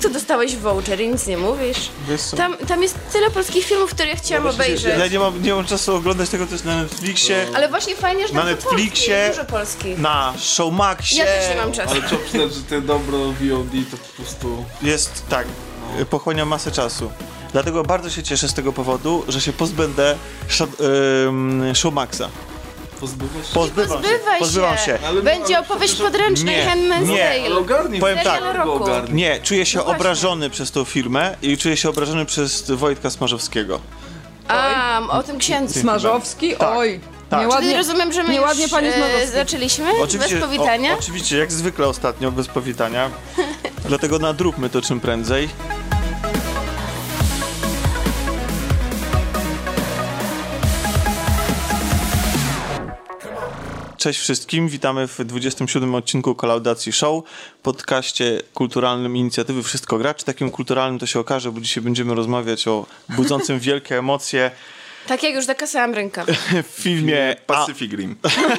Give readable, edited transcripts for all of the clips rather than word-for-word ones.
to dostałeś voucher i nic nie mówisz? Tam jest tyle polskich filmów, które ja chciałam obejrzeć. Ja nie mam czasu oglądać tego też na Netflixie. Ale właśnie fajnie, że na Netflixie, dużo polskich. na Showmaxie. Ja też nie mam czasu. Ale trzeba przyznać, że te dobro VOD to po prostu... Jest, tak, pochłania masę czasu. Dlatego bardzo się cieszę z tego powodu, że się pozbędę Showmaxa. Pozbywam się. Będzie opowieść podręcznej Handmaid's Tale. Powiem tak, nie, czuję się No właśnie. obrażony przez tą firmę i czuję się obrażony przez Wojtka Smarzowskiego. O tym księdzu. Smarzowski? Tak. Oj. Tak. Nieładnie, Czyli rozumiem, że my nieładnie, już panie Smarzowski. zaczęliśmy bez powitania. Oczywiście, jak zwykle ostatnio, bez powitania. Dlatego nadróbmy to czym prędzej. Cześć wszystkim, witamy w 27 odcinku Kolaudacji Show, podcaście kulturalnym inicjatywy Wszystko Gra. Czy takim kulturalnym to się okaże, bo dzisiaj będziemy rozmawiać o budzącym wielkie emocje Tak jak już zakasałam rękę. w filmie Pacific Rim.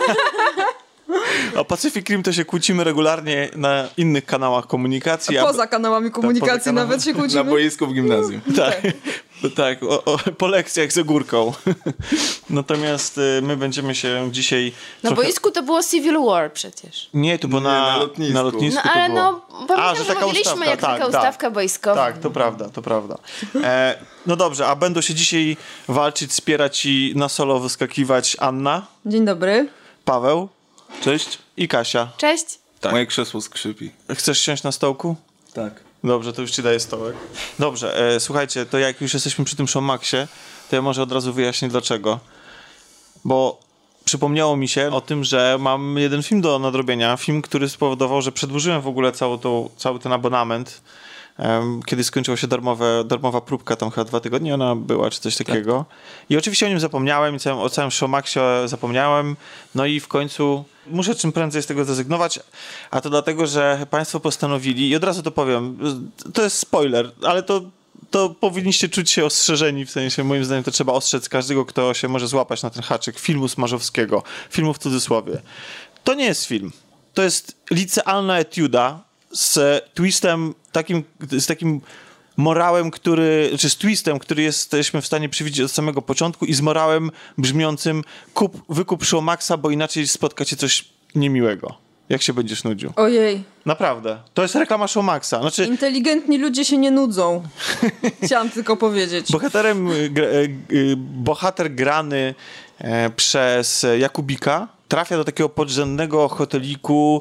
O Pacific Rim to się kłócimy regularnie na innych kanałach komunikacji. Poza kanałami komunikacji poza kanałami. nawet się kłócimy. Na boisku w gimnazjum. Tak, po lekcjach z ogórką. Natomiast my będziemy się dzisiaj... Na boisku to było Civil War przecież. Nie, to było na lotnisku. Na lotnisku No ale to było. pamiętam, że że taka mówiliśmy ustawka, jak tak, taka ustawka boiskowa. Tak, to prawda. No dobrze, a będą się dzisiaj walczyć, wspierać i na solo wyskakiwać Anna, Dzień dobry. Paweł Cześć. i Kasia. Cześć. Tak. Moje krzesło skrzypi. Chcesz siąść na stołku? Tak. Dobrze, to już ci daję stołek. Dobrze, słuchajcie, to jak już jesteśmy przy tym Showmaxie, to ja może od razu wyjaśnię dlaczego. Bo przypomniało mi się o tym, że mam jeden film do nadrobienia. Film, który spowodował, że przedłużyłem w ogóle cały ten abonament. Kiedy skończyła się darmowa próbka, tam chyba 2 tygodnie ona była, czy coś takiego. Tak. I oczywiście o nim zapomniałem, o całym Showmaxie zapomniałem. No i w końcu muszę czym prędzej z tego zrezygnować, a to dlatego, że państwo postanowili, i od razu to powiem, to jest spoiler, ale to powinniście czuć się ostrzeżeni, w sensie moim zdaniem to trzeba ostrzec każdego, kto się może złapać na ten haczyk filmu Smarzowskiego, filmu w cudzysłowie. To nie jest film. To jest licealna etiuda z twistem takim morałem, z twistem, który jesteśmy w stanie przewidzieć od samego początku i z morałem brzmiącym wykup Showmaxa, bo inaczej spotka cię coś niemiłego. Jak się będziesz nudził? Ojej. Naprawdę. To jest reklama Showmaxa. Znaczy, Inteligentni ludzie się nie nudzą. Chciałam tylko powiedzieć. Bohater grany przez Jakubika trafia do takiego podrzędnego hoteliku,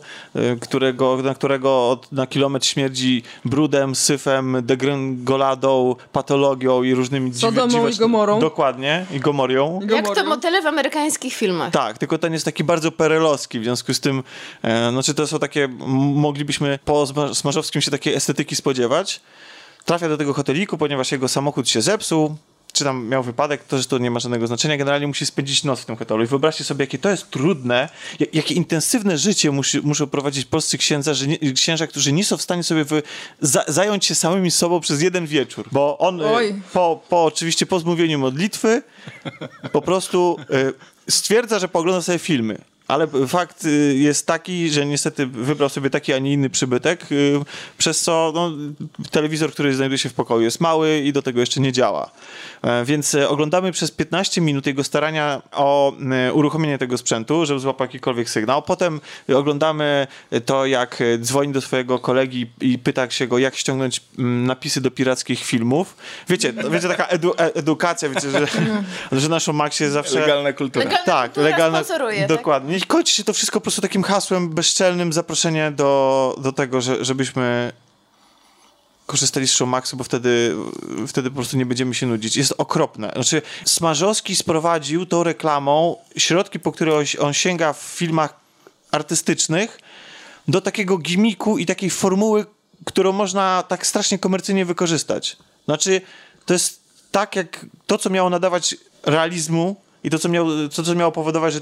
na którego na kilometr śmierdzi brudem, syfem, degrengoladą, patologią i różnymi Sodomą i Gomorą. Dokładnie, i Gomorią. Jak to motele w amerykańskich filmach. Tak, tylko ten jest taki bardzo perelowski, w związku z tym, to są takie, moglibyśmy po Smarzowskim się takiej estetyki spodziewać. Trafia do tego hoteliku, ponieważ jego samochód się zepsuł, czy tam miał wypadek, to nie ma żadnego znaczenia. Generalnie musi spędzić noc w tym hotelu. I wyobraźcie sobie, jakie to jest trudne, jakie intensywne życie muszą prowadzić polscy księża, którzy nie są w stanie sobie zająć się samymi sobą przez jeden wieczór. Bo on oczywiście po zmówieniu modlitwy po prostu stwierdza, że poogląda sobie filmy. Ale fakt jest taki, że niestety wybrał sobie taki, a nie inny przybytek, przez co telewizor, który znajduje się w pokoju, jest mały i do tego jeszcze nie działa. Więc oglądamy przez 15 minut jego starania o uruchomienie tego sprzętu, żeby złapał jakikolwiek sygnał. Potem oglądamy to, jak dzwoni do swojego kolegi i pyta się go, jak ściągnąć napisy do pirackich filmów. Wiecie taka edukacja, wiecie, że na Showmaxie zawsze... Legalna kultura. Legalna. Dokładnie. I kończy się to wszystko po prostu takim hasłem bezczelnym, zaproszenie do tego, żebyśmy korzystali z Showmaxu, bo wtedy po prostu nie będziemy się nudzić. Jest okropne. Znaczy, Smarzowski sprowadził tą reklamą środki, po które on sięga w filmach artystycznych, do takiego gimiku i takiej formuły, którą można tak strasznie komercyjnie wykorzystać. Znaczy, to jest tak jak to, co miało nadawać realizmu i to, co miało powodować, że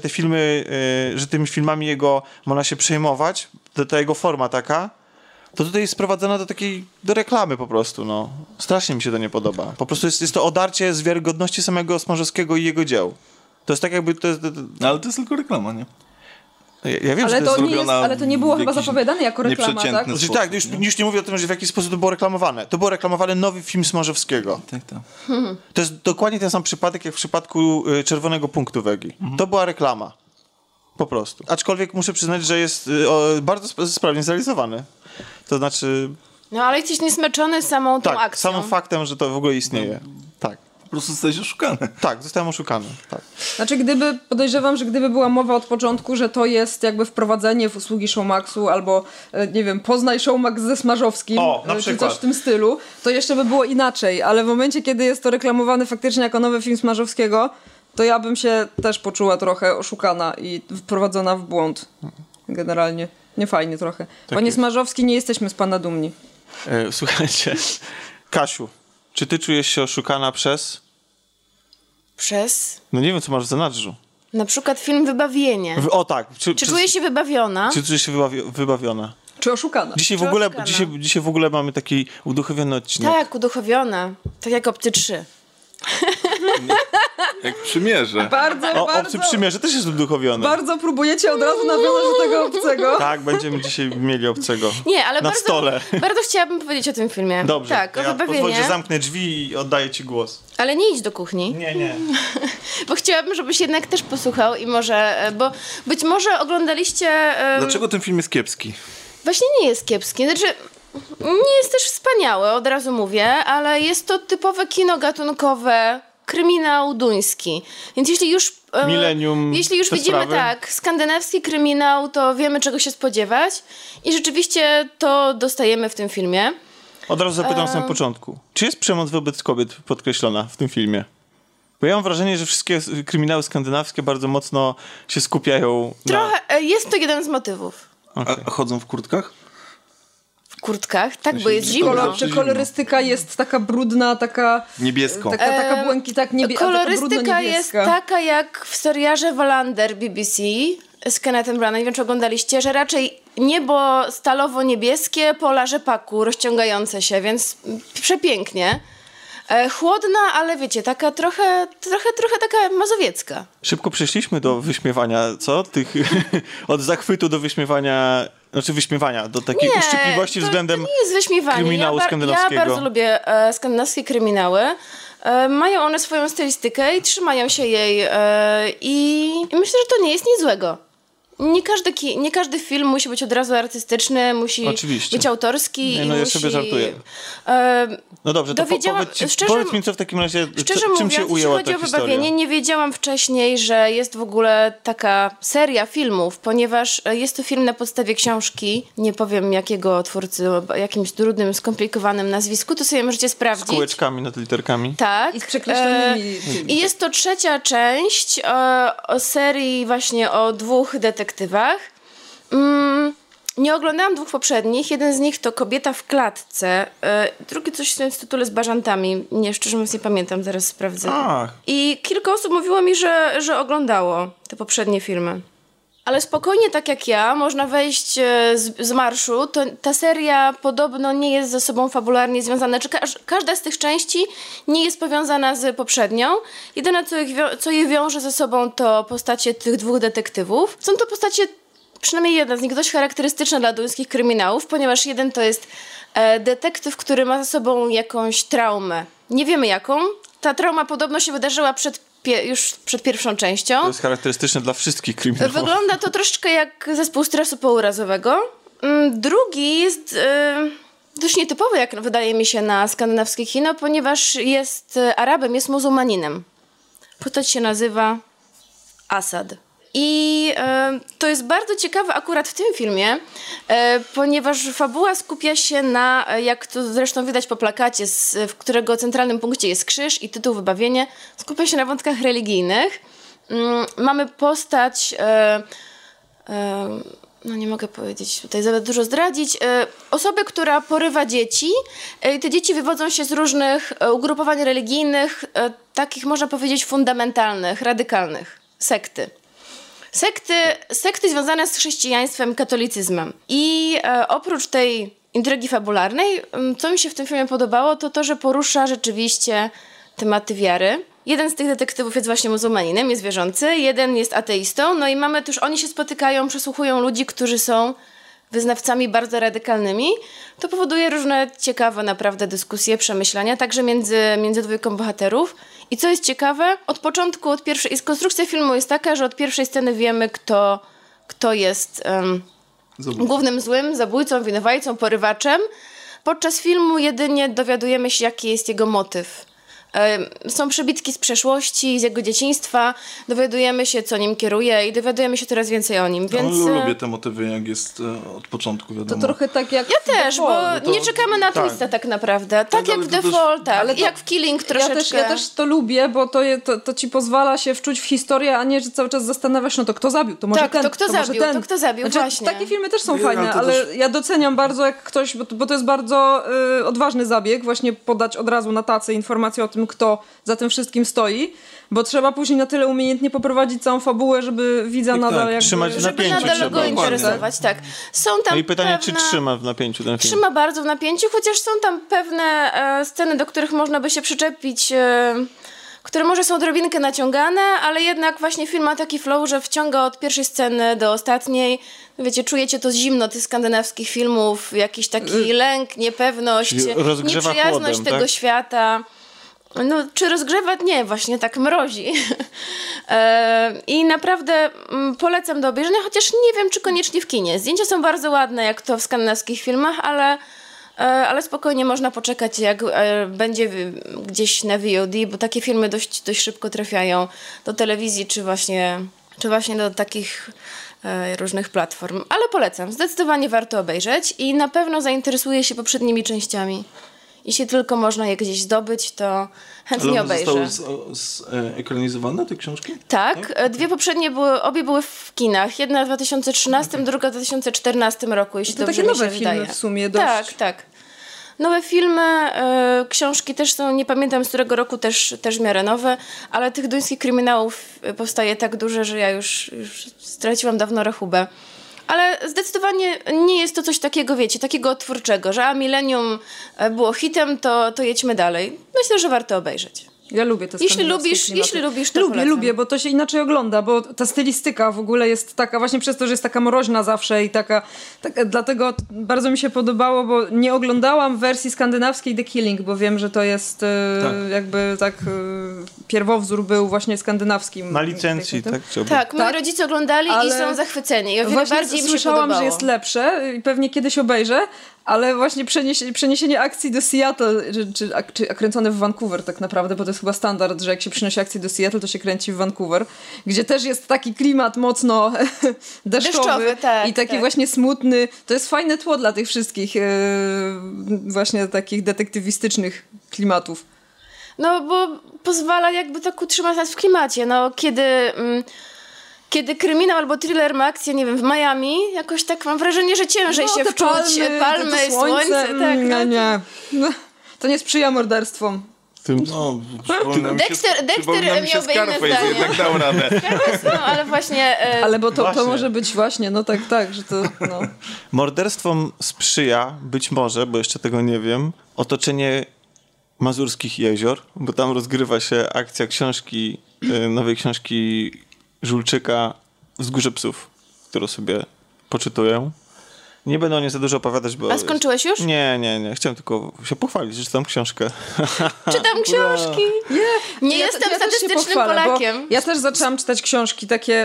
że tymi filmami można się przejmować, ta jego forma taka, to tutaj jest sprowadzona do reklamy po prostu, no. Strasznie mi się to nie podoba. Po prostu jest to odarcie z wiarygodności samego Smarzowskiego i jego dzieł. To jest tak jakby... No, ale to jest tylko reklama, nie? Ja wiem, że to jest zrobiona ale to nie było w chyba jakiś zapowiadane jako reklama, tak? nieprzeciętny Znaczy, sposób, tak, już nie mówię o tym, że w jaki sposób to było reklamowane. To było reklamowane nowy film Smarzowskiego. Tak. To jest dokładnie ten sam przypadek, jak w przypadku Czerwonego Punktu Wegi. To była reklama. Po prostu. Aczkolwiek muszę przyznać, że jest bardzo sprawnie zrealizowany. To znaczy... No ale jesteś niesmęczony samą tą Tak, akcją. samym faktem, że to w ogóle istnieje. Tak. Po prostu zostałeś oszukany. Tak, zostałem oszukany. Tak. Znaczy, podejrzewam, że gdyby była mowa od początku, że to jest jakby wprowadzenie w usługi Showmaxu albo, nie wiem, poznaj Showmax ze Smarzowskim, O, na czy przykład. coś w tym stylu, to jeszcze by było inaczej, ale w momencie, kiedy jest to reklamowany faktycznie jako nowy film Smarzowskiego, to ja bym się też poczuła trochę oszukana i wprowadzona w błąd. Generalnie. Niefajnie trochę. Panie jest. Smarzowski, nie jesteśmy z pana dumni. Słuchajcie, Kasiu, czy ty czujesz się oszukana przez... Przez No nie wiem, co masz w zanadrzu. na przykład film Wybawienie. O tak. Czy czujesz się wybawiona? Czy czujesz się wybawiona? Czy oszukana? Dzisiaj Czy w ogóle, oszukana? dzisiaj w ogóle mamy taki uduchowiony odcinek. Tak, uduchowiona. Tak jak Obcy 3. Jak przymierze. Bardzo, Obcy Przymierze też jest uduchowiony. bardzo próbujecie od razu nawiązać do tego obcego. Tak, będziemy dzisiaj mieli obcego. Nie, ale Na bardzo, stole. bardzo chciałabym powiedzieć o tym filmie. Dobrze, Tak, o ja pozwól, że Wybawienie. zamknę drzwi i oddaję ci głos. Ale nie idź do kuchni. Nie. Bo chciałabym, żebyś jednak też posłuchał i może, bo być może oglądaliście... Dlaczego ten film jest kiepski? Właśnie nie jest kiepski. Znaczy, nie jest też wspaniały, od razu mówię, ale jest to typowe kino gatunkowe, kryminał duński. Więc jeśli już... Millennium, Jeśli już te widzimy sprawy. tak, skandynawski kryminał, to wiemy, czego się spodziewać. I rzeczywiście to dostajemy w tym filmie. Od razu zapytam na samym początku. Czy jest przemoc wobec kobiet podkreślona w tym filmie? Bo ja mam wrażenie, że wszystkie kryminały skandynawskie bardzo mocno się skupiają na... Trochę, jest to jeden z motywów. A chodzą w kurtkach? W kurtkach, tak, bo jest zimno. Czy kolorystyka jest taka brudna, taka... Niebiesko. Taka błękita, Kolorystyka jest taka jak w serialu Wallander BBC z Kennethem Branagh, nie wiem czy oglądaliście, że raczej niebo stalowo-niebieskie, pola rzepaku rozciągające się, więc przepięknie. Chłodna, ale wiecie, taka trochę taka mazowiecka. Szybko przeszliśmy do wyśmiewania, co? Od zachwytu do wyśmiewania... Znaczy wyśmiewania, do takiej uszczypliwości to względem nie jest wyśmiewanie. kryminału skandynawskiego. Ja bardzo lubię skandynawskie kryminały. Mają one swoją stylistykę i trzymają się jej. I myślę, że to nie jest nic złego. Nie każdy film musi być od razu artystyczny, musi Oczywiście. być autorski. Nie, no i ja musi... sobie żartuję. No dobrze, to powiedz mi, co w takim razie, Szczerze czym mówiąc, się ujęła jeśli chodzi ta o Wybawienie, historia? nie wiedziałam wcześniej, że jest w ogóle taka seria filmów, ponieważ jest to film na podstawie książki, nie powiem jakiego twórcy, o jakimś trudnym, skomplikowanym nazwisku, to sobie możecie Z sprawdzić. kółeczkami nad literkami. Tak. I z przekreślonymi... I jest to trzecia część o serii właśnie o 2 detektywach. Nie oglądałam 2 poprzednich. Jeden z nich to Kobieta w klatce. Drugi coś w tytule z bażantami. Nie, szczerze mówiąc nie pamiętam, zaraz sprawdzę. Ach. I kilka osób mówiło mi, że oglądało te poprzednie filmy. Ale spokojnie, tak jak ja, można wejść z marszu. Ta seria podobno nie jest ze sobą fabularnie związana. Każda z tych części nie jest powiązana z poprzednią. Jedyne, co je wiąże ze sobą, to postacie tych 2 detektywów. Są to postacie, przynajmniej jedna z nich, dość charakterystyczna dla duńskich kryminałów, ponieważ jeden to jest detektyw, który ma ze sobą jakąś traumę. Nie wiemy jaką. Ta trauma podobno się wydarzyła już przed pierwszą częścią. To jest charakterystyczne dla wszystkich kryminałów. Wygląda to troszeczkę jak zespół stresu pourazowego. Drugi jest dość nietypowy, jak wydaje mi się, na skandynawskie kino, ponieważ jest Arabem, jest muzułmaninem. Postać się nazywa Asad. I to jest bardzo ciekawe akurat w tym filmie, ponieważ fabuła skupia się na, jak to zresztą widać po plakacie, w którego centralnym punkcie jest krzyż i tytuł Wybawienie, skupia się na wątkach religijnych. Mamy postać, no nie mogę powiedzieć tutaj za dużo zdradzić, osobę, która porywa dzieci. Te dzieci wywodzą się z różnych ugrupowań religijnych, takich można powiedzieć fundamentalnych, radykalnych, sekty. Sekty związane z chrześcijaństwem, katolicyzmem. I oprócz tej intrygi fabularnej, co mi się w tym filmie podobało, to, że porusza rzeczywiście tematy wiary. Jeden z tych detektywów jest właśnie muzułmaninem, jest wierzący, jeden jest ateistą, no i mamy też, oni się spotykają, przesłuchują ludzi, którzy są wyznawcami bardzo radykalnymi. To powoduje różne ciekawe naprawdę dyskusje, przemyślenia, także między dwójką bohaterów. I co jest ciekawe, od początku, konstrukcja filmu jest taka, że od pierwszej sceny wiemy, kto jest głównym złym, zabójcą, winowajcą, porywaczem. Podczas filmu jedynie dowiadujemy się, jaki jest jego motyw. Są przebitki z przeszłości, z jego dzieciństwa, dowiadujemy się, co nim kieruje i dowiadujemy się coraz więcej o nim, więc... Lubię te motywy, jak jest od początku, wiadomo. To trochę tak jak... Ja też, bo nie czekamy na twista tak naprawdę. Tak jak w The Fall, tak. Ale jak w Killing troszeczkę. Ja też to lubię, bo to ci pozwala się wczuć w historię, a nie, że cały czas zastanawiasz, no to kto zabił, to może tak, ten, to kto zabił, znaczy, właśnie. Takie filmy też są fajne, ale ja doceniam bardzo, jak ktoś, bo to jest bardzo odważny zabieg, właśnie podać od razu na tacy informację o tym, kto za tym wszystkim stoi, bo trzeba później na tyle umiejętnie poprowadzić całą fabułę, żeby widza nadal jakby... Trzymać w napięciu. Żeby nadal go interesować, tak. Są tam no i pytanie, czy trzyma w napięciu ten film? Trzyma bardzo w napięciu, chociaż są tam pewne sceny, do których można by się przyczepić, które może są odrobinkę naciągane, ale jednak właśnie film ma taki flow, że wciąga od pierwszej sceny do ostatniej. Wiecie, czujecie to zimno tych skandynawskich filmów, jakiś taki lęk, niepewność, nieprzyjazność chłodem, tego świata. No, czy rozgrzewa? Nie, właśnie tak mrozi. I naprawdę polecam do obejrzenia, chociaż nie wiem, czy koniecznie w kinie. Zdjęcia są bardzo ładne, jak to w skandynawskich filmach, ale spokojnie można poczekać, jak będzie gdzieś na VOD, bo takie filmy dość szybko trafiają do telewizji, czy właśnie do takich różnych platform. Ale polecam, zdecydowanie warto obejrzeć i na pewno zainteresuje się poprzednimi częściami. Jeśli tylko można je gdzieś zdobyć, to chętnie obejrzę. Ale zostały ekranizowane te książki? Tak, dwie poprzednie obie były w kinach. Jedna w 2013, druga w 2014 roku, jeśli to dobrze takie mi się nowe wydaje. filmy w sumie dość. Tak. Nowe filmy, książki też są, nie pamiętam z którego roku, też w miarę nowe, ale tych duńskich kryminałów powstaje tak dużo, że ja już straciłam dawno rachubę. Ale zdecydowanie nie jest to coś takiego, wiecie, takiego twórczego, że milenium było hitem, to jedźmy dalej. Myślę, że warto obejrzeć. Ja lubię te skandynawskie Jeśli lubisz, to lubię, bo to się inaczej ogląda, bo ta stylistyka w ogóle jest taka, właśnie przez to, że jest taka mroźna zawsze i taka dlatego bardzo mi się podobało, bo nie oglądałam wersji skandynawskiej The Killing, bo wiem, że to jest jakby pierwowzór był właśnie skandynawskim. Na licencji, tak? Tak, moi rodzice oglądali i są zachwyceni. Ja właśnie bardziej mi się słyszałam, podobało. że jest lepsze i pewnie kiedyś obejrzę, ale właśnie przeniesienie akcji do Seattle, czy kręcone w Vancouver tak naprawdę, bo to jest chyba standard, że jak się przynosi akcję do Seattle, to się kręci w Vancouver, gdzie też jest taki klimat mocno deszczowy tak, i taki właśnie smutny. To jest fajne tło dla tych wszystkich właśnie takich detektywistycznych klimatów. No, bo pozwala jakby tak utrzymać nas w klimacie. No, kiedy kryminał albo thriller ma akcję, nie wiem, w Miami, jakoś tak mam wrażenie, że ciężej się wczuć. Palmy, słońce. Tak, nie. No, to nie sprzyja morderstwom. Dexter miałby inne zdanie. Jednak dał radę. No, ale właśnie... Ale bo to może być właśnie, no tak, że to... No. Morderstwom sprzyja, być może, bo jeszcze tego nie wiem, otoczenie Mazurskich Jezior, bo tam rozgrywa się akcja nowej książki Żulczyka Wzgórze Psów, którą sobie poczytuję. Nie będę o niej za dużo opowiadać, bo... A skończyłeś już? Nie. Chciałem tylko się pochwalić, że czytam książkę. Czytam książki. Nie jestem statystycznym Polakiem. Ja też zaczęłam czytać książki takie,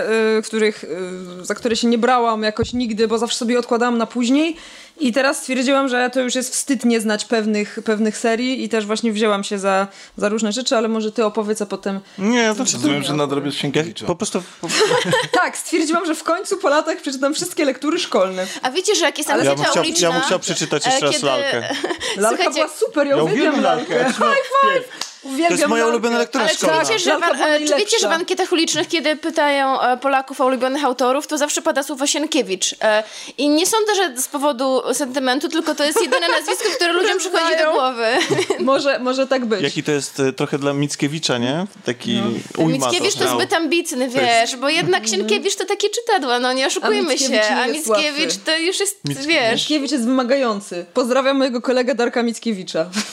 za które się nie brałam jakoś nigdy, bo zawsze sobie odkładałam na później. I teraz stwierdziłam, że to już jest wstyd nie znać pewnych serii i też właśnie wzięłam się za różne rzeczy, ale może ty opowiedz, a potem... Nie, to rozumiem, że nadrabiasz Sienkiewicza. Po prostu... Tak, stwierdziłam, że w końcu po latach przeczytam wszystkie lektury szkolne. A wiecie, że jak jest ankieta uliczna... Ja bym chciał przeczytać jeszcze raz Lalkę. Lalka była super, ja uwielbiam Lalkę. High five! To jest moja ulubiona lektura szkolna. Czy wiecie, że w ankietach ulicznych, kiedy pytają Polaków o ulubionych autorów, to zawsze pada słowo Sienkiewicz. I nie sądzę, że z powodu sentymentu, tylko to jest jedyne nazwisko, które ludziom przychodzi do głowy. Może tak być. Jaki to jest trochę dla Mickiewicza, nie? Taki ujma. Mickiewicz to zbyt ambitny, wiesz, bo jednak Sienkiewicz to takie czytadła, no nie oszukujmy się. A Mickiewicz to już jest, wiesz... Mickiewicz jest wymagający. Pozdrawiam mojego kolegę Darka Mickiewicza.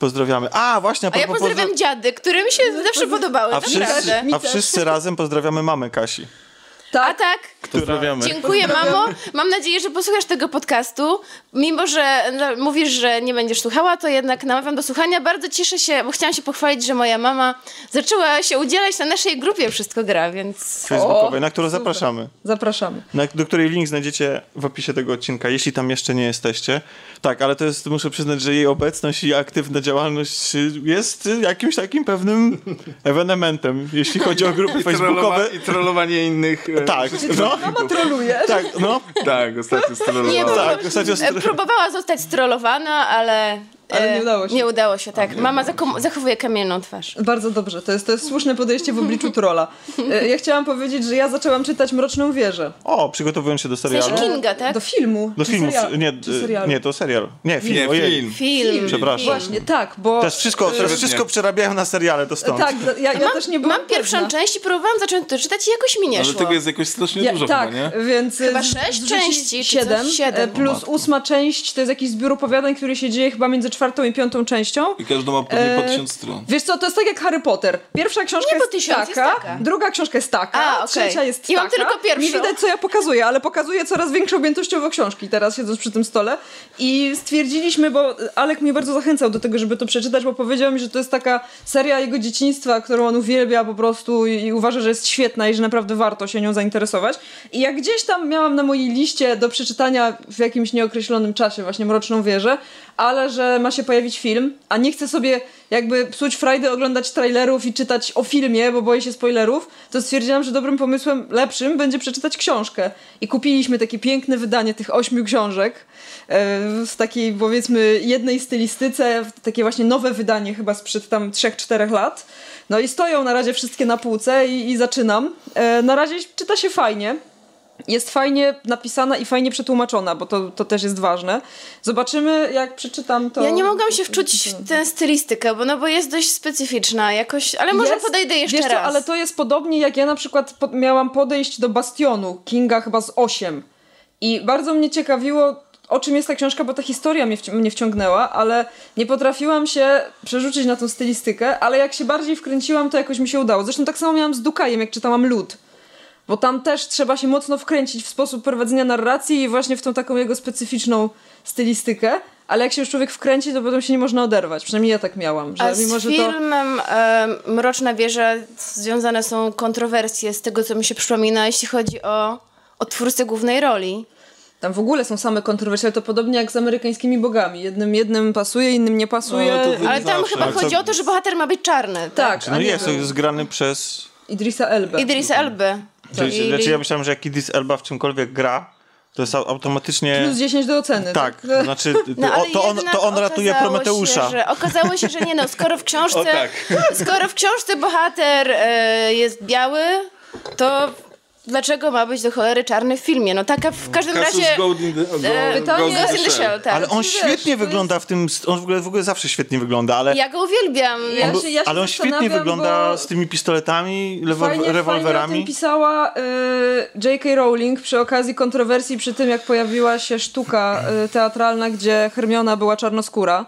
pozdrawiamy. A, właśnie, A ja pozdrawiam dziady, które mi się zawsze podobały. a wszyscy razem pozdrawiamy mamę Kasi. A tak. Pozdrawiamy. Dziękuję, mamo. Mam nadzieję, że posłuchasz tego podcastu. Mimo, że mówisz, że nie będziesz słuchała, to jednak namawiam do słuchania. Bardzo cieszę się, bo chciałam się pochwalić, że moja mama zaczęła się udzielać na naszej grupie Wszystko Gra, więc... Facebookowej, na którą zapraszamy. Zapraszamy. Do której link znajdziecie w opisie tego odcinka, jeśli tam jeszcze nie jesteście. Tak, ale to jest, muszę przyznać, że jej obecność i aktywna działalność jest jakimś takim pewnym ewenementem, jeśli chodzi o grupy facebookowe. I trollowanie innych. Tak, no. Mama troluje. Tak, no. Tak, ostatnio strollowała. Nie, Tak, ostatnio próbowała zostać strollowana, ale nie udało się. Nie udało się, tak. Mama zachowuje kamienną twarz. Bardzo dobrze, to jest słuszne podejście w obliczu trolla. Ja chciałam powiedzieć, że ja zaczęłam czytać Mroczną Wieżę. O, przygotowując się do W serialu. sensie Kinga, tak? Do filmu. Do Czy filmu. serialu? Nie, Czy serialu? nie, to serial. Nie, film. Nie, Ojej. Film. Przepraszam. Właśnie, tak, bo... Teraz wszystko przerabiają na seriale, to stąd. Tak, ja też nie byłam Mam pierwszą pewna. część i próbowałam zacząć to czytać i jakoś mi nie Ale szło. tego jest jakoś strasznie dużo tak, chyba, nie? więc... Chyba 6 części, czy 7, coś? 7. plus 8 część to jest jakiś zbiór opowiadań, który się dzieje chyba między 4. i 5. częścią. I każdy ma pewnie po 1000 stron. Wiesz co, to jest tak jak Harry Potter. Pierwsza książka Nie, bo jest 1000 jest taka, taka. druga książka jest taka, A, okej. trzecia jest I taka. mam tylko pierwszą. Nie widać, co ja pokazuję, ale pokazuję coraz większą objętościowo książki teraz, siedząc przy tym stole. I stwierdziliśmy, bo Alek mnie bardzo zachęcał do tego, żeby to przeczytać, bo powiedział mi, że to jest taka seria jego dzieciństwa, którą on uwielbia po prostu i uważa, że jest świetna i że naprawdę warto się nią zainteresować. I jak gdzieś tam miałam na mojej liście do przeczytania w jakimś nieokreślonym czasie właśnie Mroczną Wieżę, ale że ma się pojawić film, a nie chcę sobie jakby psuć frajdy oglądać trailerów i czytać o filmie, bo boję się spoilerów, to stwierdziłam, że dobrym pomysłem, lepszym będzie przeczytać książkę. I kupiliśmy takie piękne wydanie tych 8 książek w takiej, powiedzmy, jednej stylistyce, takie właśnie nowe wydanie chyba sprzed tam 3-4 lat. No i stoją na razie wszystkie na półce i zaczynam. Na razie czyta się fajnie. Jest fajnie napisana i fajnie przetłumaczona, bo to też jest ważne. Zobaczymy, jak przeczytam to. Ja nie mogłam się wczuć w tę stylistykę, bo jest dość specyficzna jakoś, ale może podejdę jeszcze wiesz co, raz. ale to jest podobnie jak ja na przykład miałam podejść do Bastionu, Kinga chyba z 8. I bardzo mnie ciekawiło, o czym jest ta książka, bo ta historia mnie wciągnęła, ale nie potrafiłam się przerzucić na tą stylistykę, ale jak się bardziej wkręciłam, to jakoś mi się udało. Zresztą tak samo miałam z Dukajem, jak czytałam Lód. Bo tam też trzeba się mocno wkręcić w sposób prowadzenia narracji i właśnie w tą taką jego specyficzną stylistykę, ale jak się już człowiek wkręci, to potem się nie można oderwać. Przynajmniej ja tak miałam. Że A z mimo, że filmem Mroczna Wieża związane są kontrowersje z tego, co mi się przypomina, jeśli chodzi o twórcę głównej roli. Tam w ogóle są same kontrowersje, ale to podobnie jak z amerykańskimi bogami. Jednym pasuje, innym nie pasuje. No, Ale tam zawsze. chyba Ale co- chodzi o to, że bohater ma być czarny. Tak, No a nie jest, to był. jest grany przez... Idrisa Elbę. Idrisa Elby. Czyli, znaczy ja myślałem, że jak Idris Elba w czymkolwiek gra, to jest automatycznie... Plus 10 do oceny. Tak, znaczy No, ale to on ratuje okazało Prometeusza. Okazało się, że nie no, skoro w książce, O, tak. skoro w książce bohater jest biały, to dlaczego ma być do cholery czarny w filmie? No taka w każdym razie... Gold in the Ghost in the Shell, tak. Ale on Wiesz, świetnie to wygląda w tym... On w ogóle zawsze świetnie wygląda, ale... Ja go uwielbiam. Ja się ale on świetnie zastanawiam, wygląda bo z tymi pistoletami, Fajnie o rewolwerami. tym pisała J.K. Rowling przy okazji kontrowersji przy tym, jak pojawiła się sztuka teatralna, gdzie Hermiona była czarnoskóra.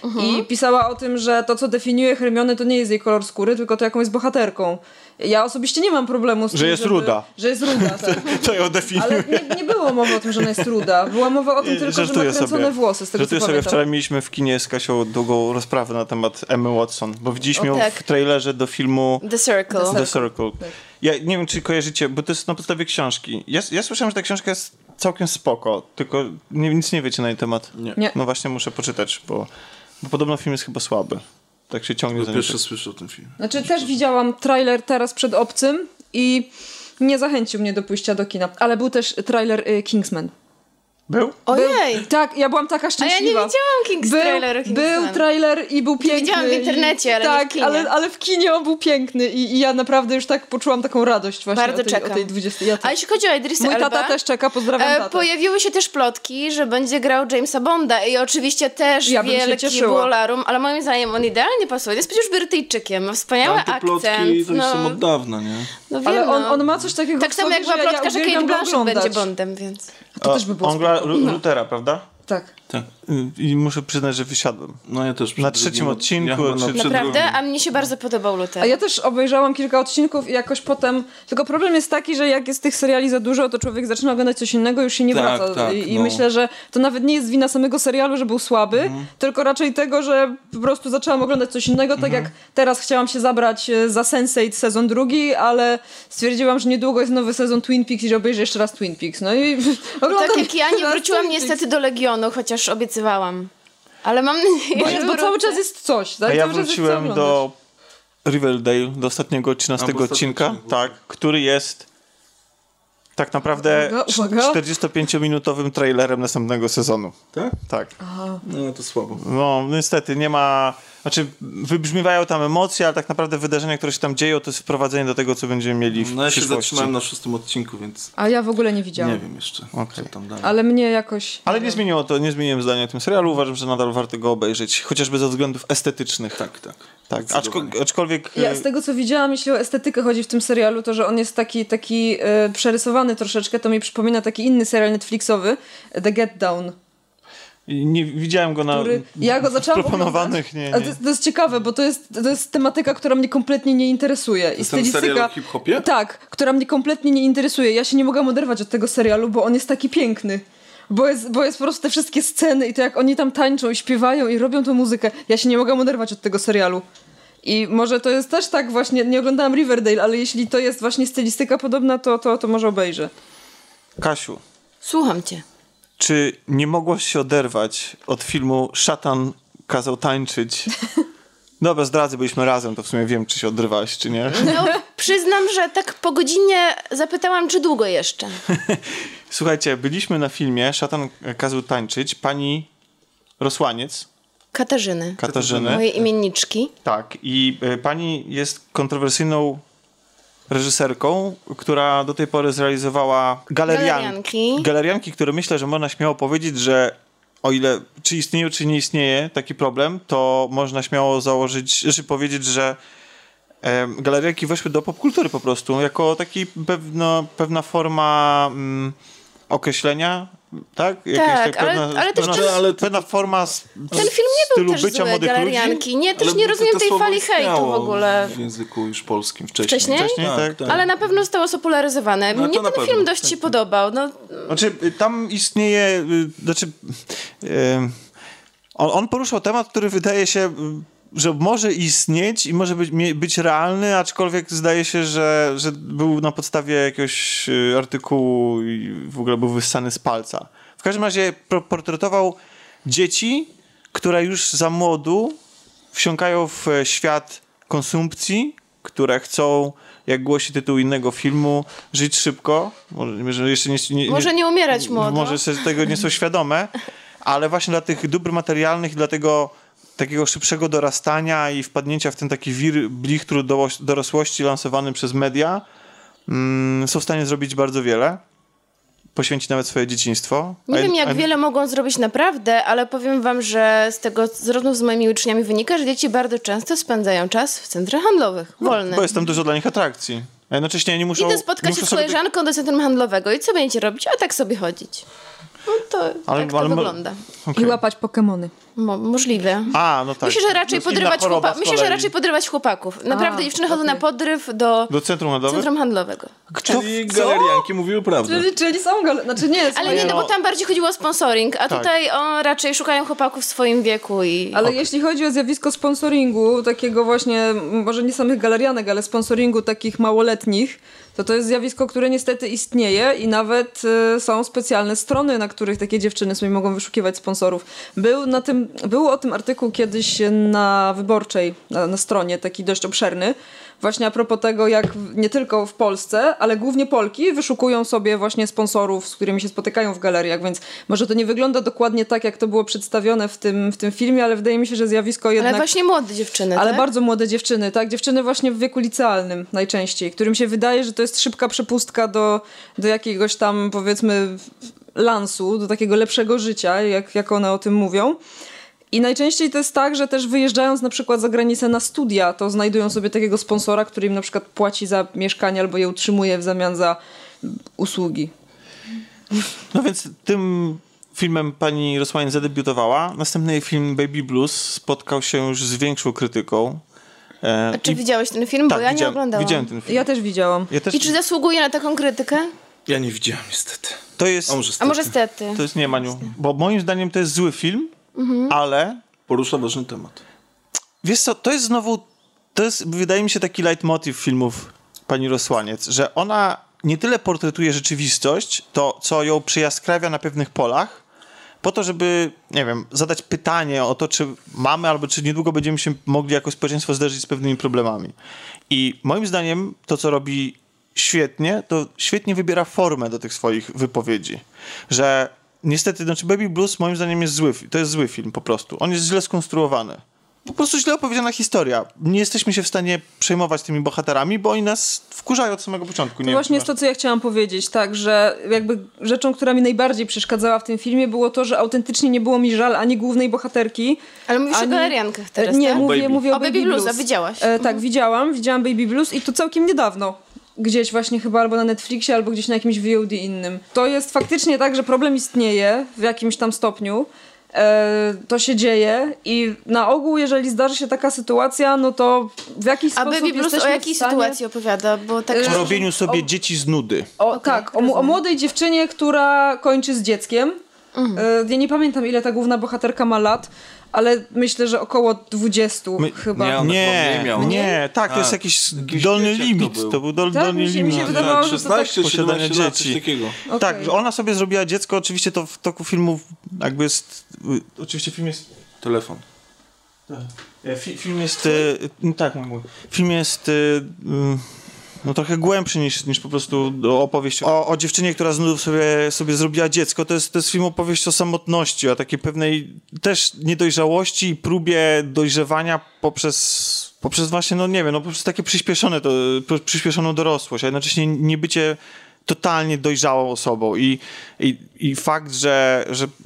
I pisała o tym, że to, co definiuje Hermionę, to nie jest jej kolor skóry, tylko to, jaką jest bohaterką. Ja osobiście nie mam problemu z tym, Że jest ruda. Że jest ruda, tak. To ją definiuje. Ale nie było mowy o tym, że ona jest ruda. Była mowa o tym tylko, że ma Żartuję kręcone sobie. włosy, z tego Żartuję co sobie, pamiętam. wczoraj mieliśmy w kinie z Kasią długą rozprawę na temat Emmy Watson, bo widzieliśmy ją tak. w trailerze do filmu The Circle. The Circle. Ja nie wiem, czy kojarzycie, bo to jest na podstawie książki. Ja słyszałem, że ta książka jest całkiem spoko, tylko nic nie wiecie na jej temat. Nie. No właśnie muszę poczytać, bo podobno film jest chyba słaby. Tak się ciągnie za nim. Pierwszy słyszę o tym filmie. Znaczy też widziałam trailer teraz przed Obcym i nie zachęcił mnie do pójścia do kina. Ale był też trailer Kingsman. Był? Ojej! Tak, ja byłam taka A ja nie szczęśliwa. widziałam King's traileru Kingsman. Był trailer i był piękny. Widziałam w internecie, ale nie tak, w kinie. ale w kinie on był piękny i ja naprawdę już tak poczułam taką radość właśnie Bardzo o tej czekam. 20. Ja A jeśli chodzi o Idrisa Mój Elbę, tata też czeka, pozdrawiam tatę. pojawiły się też plotki, że będzie grał Jamesa Bonda i oczywiście też Ja bym się wielki cieszyła. bolarum, ale moim zdaniem on idealnie pasuje. Jest przecież Brytyjczykiem, ma wspaniały Tam te plotki akcent. to już są od dawna, nie? no wiem, Ale no. on ma coś takiego Tak w samo sobie, jak była że plotka, ja że Kate uwielbiam go Blanchett oglądać. będzie Bondem, więc... To też by było On gra spoko. Lutera, prawda? Tak. Tak. I muszę przyznać, że wysiadłem. No ja też. Na trzecim odcinku, Naprawdę? A mnie się bardzo podobał Luther. A ja też obejrzałam kilka odcinków i jakoś potem... Tylko problem jest taki, że jak jest tych seriali za dużo, to człowiek zaczyna oglądać coś innego, już się nie Tak, wraca. tak, I no. myślę, że to nawet nie jest wina samego serialu, że był słaby, tylko raczej tego, że po prostu zaczęłam oglądać coś innego, tak jak teraz chciałam się zabrać za Sense8 sezon 2, ale stwierdziłam, że niedługo jest nowy sezon Twin Peaks i że obejrzę jeszcze raz Twin Peaks. No i oglądam Tak jak ja nie raz wróciłam Twin Peaks. niestety do Legionu, chociaż obiecywałam. Ale mam nadzieję, że Bo cały wrócę. czas jest coś. Tak? A ja Cały czas jest co wróciłem oglądać. do Riverdale, do ostatniego 13 A, bo ostatni odcinka, odcinek był. tak, który jest tak naprawdę Uwaga. 45-minutowym trailerem następnego sezonu. Tak? Tak. No to słabo. No niestety nie ma... Znaczy wybrzmiewają tam emocje, ale tak naprawdę wydarzenia, które się tam dzieją, to jest wprowadzenie do tego, co będziemy mieli w No ja się przyszłości. zatrzymałem na 6. odcinku, więc A ja w ogóle nie widziałam. nie wiem jeszcze, co tam dalej. Ale mnie jakoś... Ale nie zmieniło to, nie zmieniłem zdania o tym serialu. Uważam, że nadal warto go obejrzeć, chociażby ze względów estetycznych. Tak, tak. Tak. Zdecydowanie. Aczkolwiek... Ja z tego co widziałam, jeśli o estetykę chodzi w tym serialu, to że on jest taki przerysowany troszeczkę, to mi przypomina taki inny serial Netflixowy, The Get Down. Nie widziałem go na Ja go zaczęłam proponowanych. oglądać. Nie. To jest ciekawe, bo to jest tematyka, która mnie kompletnie nie interesuje. I jest ten serial o hip-hopie? Tak, która mnie kompletnie nie interesuje. Ja się nie mogłam oderwać od tego serialu, bo on jest taki piękny. Bo jest po prostu te wszystkie sceny i to jak oni tam tańczą i śpiewają i robią tą muzykę. Ja się nie mogłam oderwać od tego serialu. I może to jest też tak właśnie, nie oglądałam Riverdale, ale jeśli to jest właśnie stylistyka podobna, to może obejrzę. Kasiu, Słucham cię. czy nie mogłaś się oderwać od filmu Szatan kazał tańczyć? Dobra, zdradzę, byliśmy razem, to w sumie wiem, czy się odrywałaś, czy nie. No, przyznam, że tak po godzinie zapytałam, czy długo jeszcze. Słuchajcie, byliśmy na filmie Szatan kazał tańczyć pani Rosłaniec, Katarzyny. Mojej imienniczki. Tak, i pani jest kontrowersyjną reżyserką, która do tej pory zrealizowała galerianki, które myślę, że można śmiało powiedzieć, że o ile czy istnieje, czy nie istnieje taki problem, to można śmiało powiedzieć, że galerianki weszły do popkultury po prostu, jako taki pewna forma określenia, tak? Tak, ale też pewna forma ten film nie był też bycia zły, młodych galerianki. Nie, też Ale nie rozumiem to tej słowo fali hejtu w istniało ogóle. w języku już polskim wcześniej. Wcześniej? Tak. Ale na pewno zostało spopularyzowane. No, Mnie to na ten pewno. film dość się podobał. No, Znaczy, tam istnieje, on poruszał temat, który wydaje się, że może istnieć i może być realny, aczkolwiek zdaje się, że był na podstawie jakiegoś artykułu i w ogóle był wyssany z palca. W każdym razie portretował dzieci, które już za młodu wsiąkają w świat konsumpcji, które chcą, jak głosi tytuł innego filmu, żyć szybko. Może jeszcze może nie umierać młodo. Może sobie tego nie są świadome, ale właśnie dla tych dóbr materialnych, dla tego takiego szybszego dorastania i wpadnięcia w ten taki wir blichtru dorosłości lansowany przez media, są w stanie zrobić bardzo wiele. Poświęcić nawet swoje dzieciństwo. Nie wiem, jak wiele mogą zrobić naprawdę, ale powiem wam, że z tego z rozmów z moimi uczniami wynika, że dzieci bardzo często spędzają czas w centrach handlowych, wolnych. Bo jest tam dużo dla nich atrakcji. A jednocześnie nie muszą... Idę spotkać się z koleżanką do centrum handlowego i co będziecie robić? A tak sobie chodzić. No to tak to wygląda. Okay. I łapać Pokemony. Możliwe. No tak. Myślę, że raczej podrywać chłopaków. Naprawdę dziewczyny chodzą na podryw do centrum handlowego. Czyli galerianki mówiły prawdę. Czyli są znaczy nie. Ale nie, bo tam bardziej chodziło o sponsoring, a tutaj raczej szukają chłopaków w swoim wieku. Ale jeśli chodzi o zjawisko sponsoringu, takiego właśnie, może nie samych galerianek, ale sponsoringu takich małoletnich, to jest zjawisko, które niestety istnieje i nawet są specjalne strony, na których takie dziewczyny sobie mogą wyszukiwać sponsorów. Był o tym artykuł kiedyś na Wyborczej, na stronie, taki dość obszerny, właśnie a propos tego, jak nie tylko w Polsce, ale głównie Polki wyszukują sobie właśnie sponsorów, z którymi się spotykają w galeriach, więc może to nie wygląda dokładnie tak, jak to było przedstawione w tym filmie, ale wydaje mi się, że zjawisko jednak... Ale właśnie młode dziewczyny, Ale tak? bardzo młode dziewczyny, tak? Dziewczyny właśnie w wieku licealnym najczęściej, którym się wydaje, że to jest szybka przepustka do jakiegoś tam, powiedzmy, lansu, do takiego lepszego życia, jak one o tym mówią. I najczęściej to jest tak, że też wyjeżdżając na przykład za granicę na studia, to znajdują sobie takiego sponsora, który im na przykład płaci za mieszkanie albo je utrzymuje w zamian za usługi. No więc tym filmem pani Rosłaniec zadebiutowała. Następny jej film Baby Blues spotkał się już z większą krytyką. A czy widziałeś ten film? Bo ja nie oglądałam. Widziałem ten film. Ja też widziałam. I czy zasługuje na taką krytykę? Ja nie widziałem niestety. To jest... A może stety? To jest nie, Maniu. Bo moim zdaniem to jest zły film, ale... Porusza ważny temat. Wiesz co, to jest znowu... To jest, wydaje mi się, taki leitmotiv filmów pani Rosłaniec, że ona nie tyle portretuje rzeczywistość, to co ją przyjaskrawia na pewnych polach, po to, żeby, nie wiem, zadać pytanie o to, czy mamy albo czy niedługo będziemy się mogli jako społeczeństwo zderzyć z pewnymi problemami. I moim zdaniem to, co robi świetnie, to świetnie wybiera formę do tych swoich wypowiedzi. Że niestety, znaczy Baby Blues moim zdaniem jest zły, to jest zły film po prostu. On jest źle skonstruowany. Po prostu źle opowiedziana historia. Nie jesteśmy się w stanie przejmować tymi bohaterami, bo oni nas wkurzają od samego początku. To właśnie jest to, co ja chciałam powiedzieć, tak, że jakby rzeczą, która mi najbardziej przeszkadzała w tym filmie, było to, że autentycznie nie było mi żal ani głównej bohaterki. Ale mówisz o galeriankach teraz, Nie, tak? mówię o Baby Blues. A widziałaś? Tak, widziałam Baby Blues i to całkiem niedawno. Gdzieś właśnie chyba albo na Netflixie, albo gdzieś na jakimś VOD innym. To jest faktycznie tak, że problem istnieje w jakimś tam stopniu. To się dzieje i na ogół, jeżeli zdarzy się taka sytuacja, no to w jakiś sposób Baby Blues o jakiej sytuacji opowiada? Bo tak O robieniu sobie dzieci z nudy. Tak, o młodej dziewczynie, która kończy z dzieckiem. Ja nie pamiętam, ile ta główna bohaterka ma lat, ale myślę, że około 20 chyba. Nie, tak, to jest jakiś dolny limit. To był dolny limit. Mi się wydawało, że 16, posiadania 17 lat, dzieci. coś takiego. Okay. Tak, że ona sobie zrobiła dziecko, oczywiście to w toku filmu jakby jest... Oczywiście film jest... Telefon. Film jest... tak, mój. Film jest... no trochę głębszy niż po prostu opowieść o dziewczynie, która z nudów sobie zrobiła dziecko. To jest film opowieść o samotności, o takiej pewnej też niedojrzałości i próbie dojrzewania poprzez właśnie, no nie wiem, no poprzez takie przyspieszoną dorosłość, a jednocześnie nie bycie totalnie dojrzałą osobą. I fakt, że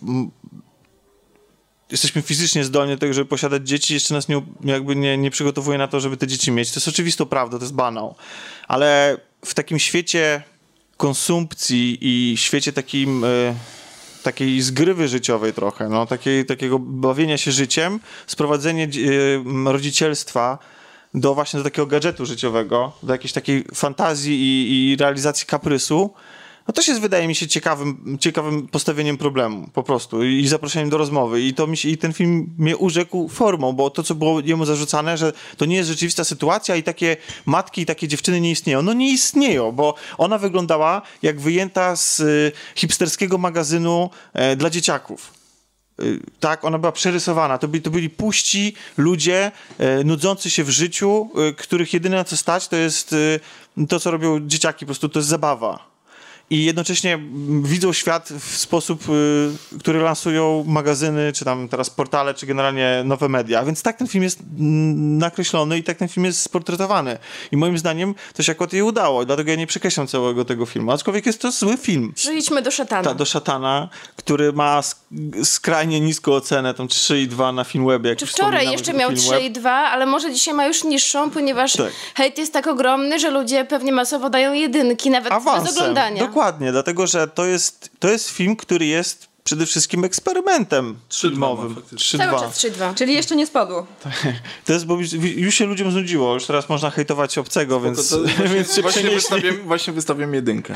jesteśmy fizycznie zdolni do tego, żeby posiadać dzieci, jeszcze nas nie przygotowuje na to, żeby te dzieci mieć. To jest oczywistą prawdą, to jest banał. Ale w takim świecie konsumpcji i świecie takiej zgrywy życiowej trochę, no, takiego bawienia się życiem, sprowadzenie rodzicielstwa do takiego gadżetu życiowego, do jakiejś takiej fantazji i realizacji kaprysu, no to się wydaje mi się ciekawym postawieniem problemu po prostu i zaproszeniem do rozmowy. I ten film mnie urzekł formą, bo to, co było jemu zarzucane, że to nie jest rzeczywista sytuacja i takie matki i takie dziewczyny nie istnieją. No nie istnieją, bo ona wyglądała jak wyjęta z hipsterskiego magazynu dla dzieciaków. Tak, ona była przerysowana. To byli puści ludzie nudzący się w życiu, których jedyne na co stać to jest to, co robią dzieciaki. Po prostu to jest zabawa. I jednocześnie widzą świat w sposób, który lansują magazyny, czy tam teraz portale, czy generalnie nowe media. Więc tak ten film jest nakreślony i tak ten film jest sportretowany. I moim zdaniem to się akurat jej udało. Dlatego ja nie przekreślam całego tego filmu. Aczkolwiek jest to zły film. Przejdźmy do Szatana. Tak, do Szatana, który ma skrajnie niską ocenę, tam 3,2 na Filmwebie. Czy wczoraj jeszcze miał 3,2, ale może dzisiaj ma już niższą, ponieważ hejt jest tak ogromny, że ludzie pewnie masowo dają jedynki, nawet bez oglądania. Dokładnie, dlatego że to jest film, który jest przede wszystkim eksperymentem filmowym. 3,2. Cały czas 3,2. Czyli jeszcze nie spadło. To jest, bo już się ludziom znudziło, już teraz można hejtować obcego, więc Właśnie wystawiam jedynkę.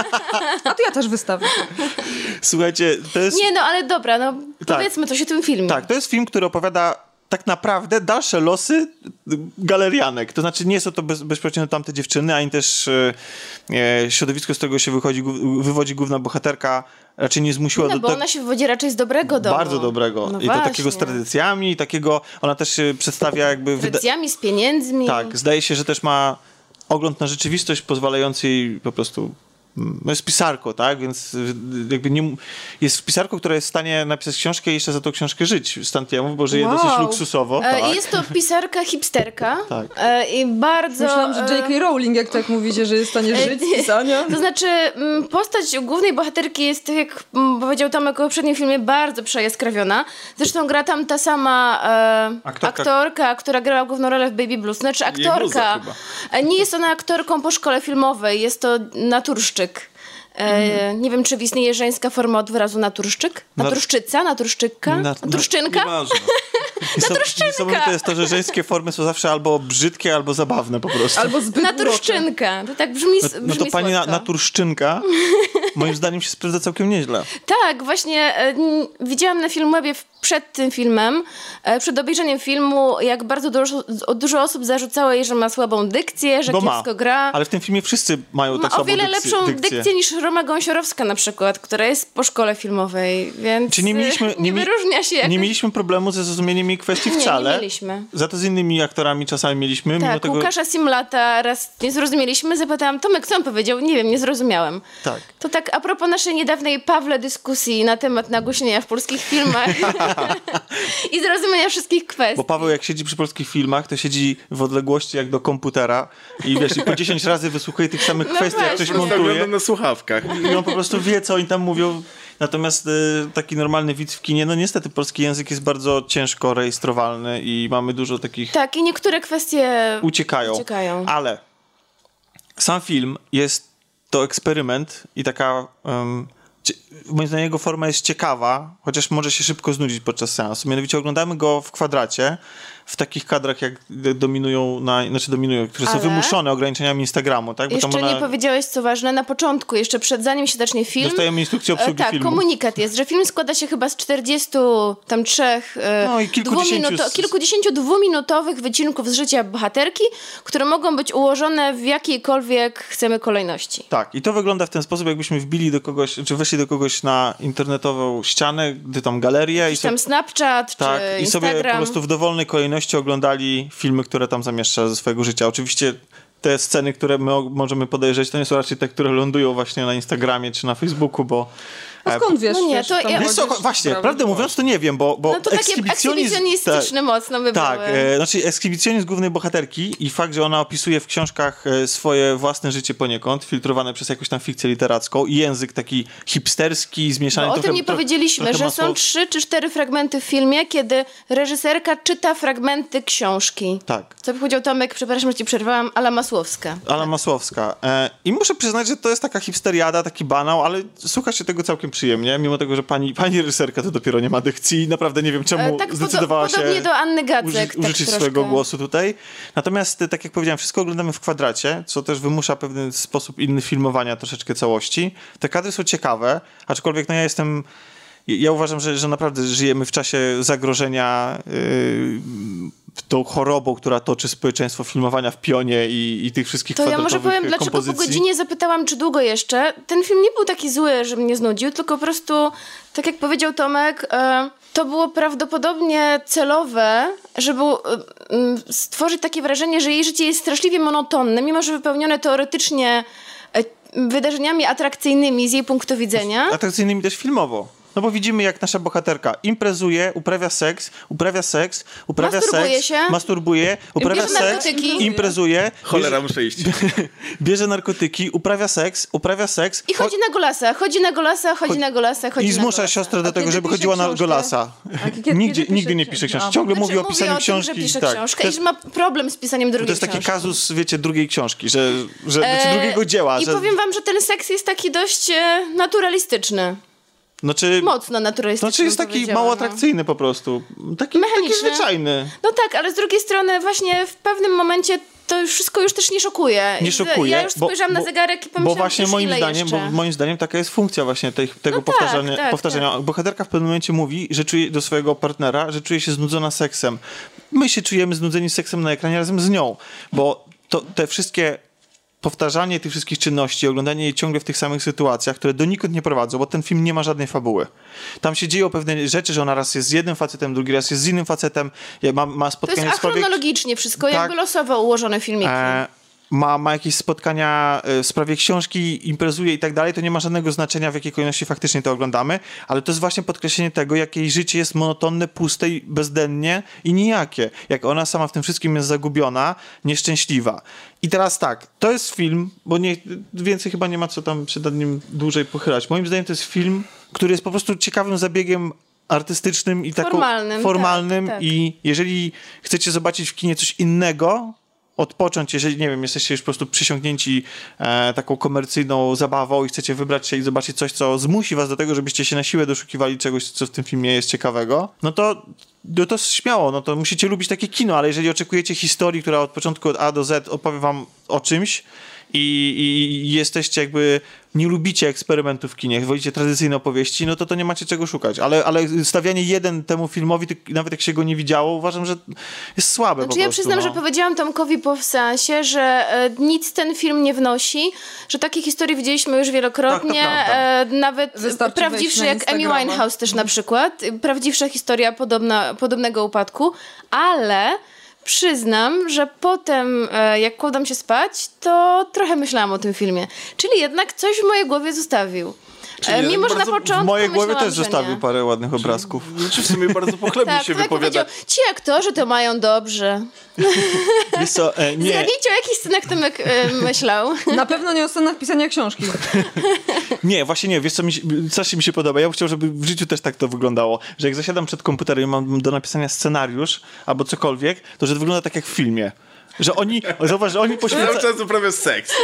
A to ja też wystawię. Słuchajcie, to jest... Nie, no ale dobra, no powiedzmy coś o tym filmie. Tak, to jest film, który opowiada tak naprawdę dalsze losy galerianek. To znaczy nie są to bezpośrednio tamte dziewczyny, ani też środowisko, z którego się wywodzi główna bohaterka, raczej nie zmusiła do tego. Bo ona się wywodzi raczej z dobrego domu. Bardzo dobrego. No i to takiego z tradycjami, i takiego, ona też przedstawia jakby... Tradycjami, z pieniędzmi. Tak, zdaje się, że też ma ogląd na rzeczywistość pozwalający jej po prostu... No jest pisarką, tak? Więc jakby jest pisarką, która jest w stanie napisać książkę i jeszcze za tą książkę żyć Stantiemu, bo żyje dosyć luksusowo. Tak. Jest to pisarka hipsterka. Tak. I bardzo... Myślałam, że J.K. Rowling, jak tak mówicie, że jest w stanie żyć z pisania. To znaczy postać głównej bohaterki jest, tak jak powiedział Tomek o poprzednim filmie, bardzo przejaskrawiona. Zresztą gra tam ta sama aktorka, która grała główną rolę w Baby Blues. Znaczy aktorka. Nie jest ona aktorką po szkole filmowej, jest to naturszczyk. Nie wiem, czy istnieje żeńska forma odwrazu naturszczyk? Naturszczyca? Naturszczykka? Naturszczynka? Nieważne. Niesamowite jest to, że żeńskie formy są zawsze albo brzydkie, albo zabawne po prostu. Albo zbyt urocze. Naturszczynka. To tak brzmi No to pani słodko. naturszczynka moim zdaniem się sprawdza całkiem nieźle. Tak, właśnie widziałam na Filmwebie przed tym filmem, przed obejrzeniem filmu, jak bardzo dużo osób zarzucało jej, że ma słabą dykcję, że kiepsko gra. Ale w tym filmie wszyscy mają tak Ma o słabą wiele lepszą dykcję. dykcję niż Roma Gąsiorowska na przykład, która jest po szkole filmowej, więc Czy nie wyróżnia się jakoś. Nie mieliśmy problemu ze zrozumieniem jej kwestii wcale. Nie mieliśmy. Za to z innymi aktorami czasami mieliśmy. Mimo Tak, tego... Łukasza Simlata raz nie zrozumieliśmy, zapytałam, Tomek, co on powiedział? Nie wiem, nie zrozumiałem. Tak. To tak a propos naszej niedawnej, Pawle, dyskusji na temat nagłośnienia w polskich filmach i zrozumienia wszystkich kwestii. Bo Paweł jak siedzi przy polskich filmach, to siedzi w odległości jak do komputera i wiesz, i po 10 razy wysłuchuje tych samych kwestii, jak ktoś właśnie. montuje. Oglądam na słuchawkach. I on po prostu wie, co oni tam mówią. Natomiast taki normalny widz w kinie, no niestety polski język jest bardzo ciężko rejestrowalny i mamy dużo takich... Tak, i niektóre kwestie uciekają. Ale sam film jest to eksperyment i taka... moim zdaniem jego forma jest ciekawa, chociaż może się szybko znudzić podczas seansu. Mianowicie oglądamy go w kwadracie, w takich kadrach, jak dominują, które są wymuszone ograniczeniami Instagramu. Tak? Bo jeszcze tam nie powiedziałeś, co ważne, na początku, jeszcze zanim się zacznie film. Dostajemy instrukcję obsługi tak, filmu. komunikat jest, że film składa się chyba z 43 No i kilkudziesięciu dwuminutowych wycinków z życia bohaterki, które mogą być ułożone w jakiejkolwiek chcemy kolejności. Tak, i to wygląda w ten sposób, jakbyśmy wbili do kogoś, czy weszli do kogoś na internetową ścianę, gdy tam galerię i Tam Snapchat, tak, czy i sobie Instagram. po prostu w dowolnej kolejności oglądali filmy, które tam zamieszcza ze swojego życia. Oczywiście te sceny, które my możemy podejrzeć, to nie są raczej te, które lądują właśnie na Instagramie czy na Facebooku, bo... No skąd wiesz? No nie, wiesz, to tam ja- Wiesz co, chodzisz, właśnie, prawda? prawdę mówiąc, to nie wiem, bo No to takie ekshibicjonizm... ekshibicjonistyczne mocno by Tak, były. znaczy ekshibicjonizm głównej bohaterki i fakt, że ona opisuje w książkach swoje własne życie poniekąd, filtrowane przez jakąś tam fikcję literacką i język taki hipsterski, zmieszany Bo o trochę... tym nie powiedzieliśmy, trochę że masło... są 3 czy 4 fragmenty w filmie, kiedy reżyserka czyta fragmenty książki. Tak. Co powiedział Tomek, przepraszam, że ci przerwałam, Ala Masłowska. Ala Masłowska. I muszę przyznać, że to jest taka hipsteriada, taki banał, ale słucha się tego całkiem przyjemnie, mimo tego, że pani reżyserka to dopiero nie ma dykcji i naprawdę nie wiem, czemu Tak zdecydowała się podobnie do Anny Gacek. użyczyć tak swojego troszkę. głosu tutaj. Natomiast, tak jak powiedziałem, wszystko oglądamy w kwadracie, co też wymusza pewien sposób inny filmowania troszeczkę całości. Te kadry są ciekawe, aczkolwiek no ja uważam, że naprawdę żyjemy w czasie zagrożenia tą chorobą, która toczy społeczeństwo filmowania w pionie i tych wszystkich To ja kwadratowych może powiem, dlaczego kompozycji. po godzinie zapytałam, czy długo jeszcze. Ten film nie był taki zły, że mnie znudził, tylko po prostu, tak jak powiedział Tomek, to było prawdopodobnie celowe, żeby stworzyć takie wrażenie, że jej życie jest straszliwie monotonne, mimo że wypełnione teoretycznie wydarzeniami atrakcyjnymi z jej punktu widzenia. Atrakcyjnymi też filmowo. No bo widzimy, jak nasza bohaterka imprezuje, uprawia seks, masturbuje, uprawia Bierze seks, narkotyki. imprezuje, Cholera, muszę iść. bierze narkotyki, uprawia seks I chodzi na golasa, i zmusza siostrę do tego, kiedy żeby pisze chodziła na książkę? golasa. kiedy Nigdy nie pisze pisze książki. książkę? Ciągle mówi o Mówi pisaniu o tym, książki. że pisze tak. książkę To i że ma problem z pisaniem drugiej jest taki książki. kazus, wiecie, drugiej książki, że drugiego dzieła. I że, powiem wam, że ten seks jest taki dość naturalistyczny. znaczy, Mocno naturalistyczny. znaczy jest taki mało atrakcyjny po prostu. Taki Mechaniczny. zwyczajny. No tak, ale z drugiej strony właśnie w pewnym momencie to już wszystko już też nie szokuje. Nie szokuje. Ja już spojrzałam na zegarek i pomyślałam, bo właśnie już ile jeszcze. moim zdaniem taka jest funkcja właśnie tego No powtarzania. tak. Bohaterka w pewnym momencie mówi, że czuje do swojego partnera, że czuje się znudzona seksem. My się czujemy znudzeni seksem na ekranie razem z nią, bo te wszystkie powtarzanie tych wszystkich czynności, oglądanie jej ciągle w tych samych sytuacjach, które donikąd nie prowadzą, bo ten film nie ma żadnej fabuły. Tam się dzieją pewne rzeczy, że ona raz jest z jednym facetem, drugi raz jest z innym facetem, ma To spotkanie jest z człowiekiem. achronologicznie wszystko, Tak. jakby losowo ułożone filmiki. Ma jakieś spotkania w sprawie książki, imprezuje i tak dalej, to nie ma żadnego znaczenia, w jakiej kolejności faktycznie to oglądamy, ale to jest właśnie podkreślenie tego, jak jej życie jest monotonne, puste i bezdennie i nijakie. Jak ona sama w tym wszystkim jest zagubiona, nieszczęśliwa. I teraz tak, to jest film, bo więcej chyba nie ma co tam się nad nim dłużej pochylać. Moim zdaniem to jest film, który jest po prostu ciekawym zabiegiem artystycznym i Formalnym, formalnym tak. i jeżeli chcecie zobaczyć w kinie coś innego, odpocząć, jeżeli, nie wiem, jesteście już po prostu przysiągnięci taką komercyjną zabawą i chcecie wybrać się i zobaczyć coś, co zmusi was do tego, żebyście się na siłę doszukiwali czegoś, co w tym filmie jest ciekawego, no to śmiało, no to musicie lubić takie kino, ale jeżeli oczekujecie historii, która od początku od A do Z opowie wam o czymś i jesteście jakby, nie lubicie eksperymentów w kinie, wolicie tradycyjne opowieści, no to nie macie czego szukać. Ale stawianie jeden temu filmowi, nawet jak się go nie widziało, uważam, że jest słabe po prostu. Ja przyznam, że powiedziałam Tomkowi po seansie, że nic ten film nie wnosi, że takie historie widzieliśmy już wielokrotnie, nawet Wystarczy prawdziwsze wejść na jak Amy Winehouse też na przykład, prawdziwsza historia podobnego upadku, ale przyznam, że potem, jak kładłam się spać, to trochę myślałam o tym filmie. Czyli jednak coś w mojej głowie zostawił. Mimo, że na początku w mojej głowie też że zostawił nie. parę ładnych obrazków. Znaczy w sumie bardzo pochlebnie Tak, się tak wypowiada. powiedział, ci aktorzy to mają dobrze. Wiesz co, nie. Zgadnijcie, o jakich scenach Tomek myślał. Na pewno nie o scenach pisania książki. Nie, właśnie nie, wiesz co, strasznie mi się podoba. Ja bym chciał, żeby w życiu też tak to wyglądało, że jak zasiadam przed komputerem i mam do napisania scenariusz albo cokolwiek, to że to wygląda tak jak w filmie. Że oni, zauważ, że oni Cały poświęcają, czas uprawia seks.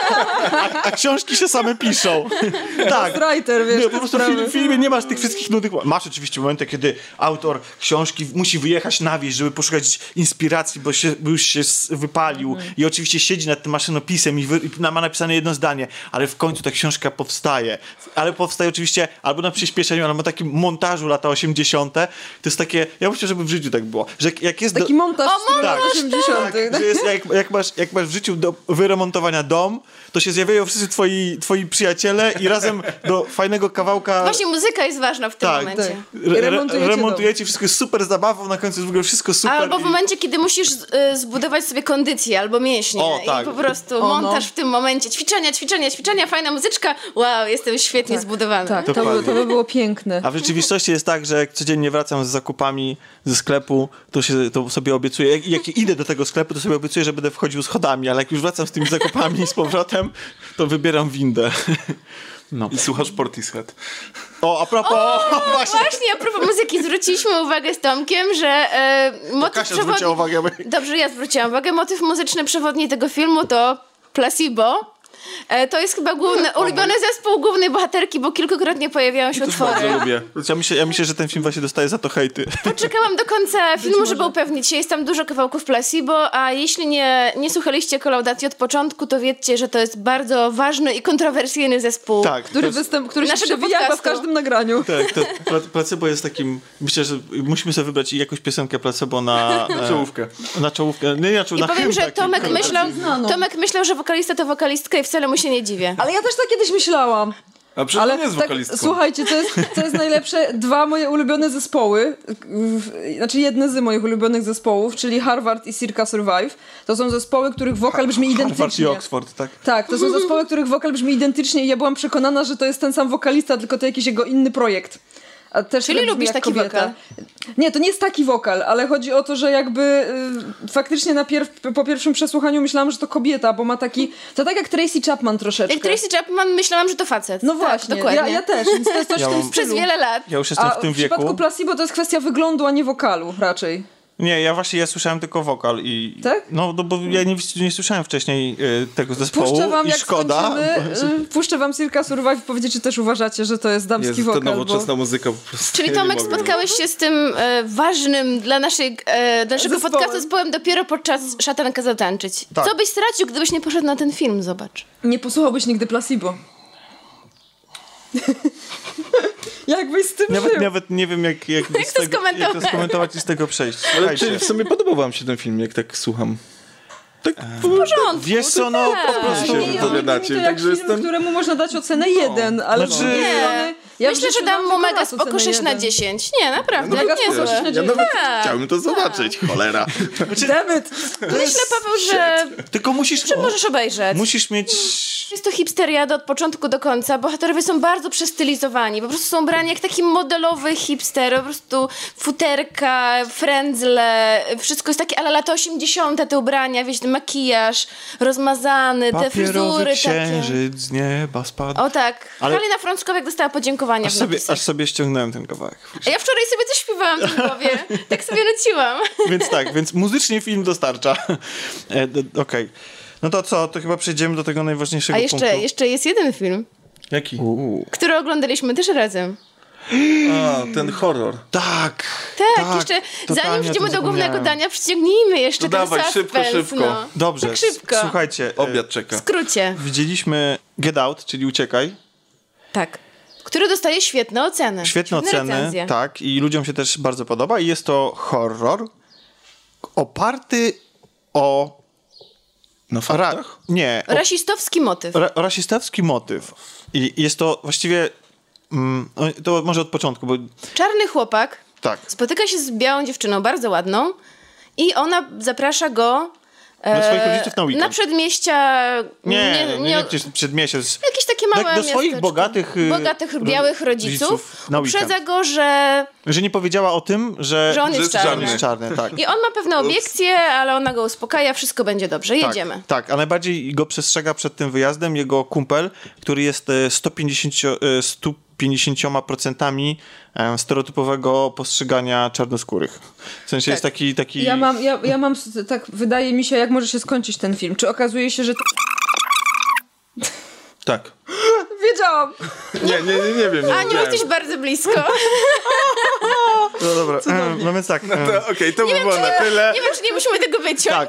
a książki się same piszą. Tak. Writer, wiesz, Nie, te po prostu sprawy. w filmie nie masz tych wszystkich nudnych... Masz oczywiście momenty, kiedy autor książki musi wyjechać na wieś, żeby poszukać inspiracji, bo już się wypalił i oczywiście siedzi nad tym maszynopisem i ma napisane jedno zdanie, ale w końcu ta książka powstaje. Ale powstaje oczywiście albo na przyspieszeniu, albo na takim montażu lata 80. To jest takie... Ja myślę, żeby w życiu tak było. Że jak jest Taki montaż z lat tak, 80. że jest, jak masz w życiu do wyremontowania dom, to się zjawiają wszyscy twoi przyjaciele i razem do fajnego kawałka... Właśnie muzyka jest ważna w tym Tak, momencie. tak. Remontujecie, wszystko jest super zabawą, na końcu jest w ogóle wszystko super. Albo w momencie, kiedy musisz zbudować sobie kondycję albo mięśnie. O, tak. I po prostu montaż w tym momencie. Ćwiczenia, fajna muzyczka. Wow, jestem świetnie zbudowany. Tak, Dokładnie. to by było piękne. A w rzeczywistości jest tak, że jak codziennie wracam z zakupami ze sklepu, to sobie obiecuję, jak idę do tego sklepu, to sobie obiecuję, że będę wchodził schodami, ale jak już wracam z tymi zakupami z powrotem, to wybieram windę. No. I słuchasz Portishead. O, a propos... Właśnie, a propos muzyki, zwróciliśmy uwagę z Tomkiem, że motyw Kasia zwróciła uwagę. Dobrze, ja zwróciłam uwagę. Motyw muzyczny przewodni tego filmu to Placebo. To jest chyba ulubiony zespół głównej bohaterki, bo kilkukrotnie pojawiają się utwory. Bardzo lubię. Ja myślę, że ten film właśnie dostaje za to hejty. Poczekałam do końca filmu, żeby upewnić się. Jest tam dużo kawałków Placebo, a jeśli nie słuchaliście kolaudacji od początku, to wiedzcie, że to jest bardzo ważny i kontrowersyjny zespół. Tak. Który się naszego przewija chyba w podcastu. każdym nagraniu. Tak, to placebo jest takim... Myślę, że musimy sobie wybrać jakąś piosenkę placebo na Czołówkę. Na czołówkę. Nie, I na powiem, hymn że taki. Tomek myślał, że wokalista to wokalistka i wcale mu się nie dziwię. Ale ja też tak kiedyś myślałam. A przecież Ale on jest tak, wokalistką. słuchajcie, to jest najlepsze. Dwa moje ulubione zespoły, znaczy jedne z moich ulubionych zespołów, czyli Harvard i Circa Survive. To są zespoły, których wokal brzmi Harvard i identycznie. Oxford, tak? Tak, to są zespoły, których wokal brzmi identycznie i ja byłam przekonana, że to jest ten sam wokalista, tylko to jakiś jego inny projekt. A też Czyli brzmi lubisz jak taki kobieta. wokal? Nie, to nie jest taki wokal, ale chodzi o to, że jakby faktycznie po pierwszym przesłuchaniu myślałam, że to kobieta, bo ma taki... To tak jak Tracy Chapman troszeczkę. Jak Tracy Chapman myślałam, że to facet. No tak, właśnie, dokładnie. ja też, więc to jest coś w tym Przez stylu. wiele lat. Ja już jestem A w tym przypadku wieku. Placebo to jest kwestia wyglądu, a nie wokalu raczej. Nie, ja słyszałem tylko wokal i... Tak? No, bo ja nie słyszałem wcześniej tego zespołu Puszczę wam, i jak szkoda. skończymy, puszczę wam Circa Survive i powiecie, czy też uważacie, że to jest damski Jest to wokal. nowoczesna muzyka po prostu. Czyli Ja nie Tomek, mogę. spotkałeś się z tym ważnym dla naszego Zespołem. podcastu zespołem dopiero podczas Szatanka zatańczyć. Tak. Co byś stracił, gdybyś nie poszedł na ten film? Zobacz. Nie posłuchałbyś nigdy Placebo. Jakbyś z tym żył. Nawet nie wiem, jak to skomentować i z tego przejść. Ale Słuchajcie. czy w sumie podobał wam się ten film, jak tak słucham? Tak, W porządku. Wiesz co, no tak. po prostu... się Nie, wypowiadacie, to jak także film, jestem... któremu można dać ocenę 1, ale Znaczy- z drugiej Nie. strony... Ja w Myślę, życiu że dam mu tylko mega raz spoko ocenę 6 na 1. 10. Nie, naprawdę, mega spoko niezłe. 6 na 10. Ja nawet Tak. chciałbym to zobaczyć, cholera. Damn it. Myślę, Paweł, że Tylko możesz obejrzeć. musisz mieć... Jest to hipsteriada od początku do końca. Bohaterowie są bardzo przestylizowani. Po prostu są brani jak taki modelowy hipster. Po prostu futerka, frędzle. Wszystko jest takie ale lata 80. te ubrania, wiesz, ten makijaż rozmazany, te Papierowy fryzury takie. księżyc z nieba spadł. O tak. Ale- Halina Frąckowiak dostała podziękowanie uporządkowania w napisach. Aż sobie ściągnąłem ten kawałek. A ja wczoraj sobie coś śpiewałam w głowie. Tak sobie nuciłam. Więc muzycznie film dostarcza. Okej. No to co? To chyba przejdziemy do tego najważniejszego A punktu. jeszcze jest jeden film, Jaki? który oglądaliśmy też razem. A, ten horror. Tak, Jeszcze totalnie zanim o przejdziemy tym do głównego zapomniałem. dania, przyciągnijmy jeszcze To ten dawaj, suspens. szybko. No. Dobrze. Tak szybko. Słuchajcie, Obiad W czeka. skrócie. widzieliśmy Get Out, czyli Uciekaj. Tak. Który dostaje świetne oceny. Świetne oceny, recenzje. tak, i ludziom się też bardzo podoba. I jest to horror oparty o... Na faktach? Nie, Rasistowski motyw. rasistowski motyw. I jest to właściwie... to może od początku, bo Czarny chłopak tak. spotyka się z białą dziewczyną, bardzo ładną, i ona zaprasza go Do swoich rodziców na weekend. na przedmieścia... Nie przedmieście. Jakieś takie małe do swoich miasteczko. bogatych białych rodziców. na weekend. Uprzedza go, że Że nie powiedziała o tym, że on jest czarny. jest czarny. Tak. I on ma pewne obiekcje, ale ona go uspokaja, wszystko będzie dobrze, jedziemy. Tak, a najbardziej go przestrzega przed tym wyjazdem jego kumpel, który jest 150% stereotypowego postrzegania czarnoskórych. W sensie jest taki... Ja mam, tak wydaje mi się, jak może się skończyć ten film. Czy okazuje się, że... Tak. Wiedziałam! Nie wiem. Nie Aniu, wiedziałem. jesteś bardzo blisko. No dobra, no więc tak. Okej, to by było na tyle. Nie wiem, czy nie musimy tego wyciąć. Tak.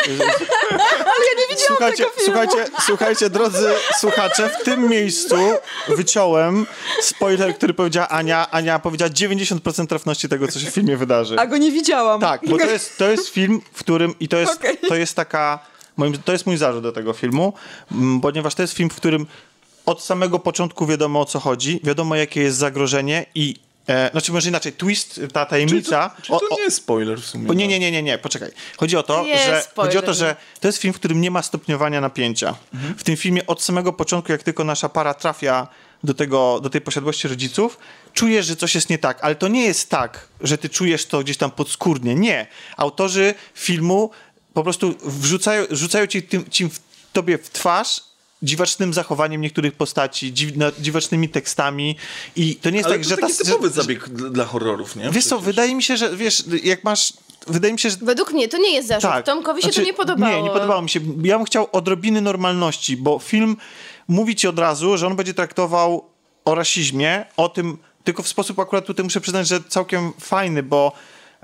Słuchajcie, drodzy słuchacze, w tym miejscu wyciąłem spoiler, który powiedziała Ania. Ania powiedziała 90% trafności tego, co się w filmie wydarzy. A go nie widziałam. Tak, bo to jest film, w którym... I Okej. to jest taka... To jest mój zarzut do tego filmu, ponieważ to jest film, w którym od samego początku wiadomo, o co chodzi, wiadomo, jakie jest zagrożenie i... znaczy może inaczej, twist, ta tajemnica... Czyli to nie jest spoiler w sumie. Nie, poczekaj. Chodzi o to, Jest spoiler. że to jest film, w którym nie ma stopniowania napięcia. W tym filmie od samego początku, jak tylko nasza para trafia do tej posiadłości rodziców, czujesz, że coś jest nie tak. Ale to nie jest tak, że ty czujesz to gdzieś tam podskórnie. Nie. Autorzy filmu po prostu rzucają ci tobie w twarz dziwacznym zachowaniem niektórych postaci, dziwacznymi tekstami i to nie jest Ale tak, to że... taki typowy zabieg dla horrorów, nie? Wiesz co, wydaje mi się, że wydaje mi się, że Według mnie to nie jest zarzut. tak. Tomkowi się to nie podobało. Nie podobało mi się. Ja bym chciał odrobiny normalności, bo film mówi ci od razu, że on będzie traktował o rasizmie, o tym, tylko w sposób akurat tutaj muszę przyznać, że całkiem fajny, bo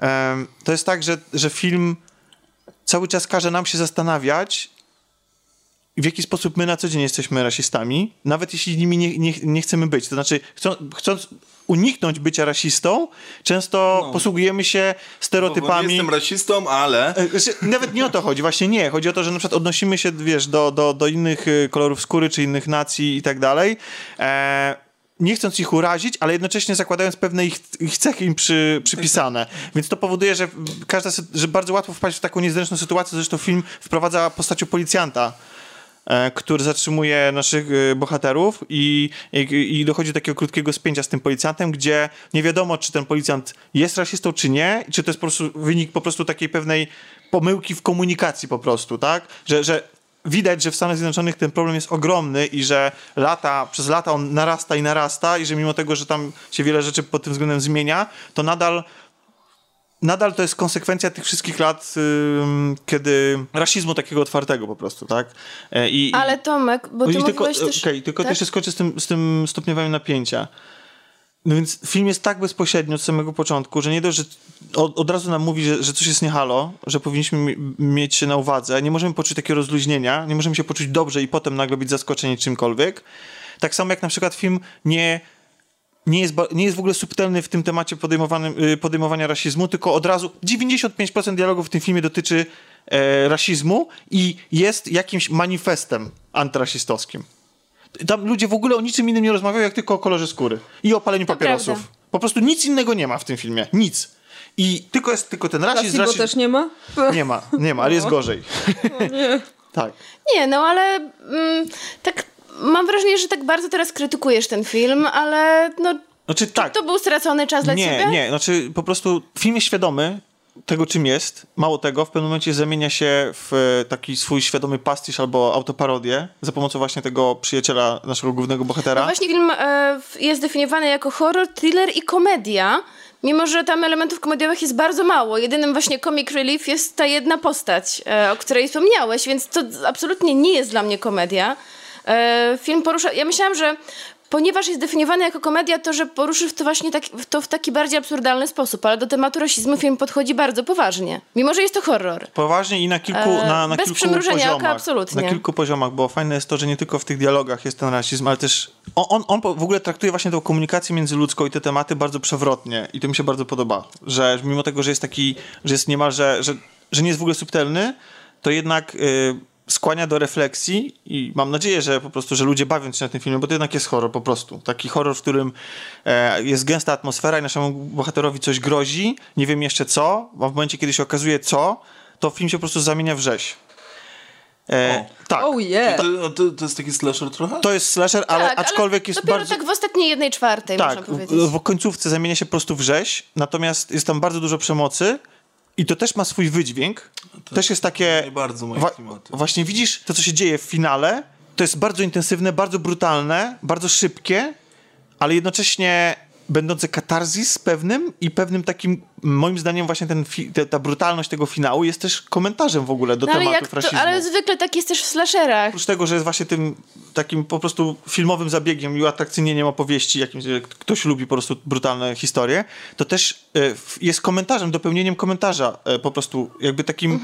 to jest tak, że film cały czas każe nam się zastanawiać, w jaki sposób my na co dzień jesteśmy rasistami, nawet jeśli nimi nie chcemy być. To znaczy, chcąc uniknąć bycia rasistą, często posługujemy się stereotypami. Nie jestem rasistą, ale... Nawet nie o to chodzi, właśnie nie. Chodzi o to, że na przykład odnosimy się, wiesz, do innych kolorów skóry, czy innych nacji i tak dalej. Nie chcąc ich urazić, ale jednocześnie zakładając pewne ich cechy im przypisane. Więc to powoduje, że bardzo łatwo wpaść w taką niezręczną sytuację. Zresztą film wprowadza postacią policjanta, który zatrzymuje naszych bohaterów i dochodzi do takiego krótkiego spięcia z tym policjantem, gdzie nie wiadomo, czy ten policjant jest rasistą, czy nie, czy to jest po prostu wynik po prostu takiej pewnej pomyłki w komunikacji po prostu, tak? Że widać, że w Stanach Zjednoczonych ten problem jest ogromny i że przez lata on narasta i że mimo tego, że tam się wiele rzeczy pod tym względem zmienia, to nadal to jest konsekwencja tych wszystkich lat, kiedy rasizmu takiego otwartego po prostu, tak? Ale Tomek, bo ty mówiłeś też... Tylko tak? też skoczę z tym stopniowaniem napięcia. No więc film jest tak bezpośrednio od samego początku, że nie dość, że od razu nam mówi, że coś jest nie halo, że powinniśmy mieć się na uwadze, nie możemy poczuć takiego rozluźnienia, nie możemy się poczuć dobrze i potem nagle być zaskoczeni czymkolwiek. Tak samo jak na przykład film nie jest w ogóle subtelny w tym temacie podejmowania rasizmu, tylko od razu 95% dialogów w tym filmie dotyczy rasizmu i jest jakimś manifestem antyrasistowskim. Tam ludzie w ogóle o niczym innym nie rozmawiają, jak tylko o kolorze skóry i o paleniu papierosów. Prawda. Po prostu nic innego nie ma w tym filmie. Nic. I jest tylko ten rasizm. Placebo też nie ma? Nie ma, ale jest gorzej. Nie. Tak. Nie, no ale tak mam wrażenie, że tak bardzo teraz krytykujesz ten film, ale no... Znaczy tak. To był stracony czas dla ciebie? Nie, znaczy po prostu film jest świadomy tego, czym jest. Mało tego, w pewnym momencie zamienia się w taki swój świadomy pastisz albo autoparodię za pomocą właśnie tego przyjaciela naszego głównego bohatera. No właśnie film jest definiowany jako horror, thriller i komedia, mimo że tam elementów komediowych jest bardzo mało. Jedynym właśnie comic relief jest ta jedna postać, o której wspomniałeś, więc to absolutnie nie jest dla mnie komedia. Film porusza... Ja myślałam, że ponieważ jest definiowany jako komedia, to że poruszy to właśnie to w taki bardziej absurdalny sposób, ale do tematu rasizmu film podchodzi bardzo poważnie, mimo że jest to horror. Poważnie i na kilku, na bez kilku przymrużenia poziomach. oka, absolutnie. Na kilku poziomach, bo fajne jest to, że nie tylko w tych dialogach jest ten rasizm, ale też on w ogóle traktuje właśnie tą komunikację międzyludzką i te tematy bardzo przewrotnie i to mi się bardzo podoba, że mimo tego, że jest taki, że jest niemalże, że nie jest w ogóle subtelny, to jednak skłania do refleksji i mam nadzieję, że po prostu, że ludzie bawią się na tym filmie, bo to jednak jest horror po prostu. Taki horror, w którym jest gęsta atmosfera i naszemu bohaterowi coś grozi, nie wiem jeszcze co, a w momencie, kiedy się okazuje co, to film się po prostu zamienia w rzeź. Tak. Oh yeah. To jest taki slasher trochę? To jest slasher, ale Tak, aczkolwiek ale jest dopiero bardzo... tak w ostatniej 1/4, Tak, można powiedzieć. w końcówce zamienia się po prostu w rzeź, natomiast jest tam bardzo dużo przemocy i to też ma swój wydźwięk. Też jest takie... Nie bardzo moje klimaty. Właśnie widzisz to, co się dzieje w finale. To jest bardzo intensywne, bardzo brutalne, bardzo szybkie, ale jednocześnie będące katarzis pewnym i pewnym takim, moim zdaniem właśnie ta brutalność tego finału jest też komentarzem w ogóle do tematów rasizmu. Ale zwykle tak jest też w slasherach. Oprócz tego, że jest właśnie tym takim po prostu filmowym zabiegiem i uatrakcyjnieniem opowieści, jakimś, że ktoś lubi po prostu brutalne historie, to też jest komentarzem, dopełnieniem komentarza, po prostu jakby takim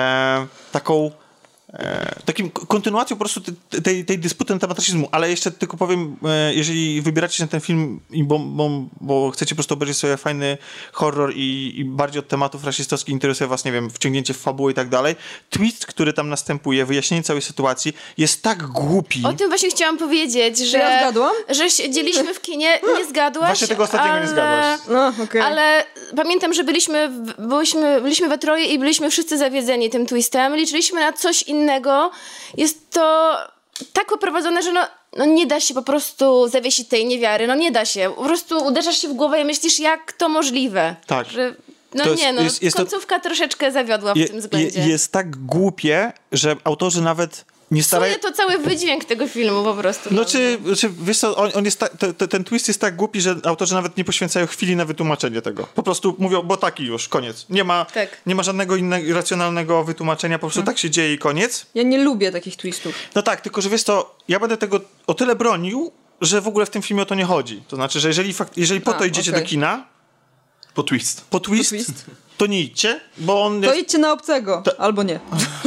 takim kontynuacją po prostu tej dysputy na temat rasizmu, ale jeszcze tylko powiem, jeżeli wybieracie się na ten film, bo chcecie po prostu obejrzeć sobie fajny horror i bardziej od tematów rasistowskich interesuje was, nie wiem, wciągnięcie w fabułę i tak dalej, twist, który tam następuje, wyjaśnienie całej sytuacji jest tak głupi. O tym właśnie chciałam powiedzieć, że... ja zgadłam? Że siedzieliśmy w kinie, nie zgadłaś. Właśnie tego ostatniego nie zgadłaś. No, okej. Ale pamiętam, że byliśmy we troje i byliśmy wszyscy zawiedzeni tym twistem. Liczyliśmy na coś innego. Jest to tak poprowadzone, że no nie da się po prostu zawiesić tej niewiary. No nie da się. Po prostu uderzasz się w głowę i myślisz, jak to możliwe. Tak. Że, końcówka troszeczkę zawiodła w tym względzie. Jest tak głupie, że autorzy nawet nie starają... To cały wydźwięk tego filmu po prostu. No czy wiesz co, on jest ten twist jest tak głupi, że autorzy nawet nie poświęcają chwili na wytłumaczenie tego. Po prostu mówią, bo taki już, koniec. Nie ma żadnego innego racjonalnego wytłumaczenia, po prostu tak się dzieje i koniec. Ja nie lubię takich twistów. No tak, tylko że wiesz co, ja będę tego o tyle bronił, że w ogóle w tym filmie o to nie chodzi. To znaczy, że jeżeli po to idziecie do kina, Po twist, to nie idźcie, bo on To jest... idźcie na obcego, albo nie.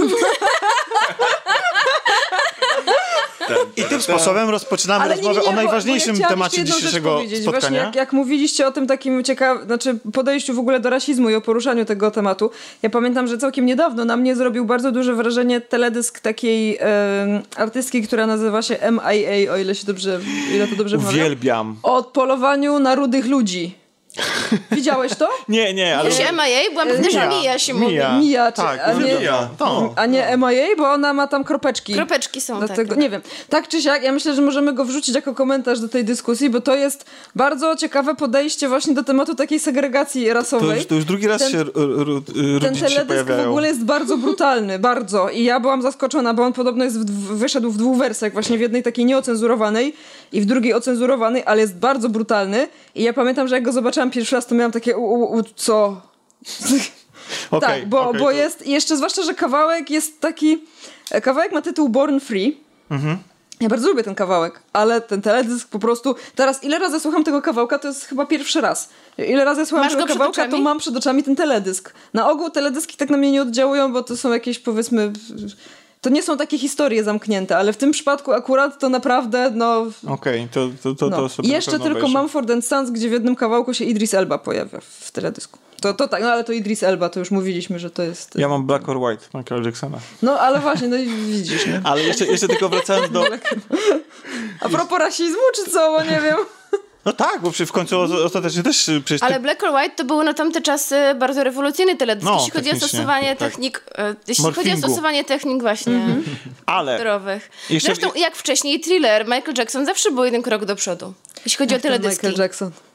I tym sposobem rozpoczynamy rozmowę o najważniejszym temacie dzisiejszego spotkania. Właśnie jak mówiliście o tym takim podejściu w ogóle do rasizmu i o poruszaniu tego tematu, ja pamiętam, że całkiem niedawno na mnie zrobił bardzo duże wrażenie teledysk takiej artystki, która nazywa się MIA, o ile to dobrze pamiętam. Uwielbiam. O polowaniu na rudych ludzi. Widziałeś to? Nie, ale... MIA? Byłam pewna, że Mia się mówi. Mia, tak, a nie MIA, bo ona ma tam kropeczki. Kropeczki są, Dlatego, tak. nie wiem. Tak czy siak, ja myślę, że możemy go wrzucić jako komentarz do tej dyskusji, bo to jest bardzo ciekawe podejście właśnie do tematu takiej segregacji rasowej. To już drugi raz się Ten teledysk w ogóle jest bardzo brutalny, bardzo. I ja byłam zaskoczona, bo on podobno wyszedł w 2 wersjach, właśnie w jednej takiej nieocenzurowanej i w drugiej ocenzurowanej, ale jest bardzo brutalny. I ja pamiętam, że jak go zobaczyłam pierwszy raz, to miałam takie co? Tak, bo jest jeszcze, zwłaszcza, że kawałek jest taki... Kawałek ma tytuł Born Free. Ja bardzo lubię ten kawałek, ale ten teledysk po prostu... Teraz ile razy słucham tego kawałka, to jest chyba pierwszy raz. Ile razy słucham tego kawałka, to mam przed oczami ten teledysk. Na ogół teledyski tak na mnie nie oddziałują, bo to są jakieś, powiedzmy... To nie są takie historie zamknięte, ale w tym przypadku akurat to naprawdę, Okej, to sobie jeszcze tylko Mumford & Sons, gdzie w jednym kawałku się Idris Elba pojawia w teledysku. To tak, ale to Idris Elba, to już mówiliśmy, że to jest... Ja mam Black or White, Michaela Jacksona. No, ale właśnie, no i widzisz, nie? Ale jeszcze tylko wracając do... A propos rasizmu, czy co? Bo nie wiem... No tak, bo w końcu ostatecznie też... Ale Black or White to były na tamte czasy bardzo rewolucyjny teledysk, jeśli chodzi o stosowanie technik... Jeśli chodzi o stosowanie technik właśnie kolorowych. Zresztą jak wcześniej Thriller, Michael Jackson zawsze był jeden krok do przodu, jeśli chodzi o teledyski. Michael Jackson.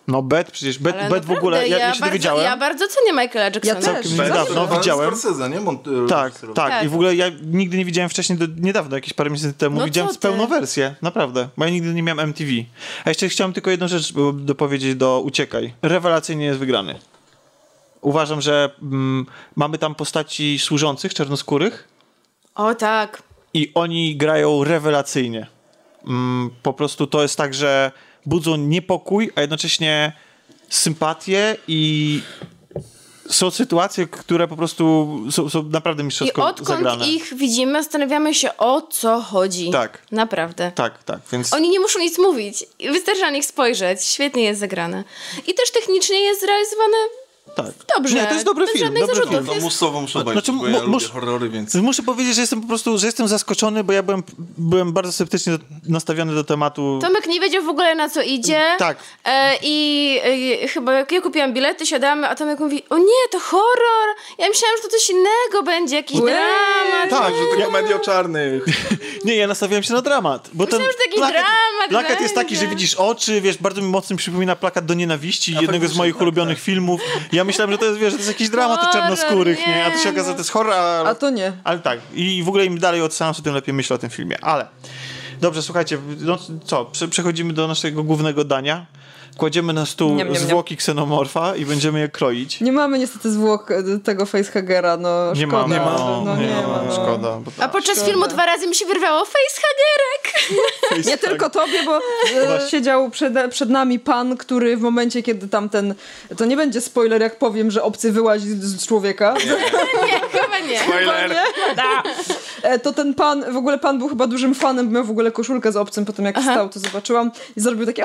No przecież Ale Bet w naprawdę, ogóle, ja się dowiedziałem. Ja bardzo cenię Michaela Jacksona. Ja też. Całkiem niedawno Martin widziałem. Scorsese, nie? Tak. Tak. I w ogóle ja nigdy nie widziałem wcześniej, niedawno, jakieś parę miesięcy temu, No widziałem co ty? pełną wersję, naprawdę, bo ja nigdy nie miałem MTV. A jeszcze chciałem tylko jedną rzecz dopowiedzieć do Uciekaj. Rewelacyjnie jest wygrany. Uważam, że mamy tam postaci służących, czarnoskórych O tak. i oni grają rewelacyjnie. Po prostu to jest tak, że budzą niepokój, a jednocześnie sympatię i są sytuacje, które po prostu są naprawdę I mistrzowsko odkąd zagrane. ich widzimy, zastanawiamy się, o co chodzi. Tak. Naprawdę. Tak, więc Oni nie muszą nic mówić. Wystarczy na nich spojrzeć. Świetnie jest zagrane. I też technicznie jest zrealizowane tak. dobrze. Nie, to jest dobry Bez film. żadnych Dobry zarzutów. film. No musowo muszę obejrzeć, Znaczy, bo ja lubię mus- horrory, więc... Muszę powiedzieć, że jestem po prostu, zaskoczony, bo ja byłem bardzo sceptycznie nastawiony do tematu. Tomek nie wiedział w ogóle, na co idzie. Tak. Chyba jak ja kupiłam bilety, siadamy, a Tomek mówi, o nie, to horror. Ja myślałam, że to coś innego będzie, jakiś dramat. Tak, Że to komedia czarnych. Nie, ja nastawiałem się na dramat. Bo Myślałam, że taki dramat plakat jest taki, będzie. że widzisz oczy, wiesz, bardzo mi mocno przypomina plakat do nienawiści, jednego z faktycznie moich tak, ulubionych filmów. Ja myślałem, że to jest, wiesz, że to jest jakiś dramat Horror, czarnoskórych, nie? A to się nie, okazało, że no. to jest horror, A to nie. ale tak. I w ogóle im dalej od seansu, tym lepiej myślę o tym filmie. Ale dobrze, słuchajcie, no co, przechodzimy do naszego głównego dania. Kładziemy na stół Niam, niam, niam. zwłoki ksenomorfa i będziemy je kroić. Nie mamy niestety zwłok tego facehagera, no Nie szkoda. mamy. No, nie ma, no. Szkoda. Bo A podczas filmu 2 razy mi się wyrwało facehagerek. Nie tylko tobie, bo siedział przed nami pan, który w momencie, kiedy tamten... To nie będzie spoiler, jak powiem, że obcy wyłazi z człowieka. Nie, chyba nie. Spoiler! To ten pan, w ogóle pan był chyba dużym fanem, bo miał w ogóle koszulkę z obcym, potem jak wstał, to zobaczyłam i zrobił takie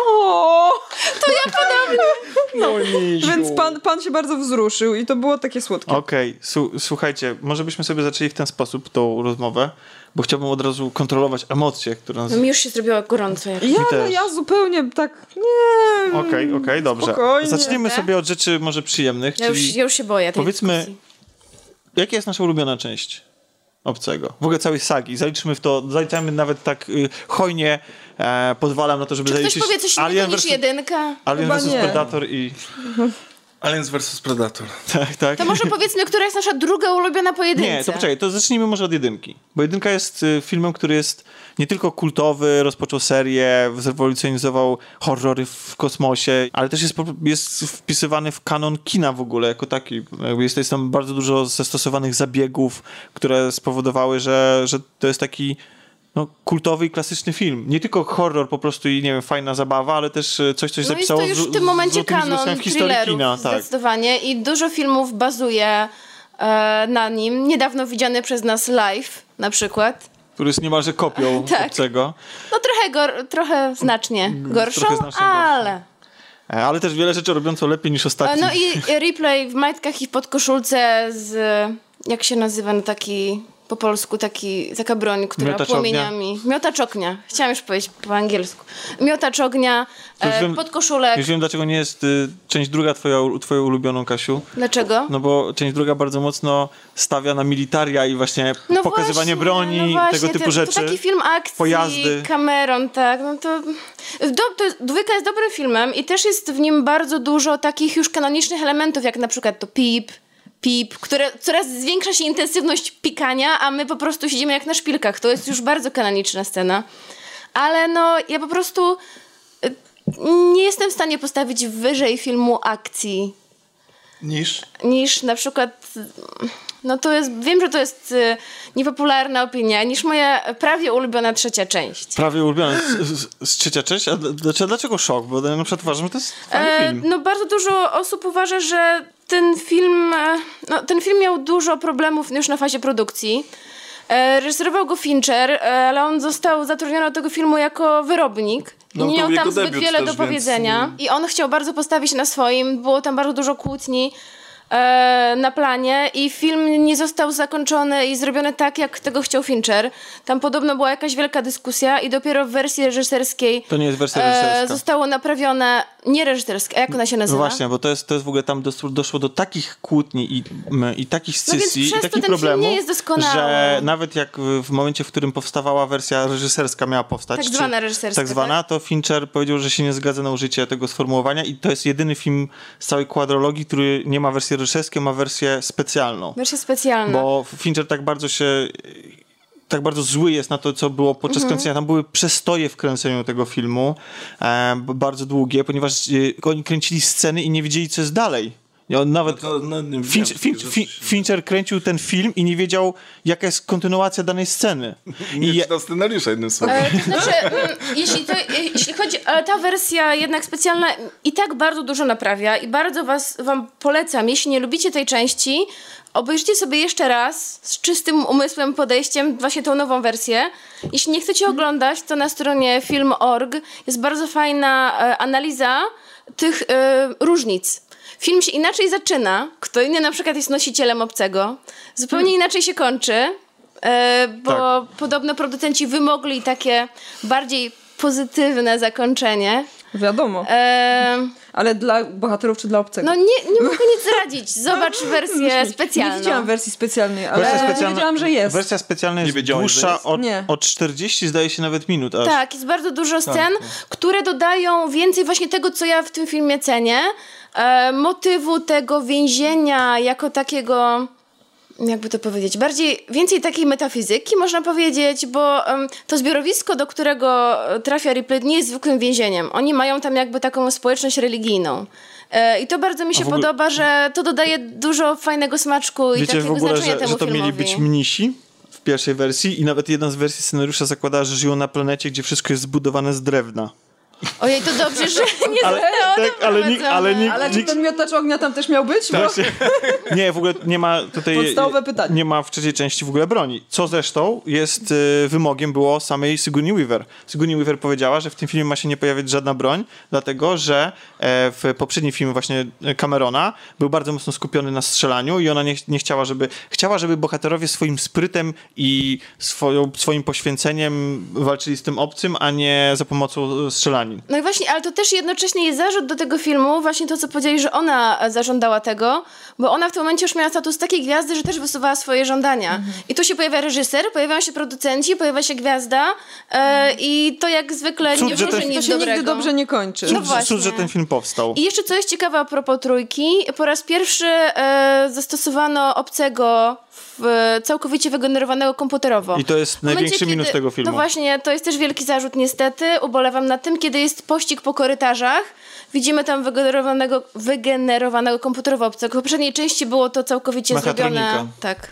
No misiu. Więc pan się bardzo wzruszył i to było takie słodkie. Okej, słuchajcie, może byśmy sobie zaczęli w ten sposób tą rozmowę, bo chciałbym od razu kontrolować emocje, które nas... No mi już się zrobiło gorąco. też. Ja zupełnie tak, nie... Okej, dobrze. Spokojnie. Zacznijmy sobie od rzeczy może przyjemnych, Ja czyli już się boję tej powiedzmy, dyskusji. jaka jest nasza ulubiona część Obcego? W ogóle całej sagi. Zaliczamy nawet tak hojnie, pozwalam na to, żeby Czy ktoś zaliczyć powie coś innego niż jedynka? Alien Chyba vs nie. Predator i... Aliens vs Predator. tak. To może powiedzmy, która jest nasza druga ulubiona po jedynce. Nie, to poczekaj, to zacznijmy może od jedynki. Bo jedynka jest filmem, który jest nie tylko kultowy, rozpoczął serię, zrewolucjonizował horrory w kosmosie, ale też jest wpisywany w kanon kina w ogóle jako taki. Jest tam bardzo dużo zastosowanych zabiegów, które spowodowały, że to jest taki kultowy i klasyczny film. Nie tylko horror po prostu i nie wiem, fajna zabawa, ale też coś zapisało No jest to już w tym momencie złotymi kanon zwłokami w historii thrillerów, kina. Tak. zdecydowanie. I dużo filmów bazuje na nim. Niedawno widziany przez nas live na przykład. Który jest niemalże kopią Tak. Obcego. No trochę znacznie gorszą, trochę znacznie ale... Ale też wiele rzeczy robiąco lepiej niż ostatni. No i replay w majtkach i w podkoszulce z... Jak się nazywa taki... Po polsku taka broń, która Miotacz płomieniami... Miotacz ognia. Chciałam już powiedzieć po angielsku. Miotacz ognia, podkoszulek. Już wiem, dlaczego nie jest część druga twoją ulubioną, Kasiu. Dlaczego? No bo część druga bardzo mocno stawia na militaria i właśnie pokazywanie broni, tego typu rzeczy. To taki film akcji, pojazdy. Cameron, tak. No to dwójka jest dobrym filmem i też jest w nim bardzo dużo takich już kanonicznych elementów, jak na przykład to Pip, które coraz zwiększa się intensywność pikania, a my po prostu siedzimy jak na szpilkach. To jest już bardzo kanoniczna scena. Ale ja po prostu nie jestem w stanie postawić wyżej filmu akcji niż na przykład... wiem, że to jest niepopularna opinia, niż moja prawie ulubiona trzecia część. Prawie ulubiona z trzecia część? A dlaczego szok? Bo ja na przykład uważam, że to jest fajny film. Bardzo dużo osób uważa, że ten film miał dużo problemów już na fazie produkcji. Reżyserował go Fincher, ale on został zatrudniony do tego filmu jako wyrobnik. I nie miał tam zbyt wiele do powiedzenia. I on chciał bardzo postawić na swoim. Było tam bardzo dużo kłótni. na planie i film nie został zakończony i zrobiony tak, jak tego chciał Fincher. Tam podobno była jakaś wielka dyskusja i dopiero w wersji reżyserskiej To nie jest wersja reżyserska. Zostało naprawione, nie reżyserska, jak ona się nazywa? No właśnie, bo to jest w ogóle tam doszło do takich kłótni i takich scysji więc i takich ten film problemów, nie jest doskonały. że nawet jak w momencie, w którym powstawała wersja reżyserska miała powstać, Tak zwana reżyserska, tak zwana, to Fincher powiedział, że się nie zgadza na użycie tego sformułowania i to jest jedyny film z całej kwadrologii, który nie ma wersji reżyserskiej, ma wersję specjalną. Wersja specjalna. Bo Fincher tak bardzo zły jest na to, co było podczas kręcenia. Tam były przestoje w kręceniu tego filmu, bardzo długie, ponieważ oni kręcili sceny i nie wiedzieli, co jest dalej. I on nawet Fincher kręcił ten film i nie wiedział, jaka jest kontynuacja danej sceny. Nie czytał scenariusza, jednym słowem. To znaczy, jeśli chodzi, ale ta wersja jednak specjalna i tak bardzo dużo naprawia i bardzo wam polecam, jeśli nie lubicie tej części, obejrzyjcie sobie jeszcze raz z czystym umysłem, podejściem właśnie tą nową wersję. Jeśli nie chcecie oglądać, to na stronie film.org jest bardzo fajna analiza tych różnic. Film się inaczej zaczyna, kto inny na przykład jest nosicielem obcego, zupełnie inaczej się kończy, bo podobno producenci wymogli takie bardziej pozytywne zakończenie. Wiadomo. Ale dla bohaterów czy dla obcego? No nie mogę nic zdradzić. Zobacz wersję specjalną. Nie widziałam wersji specjalnej, ale wiedziałam, że jest. Wersja specjalna jest dłuższa od 40, zdaje się, nawet minut. Aż. Tak, jest bardzo dużo scen, które dodają więcej właśnie tego, co ja w tym filmie cenię. Motywu tego więzienia jako takiego, jakby to powiedzieć, więcej takiej metafizyki można powiedzieć, bo to zbiorowisko, do którego trafia Ripley, nie jest zwykłym więzieniem. Oni mają tam jakby taką społeczność religijną. I to bardzo mi się podoba, że to dodaje dużo fajnego smaczku i takiego znaczenia temu że to filmowi. mieli być mnisi w pierwszej wersji i nawet jedna z wersji scenariusza zakładała, że żyją na planecie, gdzie wszystko jest zbudowane z drewna. Ojej, to dobrze, że nie Ale czy ten miotacz ognia tam też miał być? Tak, nie, w ogóle nie ma tutaj... Podstawowe pytanie. Nie ma w trzeciej części w ogóle broni. Co zresztą jest wymogiem było samej Sigourney Weaver. Sigourney Weaver powiedziała, że w tym filmie ma się nie pojawiać żadna broń, dlatego, że w poprzednim filmie właśnie Camerona był bardzo mocno skupiony na strzelaniu i ona nie chciała, żeby bohaterowie swoim sprytem i swoim poświęceniem walczyli z tym obcym, a nie za pomocą strzelanin. No i właśnie, ale to też jednocześnie jest zarzut do tego filmu, właśnie to, co powiedzieli, że ona zażądała tego, bo ona w tym momencie już miała status takiej gwiazdy, że też wysuwała swoje żądania. I tu się pojawia reżyser, pojawiają się producenci, pojawia się gwiazda i to jak zwykle nie wróży nic to się dobrego. nigdy dobrze nie kończy. Cud, że ten film powstał. I jeszcze co jest ciekawe a propos Trójki, po raz pierwszy zastosowano obcego całkowicie wygenerowanego komputerowo. I to jest największy minus tego filmu. No właśnie, to jest też wielki zarzut niestety, ubolewam nad tym, kiedy jest pościg po korytarzach, widzimy tam wygenerowanego komputerowo obcego. W poprzedniej części było to całkowicie zrobione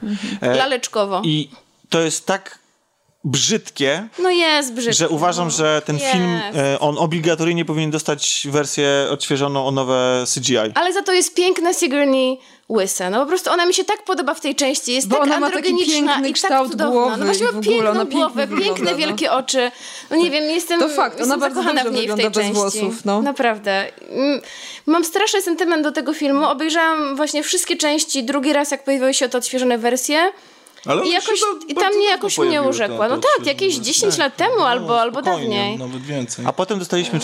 laleczkowo. I to jest tak brzydkie, no jest brzydkie, że uważam, że ten film, on obligatoryjnie powinien dostać wersję odświeżoną o nowe CGI. Ale za to jest piękna Sigourney Łysa. No po prostu ona mi się tak podoba w tej części. Jest bo tak ona ma taki androgeniczna piękny i kształt tak cudowna. głowy No właśnie ma piękną głowę, piękne, wielkie oczy. No nie wiem, jestem zakochana w niej w tej bez części. Włosów, no. Naprawdę. Mam straszny sentyment do tego filmu. Obejrzałam właśnie wszystkie części drugi raz, jak pojawiły się te odświeżone wersje. Ale i tam mnie jakoś mnie urzekła. No tak, jakieś 10 lat temu albo dawniej. Nawet więcej. A potem dostaliśmy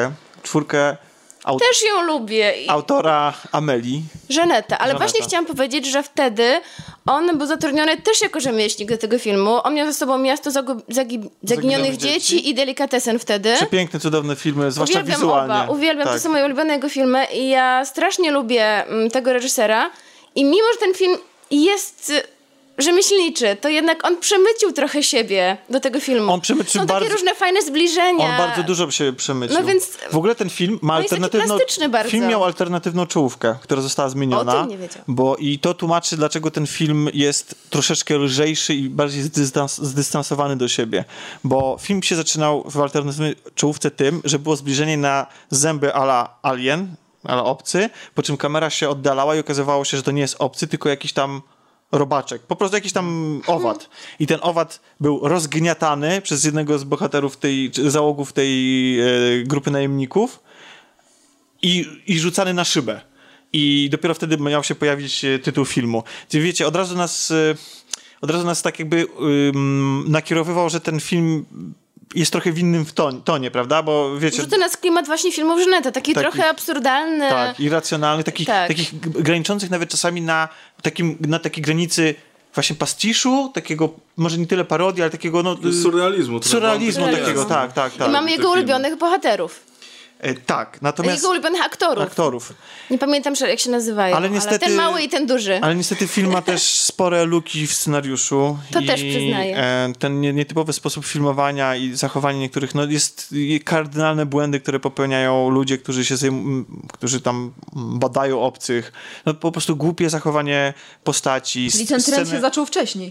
czwórkę też ją lubię. Autora Amelii. Żaneta. Ale właśnie chciałam powiedzieć, że wtedy on był zatrudniony też jako rzemieślnik do tego filmu. On miał ze sobą Miasto Zaginionych Dzieci i Delikatesen wtedy. Przepiękne, cudowne filmy, zwłaszcza wizualnie. Uwielbiam, to są moje ulubione jego filmy i ja strasznie lubię tego reżysera i mimo, że ten film jest rzemieślniczy, to jednak on przemycił trochę siebie do tego filmu. Są takie różne fajne zbliżenia. On bardzo dużo się przemycił. No więc w ogóle ten film ma alternatywną... Film miał alternatywną czołówkę, która została zmieniona. O tym nie wiedział. I to tłumaczy, dlaczego ten film jest troszeczkę lżejszy i bardziej zdystansowany do siebie. Bo film się zaczynał w alternatywnej czołówce tym, że było zbliżenie na zęby a la Alien, a la obcy, po czym kamera się oddalała i okazywało się, że to nie jest obcy, tylko jakiś tam robaczek, po prostu jakiś tam owad. I ten owad był rozgniatany przez jednego z bohaterów załogów tej grupy najemników i rzucany na szybę. i dopiero wtedy miał się pojawić tytuł filmu. Czyli wiecie, od razu nas tak jakby nakierowywał, że ten film jest trochę w innym tonie, prawda? Bo wiecie... Rzuca nas klimat właśnie filmów Żaneta, taki trochę absurdalny. Tak, irracjonalny, takich graniczących nawet czasami na takiej granicy właśnie pastiszu, takiego, może nie tyle parodii, ale takiego surrealizmu. Surrealizmu takiego, tak. I mamy jego ulubionych bohaterów. Tak, natomiast... Jego ulubionych aktorów. Nie pamiętam, jak się nazywają, ale ten mały i ten duży. Ale niestety film ma też spore luki w scenariuszu. To też przyznaję. Ten nietypowy sposób filmowania i zachowanie niektórych, jest kardynalne błędy, które popełniają ludzie, którzy tam badają obcych. Po prostu głupie zachowanie postaci. I ten trend się zaczął wcześniej.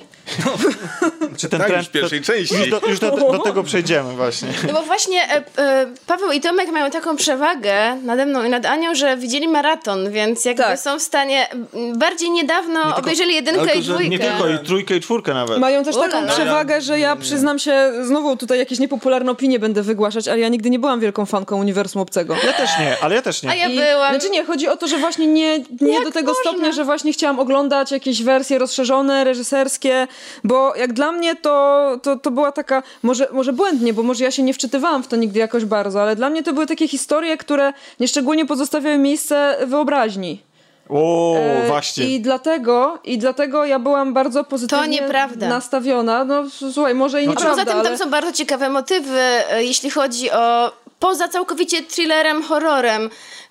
Czy ten trend już w pierwszej części. Już do tego przejdziemy właśnie. No bo właśnie Paweł i Tomek mają taką przewagę nade mną i nad Anią, że widzieli maraton, więc jakby są w stanie... Bardziej niedawno obejrzeli jedynkę i dwójkę. Nie tylko, i trójkę i czwórkę nawet. Mają też taką przewagę, że ja przyznam się, znowu tutaj jakieś niepopularne opinie będę wygłaszać, ale ja nigdy nie byłam wielką fanką Uniwersum Obcego. Ja też nie. A ja byłam. Znaczy nie, chodzi o to, że właśnie nie do tego stopnia, że właśnie chciałam oglądać jakieś wersje rozszerzone, reżyserskie, bo jak dla mnie to była taka, może błędnie, bo może ja się nie wczytywałam w to nigdy jakoś bardzo, ale dla mnie to były takie historie, które nieszczególnie pozostawiały miejsce wyobraźni. Właśnie. I dlatego ja byłam bardzo pozytywnie nastawiona. No słuchaj, może i nieprawda, poza tym tam są bardzo ciekawe motywy, jeśli chodzi o poza całkowicie thrillerem, horrorem,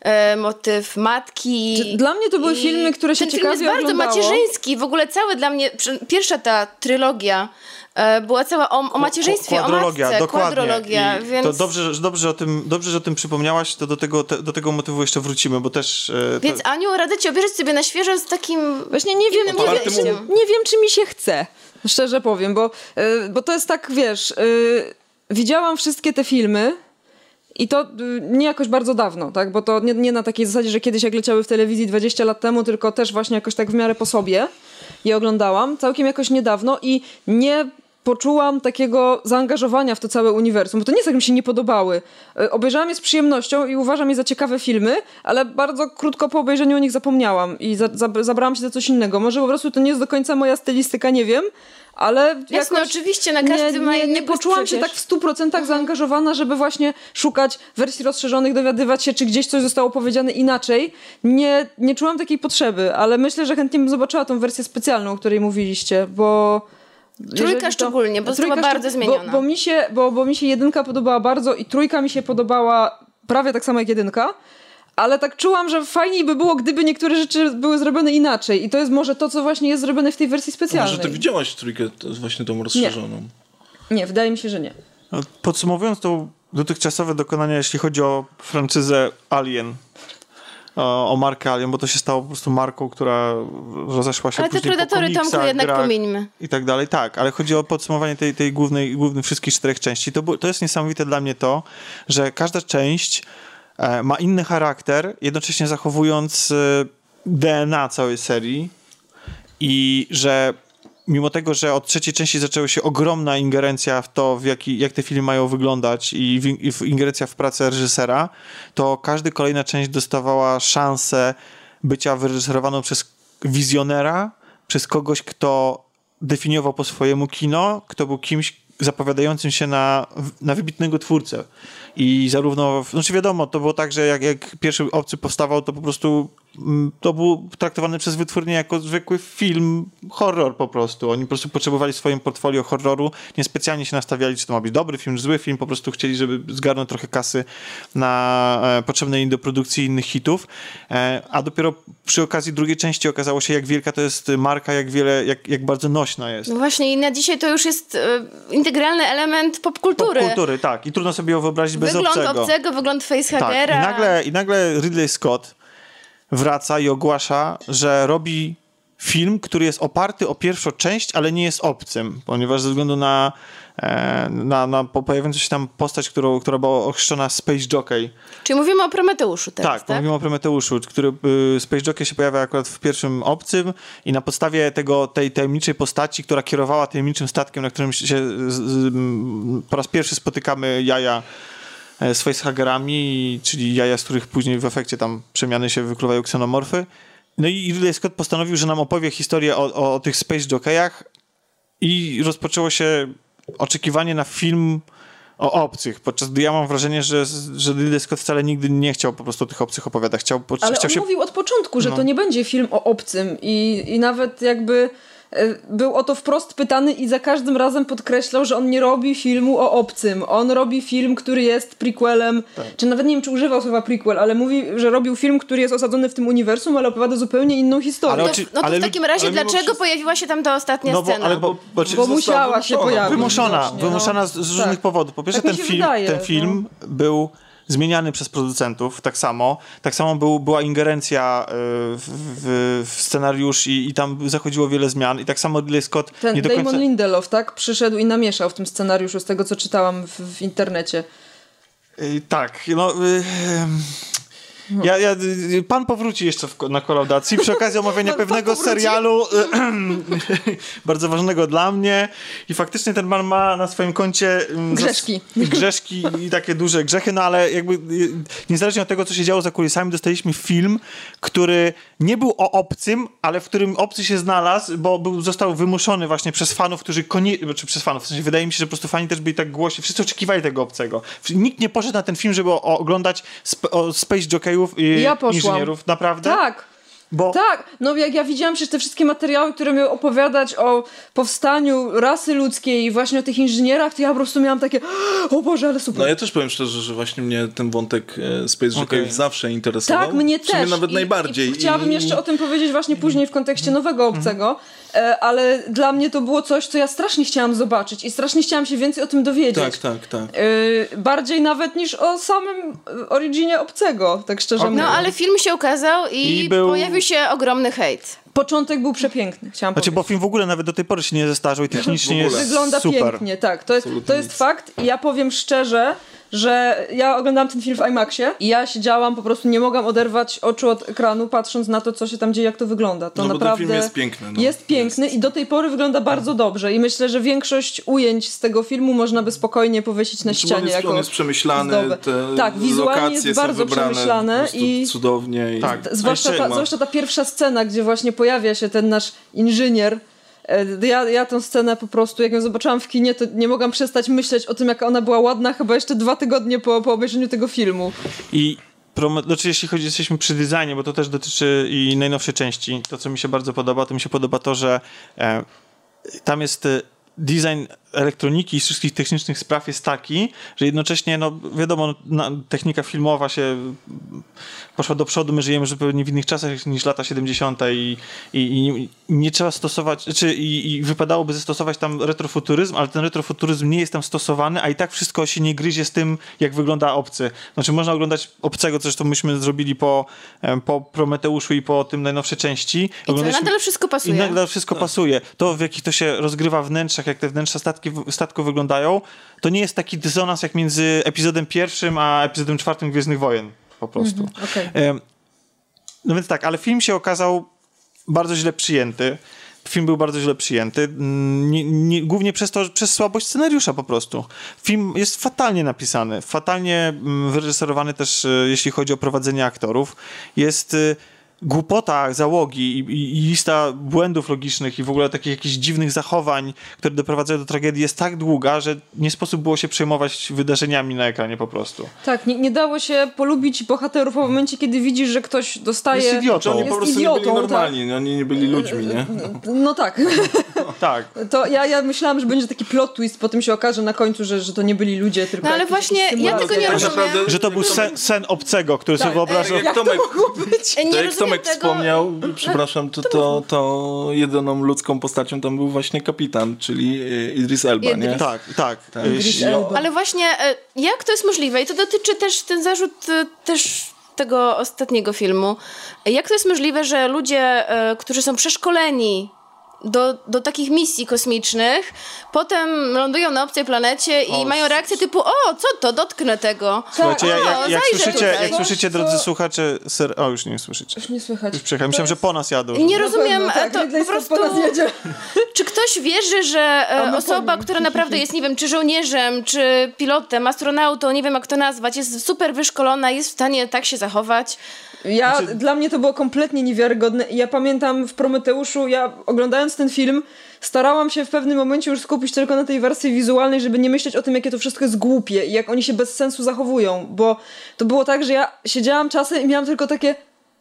motyw matki. Dla mnie to były filmy, które się ciekawie oglądało. Ten film jest bardzo macierzyński. W ogóle całe dla mnie, pierwsza ta trylogia była cała o macierzyństwie, o matce. Kwadrologia. Więc... To dobrze, że o tym przypomniałaś, to do tego motywu jeszcze wrócimy, bo też... Więc Aniu, radzę ci obejrzeć sobie na świeżo z takim... Właśnie nie wiem, czy mi się chce. Szczerze powiem, bo to jest tak, wiesz... widziałam wszystkie te filmy i to nie jakoś bardzo dawno, tak? Bo to nie na takiej zasadzie, że kiedyś jak leciały w telewizji 20 lat temu, tylko też właśnie jakoś tak w miarę po sobie je oglądałam. Całkiem jakoś niedawno i nie poczułam takiego zaangażowania w to całe uniwersum, bo to nie jest tak, że mi się nie podobały. Obejrzałam je z przyjemnością i uważam je za ciekawe filmy, ale bardzo krótko po obejrzeniu o nich zapomniałam i zabrałam się za coś innego. Może po prostu to nie jest do końca moja stylistyka, nie wiem, ale jasne, jakoś oczywiście, na każdy nie poczułam się tak w 100% zaangażowana, żeby właśnie szukać wersji rozszerzonych, dowiadywać się, czy gdzieś coś zostało powiedziane inaczej. Nie czułam takiej potrzeby, ale myślę, że chętnie bym zobaczyła tą wersję specjalną, o której mówiliście, bo... Trójka szczególnie, bo została bardzo zmieniona. Bo mi się jedynka podobała bardzo i trójka mi się podobała prawie tak samo jak jedynka, ale tak czułam, że fajniej by było, gdyby niektóre rzeczy były zrobione inaczej i to jest może to, co właśnie jest zrobione w tej wersji specjalnej. Może ty widziałaś trójkę właśnie tą rozszerzoną? Nie, wydaje mi się, że nie. Podsumowując to dotychczasowe dokonania, jeśli chodzi o franczyzę Alien, o markę Alien, bo to się stało po prostu marką, która rozeszła się później po komiksach, ale te Predatory, Tomku, jednak pomińmy. I tak dalej, tak, ale chodzi o podsumowanie tej głównej wszystkich 4 części. To jest niesamowite dla mnie to, że każda część ma inny charakter, jednocześnie zachowując DNA całej serii i że mimo tego, że od trzeciej części zaczęła się ogromna ingerencja w to, jak te filmy mają wyglądać i ingerencja w pracę reżysera, to każda kolejna część dostawała szansę bycia wyreżyserowaną przez wizjonera, przez kogoś, kto definiował po swojemu kino, kto był kimś zapowiadającym się na wybitnego twórcę. I zarówno, znaczy wiadomo, to było tak, że jak pierwszy Obcy powstawał, to po prostu to był traktowany przez wytwórnię jako zwykły film, horror po prostu. Oni po prostu potrzebowali w swoim portfolio horroru, niespecjalnie się nastawiali, czy to ma być dobry film, czy zły film, po prostu chcieli, żeby zgarnąć trochę kasy na potrzebne im do produkcji innych hitów. A dopiero przy okazji drugiej części okazało się, jak wielka to jest marka, jak bardzo nośna jest. No właśnie i na dzisiaj to już jest integralny element popkultury. Popkultury, tak. I trudno sobie ją wyobrazić bez Wygląd obcego. wygląd facehugera. Tak. I nagle Ridley Scott wraca i ogłasza, że robi film, który jest oparty o pierwszą część, ale nie jest obcym, ponieważ ze względu na pojawiającą się tam postać, która była ochrzczona Space Jockey. Czyli mówimy o Prometeuszu teraz, tak? Mówimy o Prometeuszu, który Space Jockey się pojawia akurat w pierwszym Obcym i na podstawie tej tajemniczej postaci, która kierowała tajemniczym statkiem, na którym się po raz pierwszy spotykamy jaja z facehagerami, czyli jaja, z których później w efekcie tam przemiany się wykluwają ksenomorfy. No i Ridley Scott postanowił, że nam opowie historię o tych Space Jockeyach i rozpoczęło się oczekiwanie na film o obcych, podczas gdy ja mam wrażenie, że Ridley Scott wcale nigdy nie chciał po prostu o tych obcych opowiadać. Ale on mówił od początku, że to nie będzie film o obcym i nawet jakby był o to wprost pytany i za każdym razem podkreślał, że on nie robi filmu o obcym. On robi film, który jest prequelem, czy nawet nie wiem, czy używał słowa prequel, ale mówi, że robił film, który jest osadzony w tym uniwersum, ale opowiada zupełnie inną historię. No to w takim razie dlaczego pojawiła się tam ta ostatnia scena? Bo musiała się pojawić. Wymuszona z różnych powodów. Po pierwsze, tak ten film był zmieniany przez producentów, tak samo była ingerencja w scenariusz i tam zachodziło wiele zmian i tak samo Ridley Scott nie do końca... Damon Lindelof, tak? Przyszedł i namieszał w tym scenariuszu, z tego co czytałam w internecie. Tak, no... Pan powróci jeszcze na kolaudacji przy okazji omawiania pewnego serialu bardzo ważnego dla mnie i faktycznie ten pan ma na swoim koncie grzeszki i takie duże grzechy, no ale jakby niezależnie od tego, co się działo za kulisami, dostaliśmy film, który nie był o obcym, ale w którym obcy się znalazł, bo został wymuszony właśnie przez fanów, czy przez fanów, w sensie wydaje mi się, że po prostu fani też byli tak głośni, wszyscy oczekiwali tego obcego. Nikt nie poszedł na ten film, żeby oglądać Space Jockeyów i inżynierów, naprawdę? Tak. Tak, no jak ja widziałam przecież te wszystkie materiały, które miały opowiadać o powstaniu rasy ludzkiej i właśnie o tych inżynierach, to ja po prostu miałam takie, o Boże, ale super. No ja też powiem szczerze, że właśnie mnie ten wątek Space Jockeyów zawsze interesował. Tak, mnie też. Nawet najbardziej. Chciałabym jeszcze o tym powiedzieć właśnie później w kontekście nowego obcego, ale dla mnie to było coś, co ja strasznie chciałam zobaczyć i strasznie chciałam się więcej o tym dowiedzieć. Tak. Bardziej nawet niż o samym originie obcego, tak szczerze mówiąc. No ale film się ukazał i pojawił się ogromny hejt. Początek był przepiękny, chciałam powiedzieć. Bo film w ogóle nawet do tej pory się nie zestarzał i technicznie jest wygląda super. pięknie, tak. To jest fakt i ja powiem szczerze, że ja oglądałam ten film w IMAXie i ja siedziałam, po prostu nie mogłam oderwać oczu od ekranu, patrząc na to, co się tam dzieje, jak to wygląda. To naprawdę ten film jest piękny. Jest piękny i do tej pory wygląda bardzo dobrze i myślę, że większość ujęć z tego filmu można by spokojnie powiesić na ścianie. On jest przemyślany, tak, wizualnie jest bardzo przemyślane i cudownie. Tak. Zwłaszcza ta pierwsza scena, gdzie właśnie pojawia się ten nasz inżynier. Ja tę scenę po prostu, jak ją zobaczyłam w kinie, to nie mogłam przestać myśleć o tym, jaka ona była ładna chyba jeszcze 2 tygodnie po obejrzeniu tego filmu. I jeśli jesteśmy przy designie, bo to też dotyczy i najnowszej części, to co mi się bardzo podoba, to mi się podoba to, że tam jest design elektroniki i wszystkich technicznych spraw jest taki, że jednocześnie, no wiadomo, technika filmowa się poszła do przodu, my żyjemy zupełnie w innych czasach niż lata 70. i nie trzeba stosować, i wypadałoby zastosować tam retrofuturyzm, ale ten retrofuturyzm nie jest tam stosowany, a i tak wszystko się nie gryzie z tym, jak wygląda obcy. Znaczy można oglądać obcego, co zresztą myśmy zrobili po Prometeuszu i po tym najnowszej części. I nadal wszystko pasuje. I nadal wszystko pasuje. To, w jakich to się rozgrywa wnętrzach, jak te wnętrza statku wyglądają, to nie jest taki dysonans jak między epizodem 1 a epizodem 4 Gwiezdnych Wojen. Po prostu. No więc tak, ale film się okazał bardzo źle przyjęty. Film był bardzo źle przyjęty. Głównie przez słabość scenariusza po prostu. Film jest fatalnie napisany, fatalnie wyreżyserowany też, jeśli chodzi o prowadzenie aktorów. Jest głupota załogi i lista błędów logicznych i w ogóle takich jakichś dziwnych zachowań, które doprowadzają do tragedii, jest tak długa, że nie sposób było się przejmować wydarzeniami na ekranie po prostu. Tak, nie dało się polubić bohaterów w momencie, kiedy widzisz, że ktoś dostaje... Jest idiotą. Oni po prostu nie byli normalni, tak. Oni nie byli ludźmi, nie? No tak. Tak. To ja myślałam, że będzie taki plot twist, potem się okaże na końcu, że to nie byli ludzie, tylko no ale właśnie, ja tego nie rozumiem. Że to był sen obcego, który sobie wyobrażał. Jak to mogło być? Jak Tomek wspomniał, przepraszam, to jedyną ludzką postacią tam był właśnie kapitan, czyli Idris Elba, nie? Tak. Ale właśnie, jak to jest możliwe? I to dotyczy też ten zarzut też tego ostatniego filmu. Jak to jest możliwe, że ludzie, którzy są przeszkoleni do takich misji kosmicznych, potem lądują na obcej planecie i mają reakcję typu, o, co to, dotknę tego. Słuchajcie, jak tutaj. słyszycie, drodzy słuchacze, już nie słyszcie. Już nie słychać. Już przyjechałem. Myślałem, że po nas jadą. Nie rozumiem, tak, to po prostu... Czy ktoś wierzy, że osoba, która naprawdę jest, nie wiem, czy żołnierzem, czy pilotem, astronautą, nie wiem jak to nazwać, jest super wyszkolona, jest w stanie tak się zachować? Dla mnie to było kompletnie niewiarygodne. Ja pamiętam w Prometeuszu, oglądając ten film, starałam się w pewnym momencie już skupić tylko na tej wersji wizualnej, żeby nie myśleć o tym, jakie to wszystko jest głupie i jak oni się bez sensu zachowują, bo to było tak, że ja siedziałam czasem i miałam tylko takie...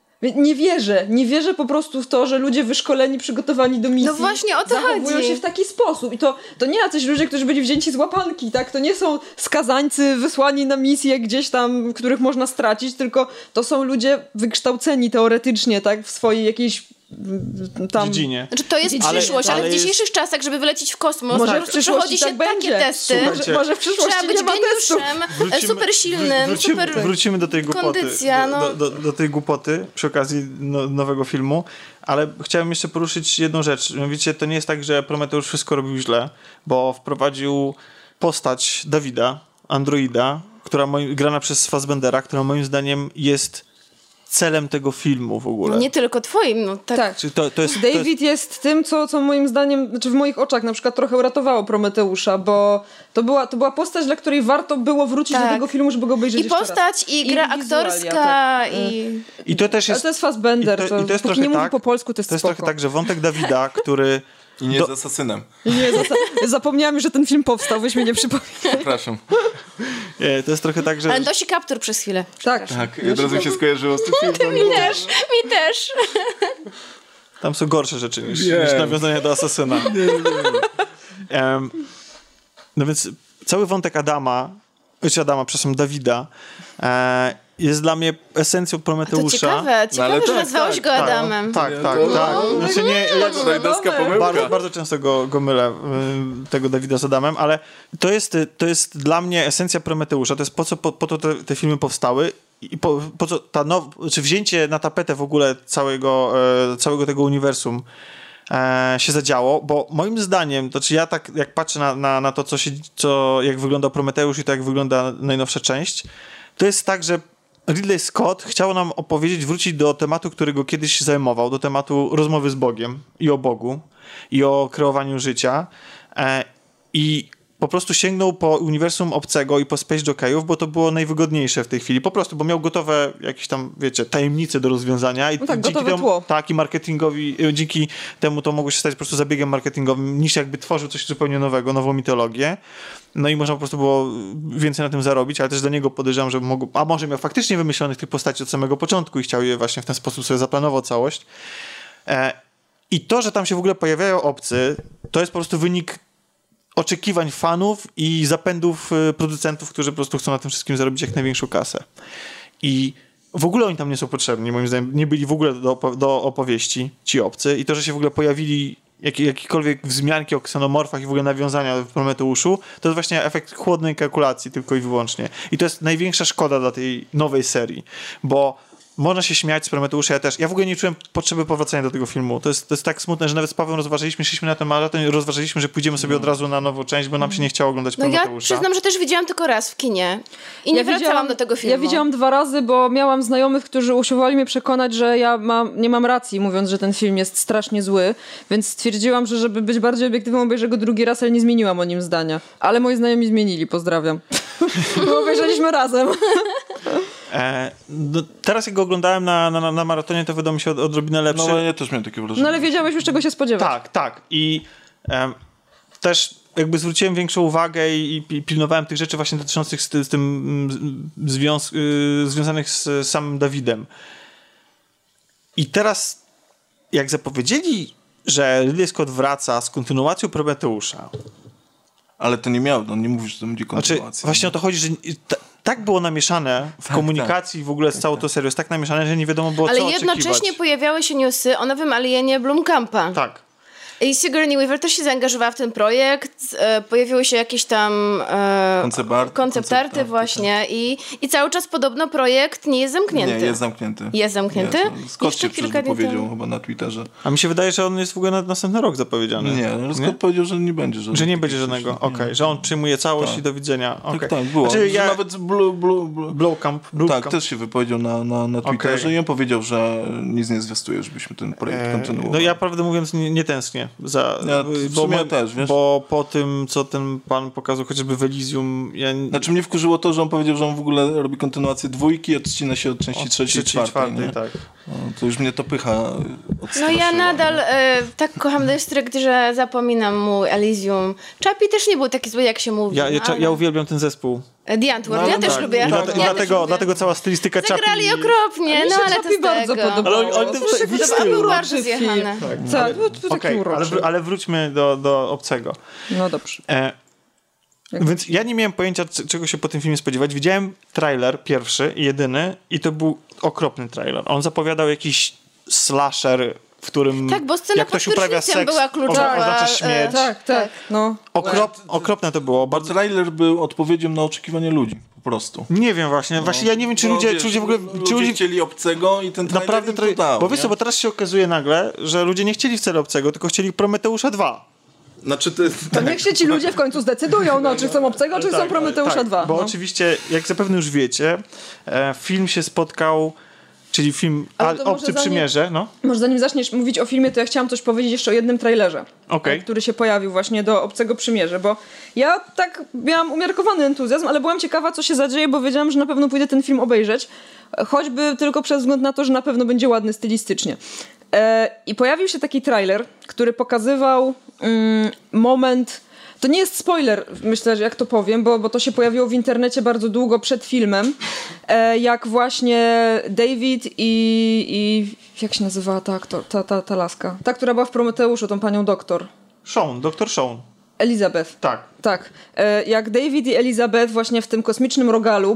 Nie wierzę po prostu w to, że ludzie wyszkoleni, przygotowani do misji no właśnie o to zachowują chodzi. się w taki sposób. I to nie jacyś ludzie, którzy byli wzięci z łapanki, tak? To nie są skazańcy wysłani na misję gdzieś tam, których można stracić, tylko to są ludzie wykształceni teoretycznie, tak? W swojej jakiejś tam... dziedzinie. Znaczy to jest przyszłość, ale w dzisiejszych czasach, żeby wylecieć w kosmos, może w przyszłości przechodzi się tak takie będzie. testy. Może w przyszłości Trzeba być nie ma testów. geniuszem, super silnym, Wrócimy do tej głupoty. kondycja, no. Do tej głupoty przy okazji nowego filmu, ale chciałem jeszcze poruszyć jedną rzecz. Wiecie, to nie jest tak, że Prometeusz wszystko robił źle, bo wprowadził postać Dawida, androida, która grana przez Fassbendera, która moim zdaniem jest celem tego filmu w ogóle. Nie tylko twoim, no tak. Tak. Czyli to jest, David jest tym, co moim zdaniem, znaczy w moich oczach na przykład trochę uratowało Prometeusza, bo to była postać, dla której warto było wrócić do tego filmu, żeby go obejrzeć I jeszcze postać, raz. i gra aktorska, tak. I to też jest... Ale to jest Fassbender, to jest póki trochę nie mówi tak, po polsku, to jest To jest spoko. trochę tak, że wątek Dawida, który... I nie z asasynem. Nie, zapomniałam, że ten film powstał, weź mi nie przypomnij. Przepraszam. Nie, to jest trochę tak, że... Ale Dosi Kaptur przez chwilę. Tak. Tak, i od razu mi się skojarzyło z tym filmem. Mi też. Tam są gorsze rzeczy niż nawiązania do Asasyna. No więc cały wątek Dawida jest dla mnie esencją Prometeusza. To ciekawe, że nazwałeś go Adamem. Tak. Znaczy nie, Freudiańska pomyłka. bardzo często go mylę, tego Dawida z Adamem, ale to jest dla mnie esencja Prometeusza. To jest po to te filmy powstały i po co czy wzięcie na tapetę w ogóle całego tego uniwersum się zadziało, bo moim zdaniem, to czy ja tak jak patrzę na to, jak wygląda Prometeusz i to jak wygląda najnowsza część, to jest tak, że Ridley Scott chciał nam wrócić do tematu, który go kiedyś zajmował, do tematu rozmowy z Bogiem i o Bogu i o kreowaniu życia i po prostu sięgnął po uniwersum obcego i po Space Jockeyów, bo to było najwygodniejsze w tej chwili. Po prostu, bo miał gotowe jakieś tam, wiecie, tajemnice do rozwiązania. I no tak, dzięki gotowe tło. Tak, i marketingowi, dzięki temu to mogło się stać po prostu zabiegiem marketingowym, niż jakby tworzył coś zupełnie nowego, nową mitologię. No i można po prostu było więcej na tym zarobić, ale też dla niego podejrzewam, że może miał faktycznie wymyślonych tych postaci od samego początku i chciał je właśnie w ten sposób sobie zaplanował całość. I to, że tam się w ogóle pojawiają obcy, to jest po prostu wynik oczekiwań fanów i zapędów producentów, którzy po prostu chcą na tym wszystkim zarobić jak największą kasę. I w ogóle oni tam nie są potrzebni, moim zdaniem. Nie byli w ogóle do opowieści ci obcy. I to, że się w ogóle pojawili jakiekolwiek wzmianki o ksenomorfach i w ogóle nawiązania w Prometeuszu, to jest właśnie efekt chłodnej kalkulacji tylko i wyłącznie. I to jest największa szkoda dla tej nowej serii, bo można się śmiać z Prometeusza, ja w ogóle nie czułem potrzeby powracania do tego filmu. To jest tak smutne, że nawet z Pawłem szliśmy na ten maraton i rozważaliśmy, że pójdziemy sobie od razu na nową część, bo nam się nie chciało oglądać Prometeusza. Ja przyznam, że też widziałam tylko raz w kinie i nie wracałam do tego filmu. Ja widziałam 2 razy, bo miałam znajomych, którzy usiłowali mnie przekonać, że nie mam racji, mówiąc, że ten film jest strasznie zły, więc stwierdziłam, że żeby być bardziej obiektywną, obejrzę go drugi raz, ale nie zmieniłam o nim zdania. Ale moi znajomi zmienili, pozdrawiam. Bo obejrzeliśmy razem. No, teraz jak go oglądałem na maratonie, to wydał mi się odrobinę lepszy. No ja też miałem takie wrażenie. No ale wiedziałeś już, czego się spodziewać. Tak. I też jakby zwróciłem większą uwagę i pilnowałem tych rzeczy właśnie dotyczących z tym związanych z samym Dawidem. I teraz jak zapowiedzieli, że Ridley Scott wraca z kontynuacją Prometeusza. Ale to nie miał, nie mówisz, że to będzie kontynuacja. Znaczy, właśnie o to chodzi, że tak było namieszane w komunikacji w ogóle z całą tą serią, jest tak namieszane, że nie wiadomo było, co oczekiwać. Ale jednocześnie pojawiały się newsy o nowym Alienie Blomkampa. Tak. I Sigourney Weaver też się zaangażowała w ten projekt. Pojawiły się jakieś tam koncept arty właśnie i cały czas podobno projekt nie jest zamknięty. Nie, jest zamknięty. Jest zamknięty? Scott się przecież powiedział chyba na Twitterze. A mi się wydaje, że on jest w ogóle na następny rok zapowiedziany. Nie, Scott powiedział, że nie będzie żadnego. Że nie będzie żadnego, okej. Że on przyjmuje całość i do widzenia. Okay. Tak, było. Znaczy, nawet Blowcamp. Tak, też się wypowiedział na Twitterze i on powiedział, że nic nie zwiastuje, żebyśmy ten projekt kontynuowali. No ja prawdę mówiąc nie tęsknię za... w sumie też, wiesz? Bo po tym, co ten pan pokazał chociażby w Elysium... Znaczy mnie wkurzyło to, że on powiedział, że on w ogóle robi kontynuację 2 i odcina się od części 3 i 4. Tak. No, to już mnie to pycha No ja nadal tak kocham District, że zapominam mu Elysium. Chappie też nie był taki zły, jak się mówi. Ja uwielbiam ten zespół. The Antwoord, ja też lubię. Dlatego cała stylistyka Chappie... Zagrali okropnie, no ale to z bardzo tego. podobało. Ale oni To był bardzo zjechane. Tak, to taki uroczy. ale wróćmy do Obcego. No dobrze. Więc ja nie miałem pojęcia, czego się po tym filmie spodziewać. Widziałem trailer pierwszy i jedyny i to był okropny trailer. On zapowiadał jakiś slasher, w którym tak, bo scena jak ktoś uprawia seks, była kluczowa. oznacza śmierć. Tak. No. Okropne to było. Bardzo... Trailer był odpowiedzią na oczekiwania ludzi. Po prostu. Nie wiem właśnie ja nie wiem, czy ludzie w ogóle... Czy ludzie chcieli Obcego i ten trailer naprawdę to dał. Bo wiesz co, bo teraz się okazuje nagle, że ludzie nie chcieli wcale Obcego, tylko chcieli Prometeusza 2. Znaczy to niech się ci ludzie w końcu zdecydują, czy chcą Obcego, czy chcą Prometeusza 2. Bo oczywiście, jak zapewne już wiecie, film się spotkał, czyli film Obcy Przymierze. Może zanim zaczniesz mówić o filmie, to ja chciałam coś powiedzieć jeszcze o jednym trailerze, który się pojawił właśnie do Obcego Przymierze, bo ja tak miałam umiarkowany entuzjazm, ale byłam ciekawa, co się zadzieje, bo wiedziałam, że na pewno pójdę ten film obejrzeć, choćby tylko przez wzgląd na to, że na pewno będzie ładny stylistycznie. I pojawił się taki trailer, który pokazywał moment... To nie jest spoiler, myślę, że jak to powiem, bo to się pojawiło w internecie bardzo długo przed filmem, jak właśnie David i jak się nazywała ta laska? Ta, która była w Prometeuszu, tą panią doktor. Dr. Shaun. Elizabeth. Tak. Jak David i Elizabeth właśnie w tym kosmicznym rogalu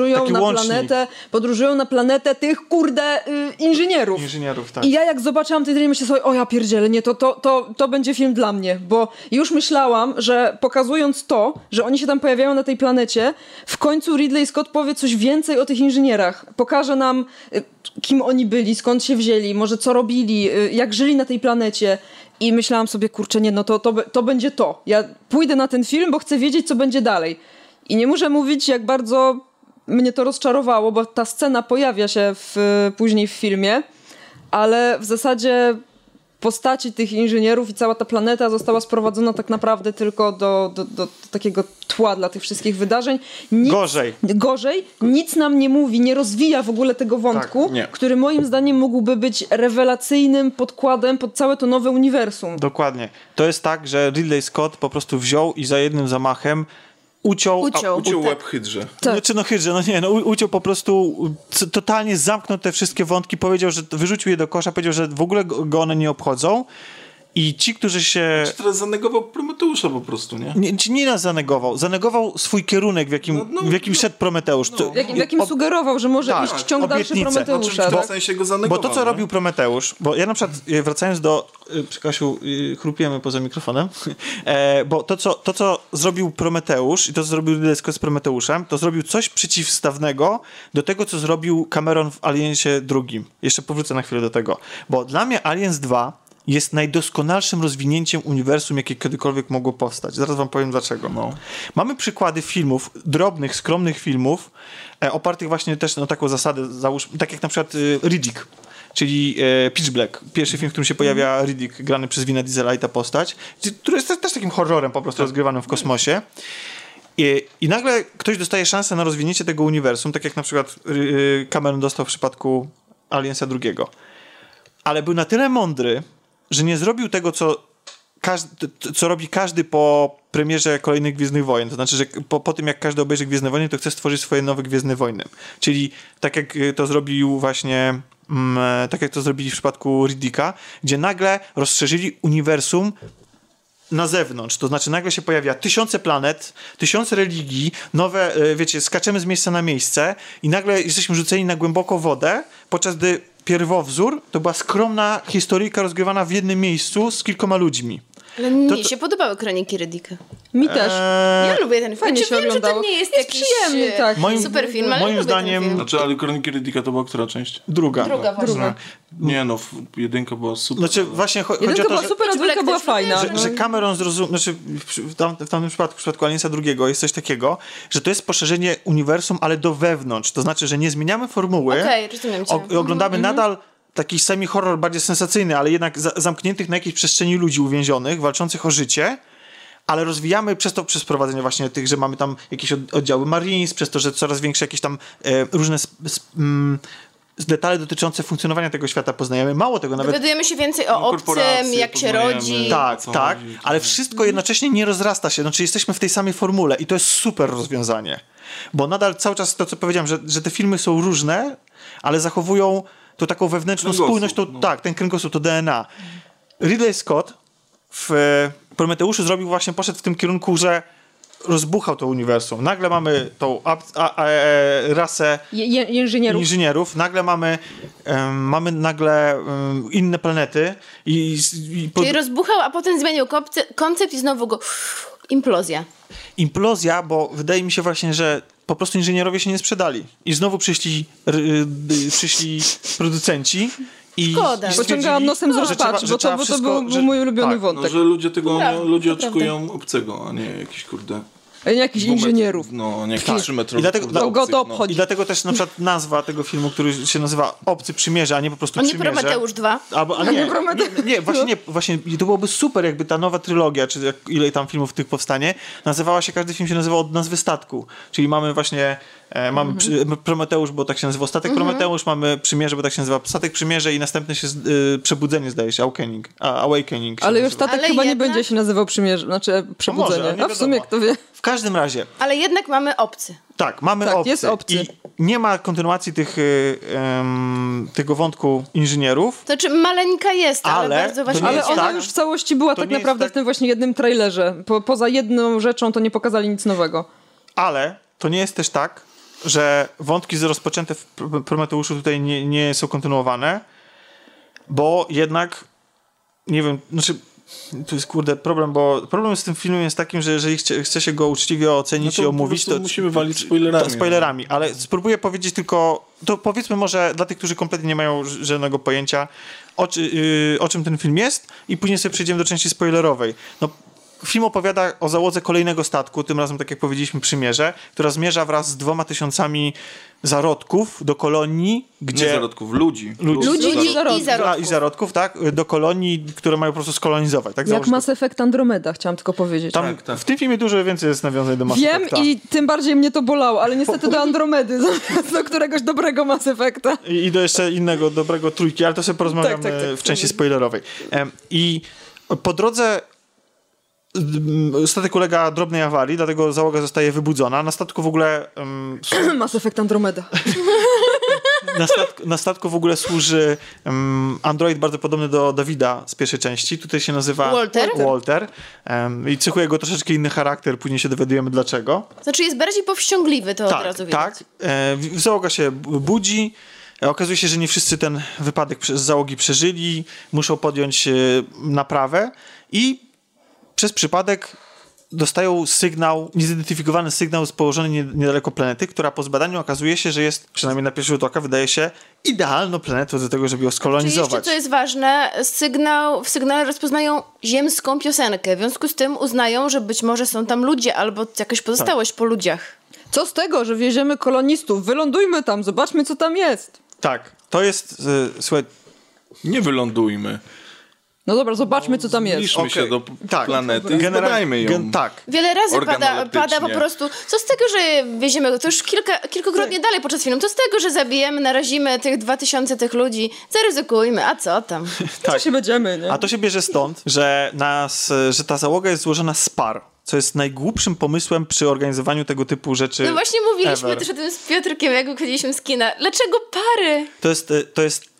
podróżują na planetę tych inżynierów. Tak. I ja jak zobaczyłam ten trailer, myślę sobie, o ja pierdzielę, nie, to będzie film dla mnie, bo już myślałam, że pokazując to, że oni się tam pojawiają na tej planecie, w końcu Ridley Scott powie coś więcej o tych inżynierach. Pokaże nam, kim oni byli, skąd się wzięli, może co robili, jak żyli na tej planecie. I myślałam sobie, kurczę, nie, no to będzie to. Ja pójdę na ten film, bo chcę wiedzieć, co będzie dalej. I nie muszę mówić, jak bardzo mnie to rozczarowało, bo ta scena pojawia się później w filmie, ale w zasadzie postaci tych inżynierów i cała ta planeta została sprowadzona tak naprawdę tylko do takiego tła dla tych wszystkich wydarzeń. Gorzej. Nic nam nie mówi, nie rozwija w ogóle tego wątku, który moim zdaniem mógłby być rewelacyjnym podkładem pod całe to nowe uniwersum. Dokładnie. To jest tak, że Ridley Scott po prostu wziął i za jednym zamachem uciął łeb hydrze. Tak. Uciął po prostu, totalnie zamknął te wszystkie wątki, powiedział, że wyrzucił je do kosza, powiedział, że w ogóle go one nie obchodzą. I ci, którzy się... Czy teraz zanegował Prometeusza po prostu, nie? Nie nas zanegował. Zanegował swój kierunek, w jakim szedł Prometeusz. W jakim sugerował, że może iść ciąg dalszy Prometeusza. W sensie go zanegował. Bo to, co robił Prometeusz, bo ja na przykład, wracając do... Kasiu, chrupiemy poza mikrofonem. Bo to, co zrobił Prometeusz i to, co zrobił Ridley Scott z Prometeuszem, to zrobił coś przeciwstawnego do tego, co zrobił Cameron w Aliensie II. Jeszcze powrócę na chwilę do tego. Bo dla mnie Aliens 2 jest najdoskonalszym rozwinięciem uniwersum, jakie kiedykolwiek mogło powstać. Zaraz wam powiem dlaczego. Mamy przykłady filmów, drobnych, skromnych filmów, opartych właśnie też na taką zasadę, tak jak na przykład Riddick, czyli Pitch Black. Pierwszy film, w którym się pojawia Riddick, grany przez Vina Diesela i ta postać, który jest też takim horrorem po prostu rozgrywanym w kosmosie. I nagle ktoś dostaje szansę na rozwinięcie tego uniwersum, tak jak na przykład Cameron dostał w przypadku Aliensa II. Ale był na tyle mądry, że nie zrobił tego, co robi każdy po premierze kolejnych Gwiezdnych Wojen. To znaczy, że po tym, jak każdy obejrzy Gwiezdne Wojny, to chce stworzyć swoje nowe Gwiezdne Wojny. Czyli tak jak to zrobił właśnie... tak jak to zrobili w przypadku Riddicka, gdzie nagle rozszerzyli uniwersum na zewnątrz, to znaczy nagle się pojawia 1000 planet, 1000 religii, nowe, wiecie, skaczemy z miejsca na miejsce i nagle jesteśmy rzuceni na głęboką wodę, podczas gdy pierwowzór to była skromna historyjka rozgrywana w jednym miejscu z kilkoma ludźmi. Ale mnie się podobały Kroniki Ryddicka. Mi też. Ja lubię ten film. Fajnie się Wiem, że oglądało. to nie jest Jest jakiś przyjemny, tak. super film, ale moim lubię zdaniem- ten film. Znaczy, ale Kroniki Ryddicka to była która część? Druga. Druga właśnie. Nie no, jedynka była super. Znaczy właśnie chodzi o Jedynka to, była że... super, a dwójka była fajna. Że Cameron zrozumiał, znaczy w tamtym przypadku, w przypadku Aliensa II jest coś takiego, że to jest poszerzenie uniwersum, ale do wewnątrz. To znaczy, że nie zmieniamy formuły, Okej, rozumiem cię. oglądamy nadal taki semi-horror bardziej sensacyjny, ale jednak zamkniętych na jakiejś przestrzeni ludzi uwięzionych, walczących o życie, ale rozwijamy przez prowadzenie właśnie tych, że mamy tam jakieś oddziały Marines, przez to, że coraz większe jakieś tam różne detale dotyczące funkcjonowania tego świata poznajemy. Mało tego, nawet Dowiadujemy się więcej o obcym, korporacje jak się poznajemy. rodzi. tak, co tak, chodzi, ale wszystko jednocześnie nie rozrasta się. Znaczy jesteśmy w tej samej formule i to jest super rozwiązanie. Bo nadal cały czas to, co powiedziałem, że te filmy są różne, ale zachowują tą taką wewnętrzną Kręgosłup, spójność, tak, ten kręgosłup, to DNA. Ridley Scott w Prometeuszu poszedł w tym kierunku, że rozbuchał to uniwersum. Nagle mamy tą rasę inżynierów, nagle mamy nagle inne planety Czyli rozbuchał, a potem zmienił koncept i znowu go... Implozja. Implozja, bo wydaje mi się właśnie, że po prostu inżynierowie się nie sprzedali. I znowu przyszli producenci i Szkoda. Pociągałam nosem z rozpaczy, bo to był mój ulubiony wątek. No, że ludzie Prawda, ludzie to oczekują obcego, a nie jakiś kurde... Nie jakichś inżynierów. No, nie jakiś 3-metrowy. I dlatego- kurde, go obcych, to no. obchodzi. I dlatego też na przykład nazwa tego filmu, który się nazywa Obcy Przymierze, a nie po prostu On nie Przymierze. Prometeusz 2. Albo, właśnie to byłoby super, jakby ta nowa trylogia, czy ile tam filmów tych powstanie, nazywała się, każdy film się nazywał od nazwy statku. Czyli mamy właśnie Prometeusz, bo tak się nazywał Statek Prometeusz, mamy Przymierze, bo tak się nazywa Statek Przymierze i następny się Przebudzenie, zdaje się, Awakening. Ale już statek Ale chyba nie jednak- będzie się nazywał Przymierze, znaczy Przebudzenie. może, nie A w sumie wiadomo. kto wie. W każdym razie, Ale jednak mamy obcy. tak, mamy Tak, obcy. jest obcy. I nie ma kontynuacji tego wątku inżynierów. To znaczy maleńka jest, ale Ale bardzo to ważna. nie Ale jest ona tak. już w całości była To tak nie jest naprawdę tak. w tym właśnie jednym trailerze. Poza jedną rzeczą to nie pokazali nic nowego. Ale to nie jest też tak, że wątki rozpoczęte w Prometeuszu tutaj nie są kontynuowane, bo jednak, nie wiem, znaczy to jest problem, bo problem z tym filmem jest takim, że jeżeli chce się go uczciwie ocenić No to i omówić, po prostu musimy walić spoilerami. spoilerami, ale spróbuję powiedzieć tylko, to powiedzmy może dla tych, którzy kompletnie nie mają żadnego pojęcia, o czym ten film jest i później sobie przejdziemy do części spoilerowej. No, film opowiada o załodze kolejnego statku, tym razem, tak jak powiedzieliśmy, Przymierze, która zmierza wraz z 2000 zarodków do kolonii, gdzie... Nie zarodków, ludzi. Ludzi i zarodków. I zarodków, tak? Do kolonii, które mają po prostu skolonizować. Tak? Jak Założyć- Mass Effect Andromeda, chciałam tylko powiedzieć. Tam, Tak. W tym filmie dużo więcej jest nawiązań do Mass Wiem Effecta. i tym bardziej mnie to bolało, ale niestety do Andromedy, zamiast do któregoś dobrego Mass Effecta. I do jeszcze innego dobrego trójki, ale to sobie porozmawiamy Tak. w części spoilerowej. I po drodze statek ulega drobnej awarii, dlatego załoga zostaje wybudzona. Na statku w ogóle Mass Effect Andromeda. na statku w ogóle służy android bardzo podobny do Davida z pierwszej części. Tutaj się nazywa Walter. I cechuje go troszeczkę inny charakter, później się dowiadujemy dlaczego. Znaczy jest bardziej powściągliwy, to od razu widać. Tak. Załoga się budzi. Okazuje się, że nie wszyscy ten wypadek z załogi przeżyli. Muszą podjąć naprawę i przez przypadek dostają sygnał, niezidentyfikowany sygnał położony niedaleko planety, która po zbadaniu okazuje się, że jest, przynajmniej na pierwszy rzut oka, wydaje się, idealną planetą do tego, żeby ją Czyli skolonizować. jeszcze, co jest ważne, w sygnale rozpoznają ziemską piosenkę. W związku z tym uznają, że być może są tam ludzie albo jakaś pozostałość po ludziach. Co z tego, że wieziemy kolonistów? Wylądujmy tam, zobaczmy co tam jest. Tak, to jest, słuchaj, Nie wylądujmy. No dobra, zobaczmy co tam jest. Zbliżmy się do tak. planety i zbadajmy ją. Tak. Wiele razy Organoleptycznie. pada po prostu, co z tego, że wieziemy, to już kilkukrotnie dalej podczas filmu, co z tego, że zabijemy, narazimy tych 2000 tych ludzi, zaryzykujmy, a co tam? Co się będziemy, nie? A to się bierze stąd, że ta załoga jest złożona z par, co jest najgłupszym pomysłem przy organizowaniu tego typu rzeczy. No właśnie mówiliśmy ever. też o tym z Piotrkiem, jak wychodziliśmy z kina. Dlaczego pary? To jest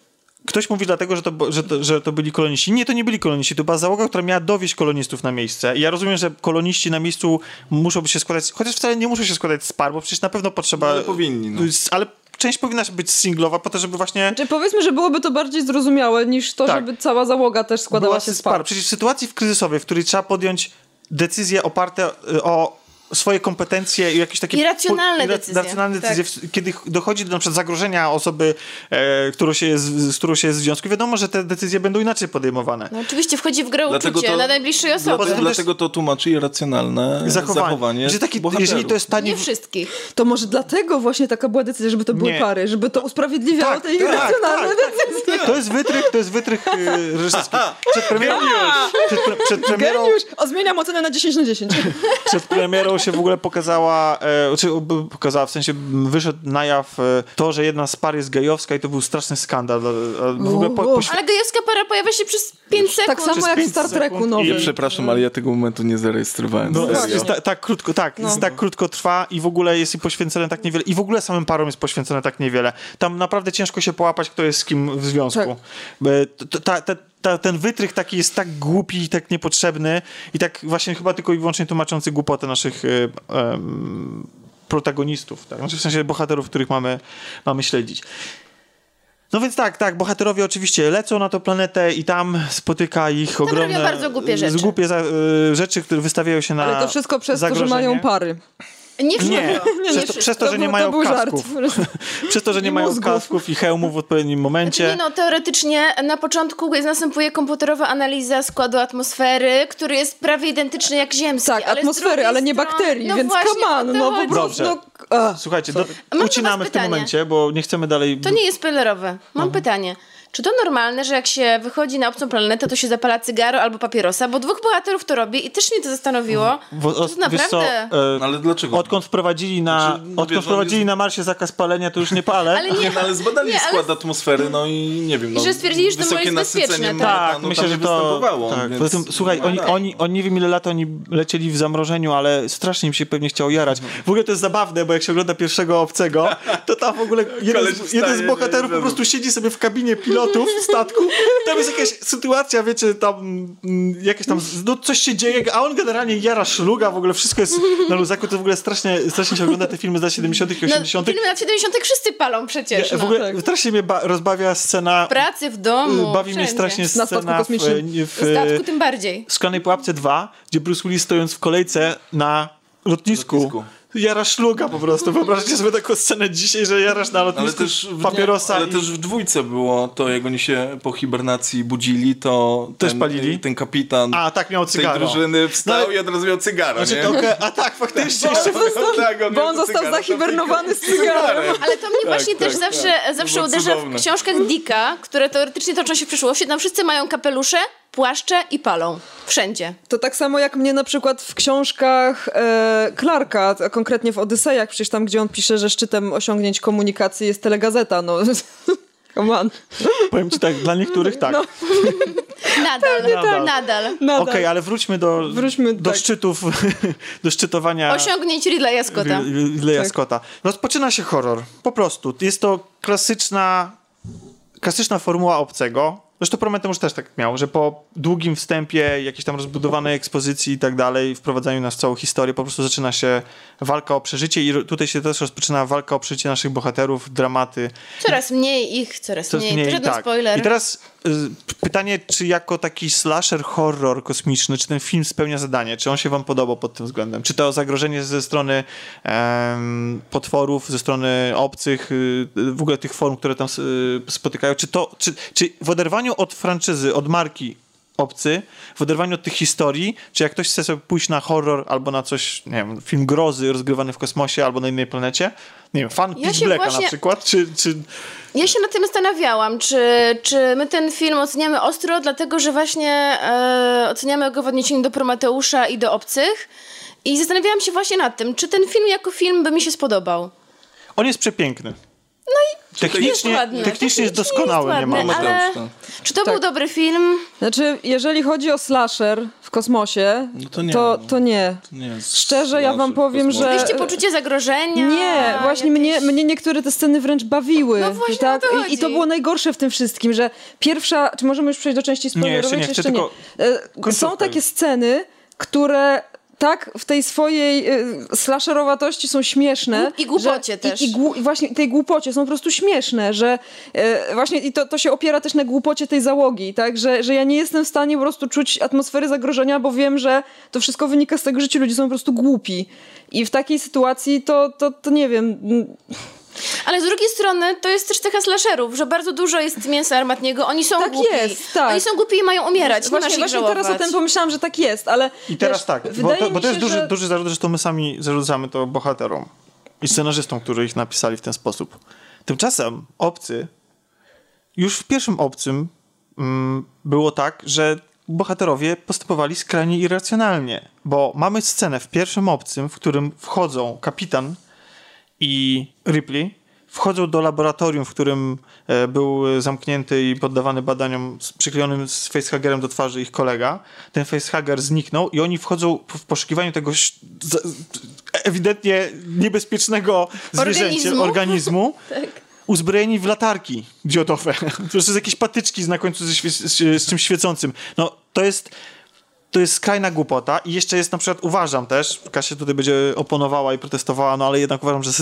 Ktoś mówi dlatego, że to byli koloniści. Nie, to nie byli koloniści. To była załoga, która miała dowieźć kolonistów na miejsce. I ja rozumiem, że koloniści na miejscu muszą się składać, chociaż wcale nie muszą się składać z par, bo przecież na pewno potrzeba... Ale powinni, no. Ale część powinna być singlowa po to, żeby właśnie... Czy powiedzmy, że byłoby to bardziej zrozumiałe niż to, Tak. żeby cała załoga też składała się z par. Przecież w sytuacji kryzysowej, w której trzeba podjąć decyzje oparte o swoje kompetencje i jakieś takie... I racjonalne decyzje. Racjonalne decyzje, kiedy dochodzi do na przykład zagrożenia osoby, z którą się jest w związku, wiadomo, że te decyzje będą inaczej podejmowane. No oczywiście wchodzi w grę Dlatego uczucie na najbliższej osobie. Dlatego to tłumaczy irracjonalne zachowanie Że jeżeli to jest tanie... Nie wszystkich. To może dlatego właśnie taka była decyzja, żeby to były Nie. pary, żeby to usprawiedliwiało te irracjonalne decyzje. To jest wytrych reżyserski. Przed premierą... Geniusz! O, zmieniam ocenę na 10 na 10. Przed premierą się w ogóle pokazała, w sensie wyszedł na jaw to, że jedna z par jest gejowska i to był straszny skandal. W ogóle Ale gejowska para pojawia się przez 5 sekund. Tak samo jak w 5 Star Treku sekund nowym. Przepraszam, ale ja tego momentu nie zarejestrowałem. No, Serio. jest tak krótko trwa i w ogóle jest i poświęcone tak niewiele. I w ogóle samym parom jest poświęcone tak niewiele. Tam naprawdę ciężko się połapać, kto jest z kim w związku. Ten wytrych taki jest tak głupi i tak niepotrzebny i tak właśnie chyba tylko i wyłącznie tłumaczący głupotę naszych protagonistów. Tak? Znaczy w sensie bohaterów, których mamy śledzić. No więc tak, bohaterowie oczywiście lecą na tę planetę i tam spotyka ich ogromne... robią bardzo głupie rzeczy. Rzeczy, które wystawiają się na Ale to wszystko przez to, że zagrożenie. mają pary. Nie wszystko. Przez to, że nie mają kasków. Przez to, że nie mają mózgów. kasków i hełmów w odpowiednim momencie. Nie no, teoretycznie na początku następuje komputerowa analiza składu atmosfery, który jest prawie identyczny jak ziemski. Tak, ale z atmosfery, drugiej ale nie strony- bakterii, no więc właśnie, come on, o to no po chodzi. prostu... Dobrze. Słuchajcie, do ucinamy was w tym pytanie. momencie, bo nie chcemy dalej... To nie jest spoilerowe. Mam pytanie. Czy to normalne, że jak się wychodzi na obcą planetę, to się zapala cygaro albo papierosa? Bo 2 bohaterów to robi i też mnie to zastanowiło. To Wiesz naprawdę... co, Ale dlaczego? odkąd wprowadzili na Marsie zakaz palenia, to już nie palę. Ale nie, ale zbadali nie, ale- skład atmosfery, no i nie wiem. I że stwierdzili, że to wysokie jest bezpieczne, nasycenie tak. metanu Myślę, tam że nie to... występowało. Tak. Więc... Poza tym, słuchaj, oni nie wiem ile lat oni lecieli w zamrożeniu, ale strasznie im się pewnie chciało jarać. W ogóle to jest zabawne, bo jak się ogląda pierwszego Obcego, to tam w ogóle jeden z bohaterów po prostu siedzi sobie w kabinie pilotów statku. Tam jest jakaś sytuacja, wiecie, tam jakieś tam, no coś się dzieje, a on generalnie jara szluga, w ogóle wszystko jest na luzaku, to w ogóle strasznie się ogląda te filmy z lat 70. i 80. Filmy lat 70. wszyscy palą przecież. W ogóle strasznie mnie rozbawia scena... W pracy, w domu, Bawi mnie wszędzie. strasznie Na statku scena kosmicznym. W statku tym bardziej. w Szklanej Pułapce 2, gdzie Bruce Willis stojąc w kolejce na lotnisku. Jarasz szluga po prostu. Wyobraźcie sobie taką scenę dzisiaj, że jarasz na lotnisku papierosa. Ale też w 2 było to, jak oni się po hibernacji budzili, to też palili? Ten kapitan A, tak, miał tej cygaro. drużyny wstał No, i od razu miał cygaro, Znaczy, nie? a tak, faktycznie. Bo on został zahibernowany z cygarem. Ale to mnie właśnie też zawsze było uderza cudowne. w książkach Dicka, które teoretycznie toczą się w przyszłości. Tam wszyscy mają kapelusze, płaszcze i palą. Wszędzie. To tak samo jak mnie na przykład w książkach Clarka, a konkretnie w Odysejach, przecież tam, gdzie on pisze, że szczytem osiągnięć komunikacji jest telegazeta, no... Come on. Powiem ci tak, dla niektórych tak. Nadal. Okej, ale wróćmy do tak. szczytów, do szczytowania Osiągnięć Ridleya Scotta. Ridleya Scotta. Rozpoczyna się horror. Po prostu. Jest to klasyczna formuła Obcego. Zresztą Prometeusz też tak miał, że po długim wstępie, jakiejś tam rozbudowanej ekspozycji i tak dalej, wprowadzaniu nas w całą historię, po prostu zaczyna się walka o przeżycie i tutaj się też rozpoczyna walka o przeżycie naszych bohaterów, dramaty. Coraz mniej ich, coraz mniej. Żaden spoiler. I teraz pytanie, czy jako taki slasher horror kosmiczny, czy ten film spełnia zadanie? Czy on się wam podobał pod tym względem? Czy to zagrożenie ze strony potworów, ze strony obcych, w ogóle tych form, które tam spotykają, czy w oderwaniu od franczyzy, od marki Obcy, w oderwaniu od tych historii, czy jak ktoś chce sobie pójść na horror albo na coś, nie wiem, film grozy rozgrywany w kosmosie albo na innej planecie, nie wiem, fan Pitch Blacka na przykład, czy... Ja się nad tym zastanawiałam, czy my ten film oceniamy ostro, dlatego że właśnie oceniamy go w odniesieniu do Prometeusza i do Obcych i zastanawiałam się właśnie nad tym, czy ten film jako film by mi się spodobał. On jest przepiękny. Technicznie jest doskonały, nie ma. Ale czy to był dobry film? Znaczy, jeżeli chodzi o slasher w kosmosie, to nie. Szczerze, ja wam powiem, że... Mieliście poczucie zagrożenia? Nie, właśnie mnie niektóre te sceny wręcz bawiły. No właśnie tak? o to chodzi. I to było najgorsze w tym wszystkim, że pierwsza... Czy możemy już przejść do części spoilerowej, czy jeszcze nie? Są takie sceny, które... Tak, w tej swojej slasherowatości są śmieszne. I głupocie też. I właśnie tej głupocie są po prostu śmieszne, że właśnie i to się opiera też na głupocie tej załogi, tak, że ja nie jestem w stanie po prostu czuć atmosfery zagrożenia, bo wiem, że to wszystko wynika z tego, że ci ludzie są po prostu głupi. I w takiej sytuacji to nie wiem... Ale z drugiej strony to jest też cecha slasherów, że bardzo dużo jest mięsa armatniego, oni są głupi. Jest, tak. Oni są głupi i mają umierać, Właśnie teraz o tym pomyślałam, że tak jest, ale... I teraz tak, bo to jest duży zarzut, że to my sami zarzucamy to bohaterom i scenarzystom, którzy ich napisali w ten sposób. Tymczasem Obcy, już w pierwszym Obcym było tak, że bohaterowie postępowali skrajnie irracjonalnie, bo mamy scenę w pierwszym Obcym, w którym wchodzą kapitan i Ripley, wchodzą do laboratorium, w którym był zamknięty i poddawany badaniom przyklejonym z facehagerem do twarzy ich kolega. Ten facehager zniknął i oni wchodzą w poszukiwaniu tego ewidentnie niebezpiecznego organizmu tak. Uzbrojeni w latarki diodowe. To jest jakieś patyczki na końcu z czymś świecącym. No, to jest skrajna głupota i jeszcze jest na przykład, uważam też, Kasia tutaj będzie oponowała i protestowała, no ale jednak uważam, że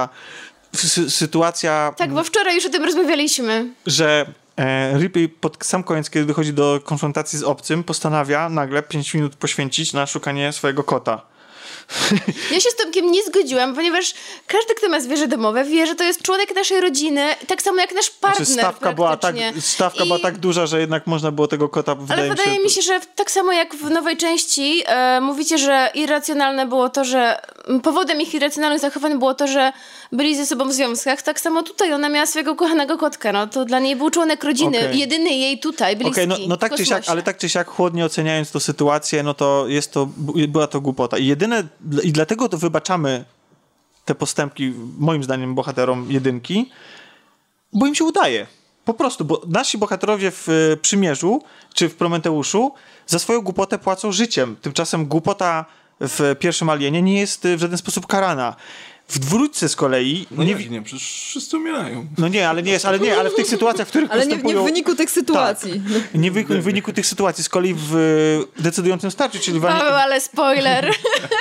sytuacja... Tak, bo wczoraj już o tym rozmawialiśmy. Że Ripley pod sam koniec, kiedy dochodzi do konfrontacji z Obcym, postanawia nagle 5 minut poświęcić na szukanie swojego kota. Ja się z Tomkiem nie zgodziłam, ponieważ każdy, kto ma zwierzę domowe, wie, że to jest członek naszej rodziny, tak samo jak nasz partner. Stawka była tak duża, że jednak można było tego kota... Ale wydaje mi się, że tak samo jak w nowej części mówicie, że irracjonalne było to, że powodem ich irracjonalnych zachowań było to, że byli ze sobą w związkach, tak samo tutaj ona miała swojego kochanego kotka, no to dla niej był członek rodziny, jedyny jej tutaj, bliski. No tak czy siak, ale tak czy siak chłodnie oceniając tę sytuację, no to była to głupota. I dlatego to wybaczamy te postępki, moim zdaniem, bohaterom jedynki, bo im się udaje. Po prostu, bo nasi bohaterowie w Przymierzu, czy w Prometeuszu za swoją głupotę płacą życiem. Tymczasem głupota w pierwszym Alienie nie jest w żaden sposób karana. W Dwójce z kolei... No nie, przecież wszyscy umierają. No nie, ale w tych sytuacjach, w których postępują... Ale nie w wyniku tych sytuacji. Tak, nie w wyniku tych sytuacji. Z kolei w decydującym starciu, czyli... Ale spoiler!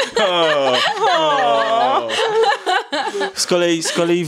Z kolei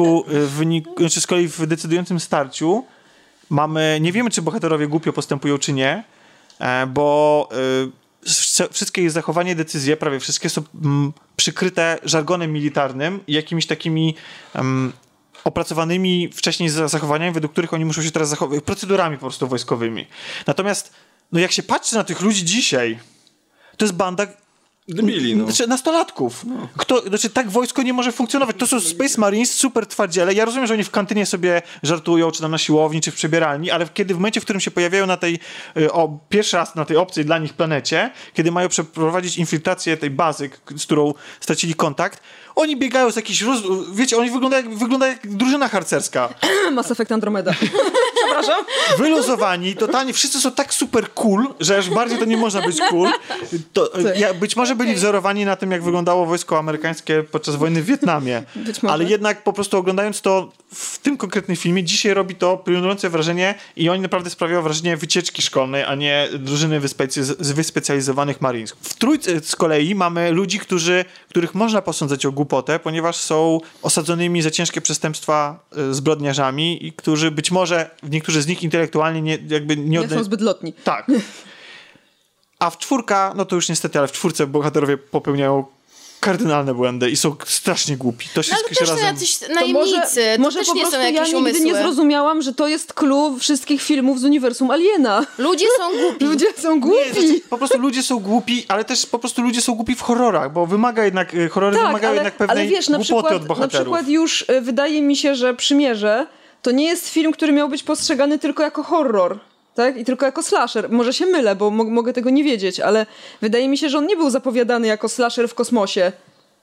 w decydującym starciu nie wiemy, czy bohaterowie głupio postępują, czy nie, bo wszystkie ich zachowania, decyzje, prawie wszystkie są przykryte żargonem militarnym i jakimiś takimi opracowanymi wcześniej zachowaniami, według których oni muszą się teraz zachowywać, procedurami po prostu wojskowymi. Natomiast, no jak się patrzy na tych ludzi dzisiaj, to jest banda debili, no. Znaczy nastolatków. No. Tak wojsko nie może funkcjonować. To są Space Marines, super twardziele. Ja rozumiem, że oni w kantynie sobie żartują, czy tam na siłowni, czy w przebieralni, ale kiedy w momencie, w którym się pojawiają na tej pierwszy raz na tej obcej dla nich planecie, kiedy mają przeprowadzić infiltrację tej bazy, z którą stracili kontakt, oni biegają z jakichś wiecie, oni wyglądają jak drużyna harcerska. Mass Effect Andromeda. Przepraszam. Wyluzowani, totalnie, wszyscy są tak super cool, że aż bardziej to nie można być cool. Być może byli wzorowani na tym, jak wyglądało wojsko amerykańskie podczas wojny w Wietnamie. Ale jednak po prostu oglądając to w tym konkretnym filmie, dzisiaj robi to piorunujące wrażenie i oni naprawdę sprawiają wrażenie wycieczki szkolnej, a nie drużyny wyspecjalizowanych Marines. W Trójce z kolei mamy ludzi, których można posądzać o głupotę, ponieważ są osadzonymi za ciężkie przestępstwa zbrodniarzami i którzy być może, niektórzy z nich intelektualnie nie są zbyt lotni. Tak. A w czwórka, no to już niestety, ale w czwórce bohaterowie popełniają kardynalne błędy i są strasznie głupi. To się ale też są jacyś najemnicy. Może też po nie prostu są jakieś ja nigdy nie zrozumiałam, że to jest clue wszystkich filmów z uniwersum Aliena. Ludzie są głupi. Ludzie są głupi. Nie, po prostu ludzie są głupi, ale też po prostu ludzie są głupi w horrorach, bo horrory wymagają jednak pewnej głupoty od bohaterów. Na przykład już wydaje mi się, że Przymierze to nie jest film, który miał być postrzegany tylko jako horror. Tak? I tylko jako slasher. Może się mylę, bo mogę tego nie wiedzieć, ale wydaje mi się, że on nie był zapowiadany jako slasher w kosmosie.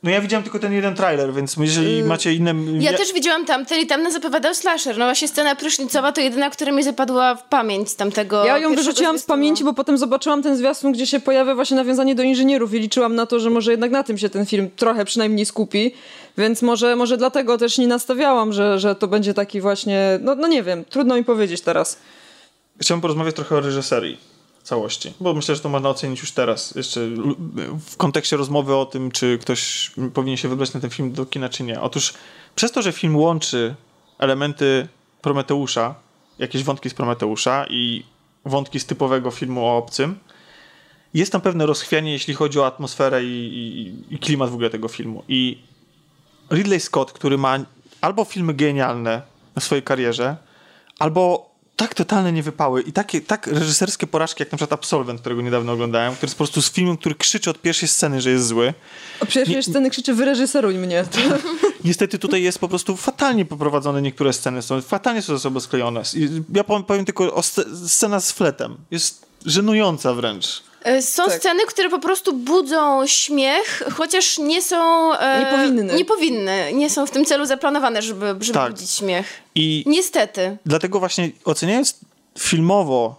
No ja widziałem tylko ten jeden trailer, więc jeżeli macie inne... Ja też widziałam tamten i tam nas zapowiadał slasher. No właśnie scena prysznicowa to jedyna, która mi zapadła w pamięć z tamtego. Ja ją wyrzuciłam z zwiastunu. pamięci, bo potem zobaczyłam ten zwiastun, gdzie się pojawia właśnie nawiązanie do inżynierów i liczyłam na to, że może jednak na tym się ten film trochę przynajmniej skupi, więc może dlatego też nie nastawiałam, że to będzie taki właśnie, no nie wiem, trudno mi powiedzieć teraz. Chciałbym porozmawiać trochę o reżyserii całości, bo myślę, że to można ocenić już teraz, jeszcze w kontekście rozmowy o tym, czy ktoś powinien się wybrać na ten film do kina, czy nie. Otóż przez to, że film łączy elementy Prometeusza, jakieś wątki z Prometeusza i wątki z typowego filmu o obcym, jest tam pewne rozchwianie, jeśli chodzi o atmosferę i klimat w ogóle tego filmu. I Ridley Scott, który ma albo filmy genialne na swojej karierze, albo tak totalne niewypały i tak reżyserskie porażki, jak na przykład Absolvent, którego niedawno oglądałem, który jest po prostu z filmem, który krzyczy od pierwszej sceny, że jest zły. O pierwszej sceny krzyczy wyreżyseruj mnie. Niestety tutaj jest po prostu fatalnie poprowadzone, niektóre sceny są fatalnie są ze sobą sklejone. Ja powiem tylko o scena z fletem. Jest żenująca wręcz. Są sceny, które po prostu budzą śmiech, chociaż nie są... Nie powinny. Nie są w tym celu zaplanowane, żeby budzić śmiech. I niestety. Dlatego właśnie oceniając filmowo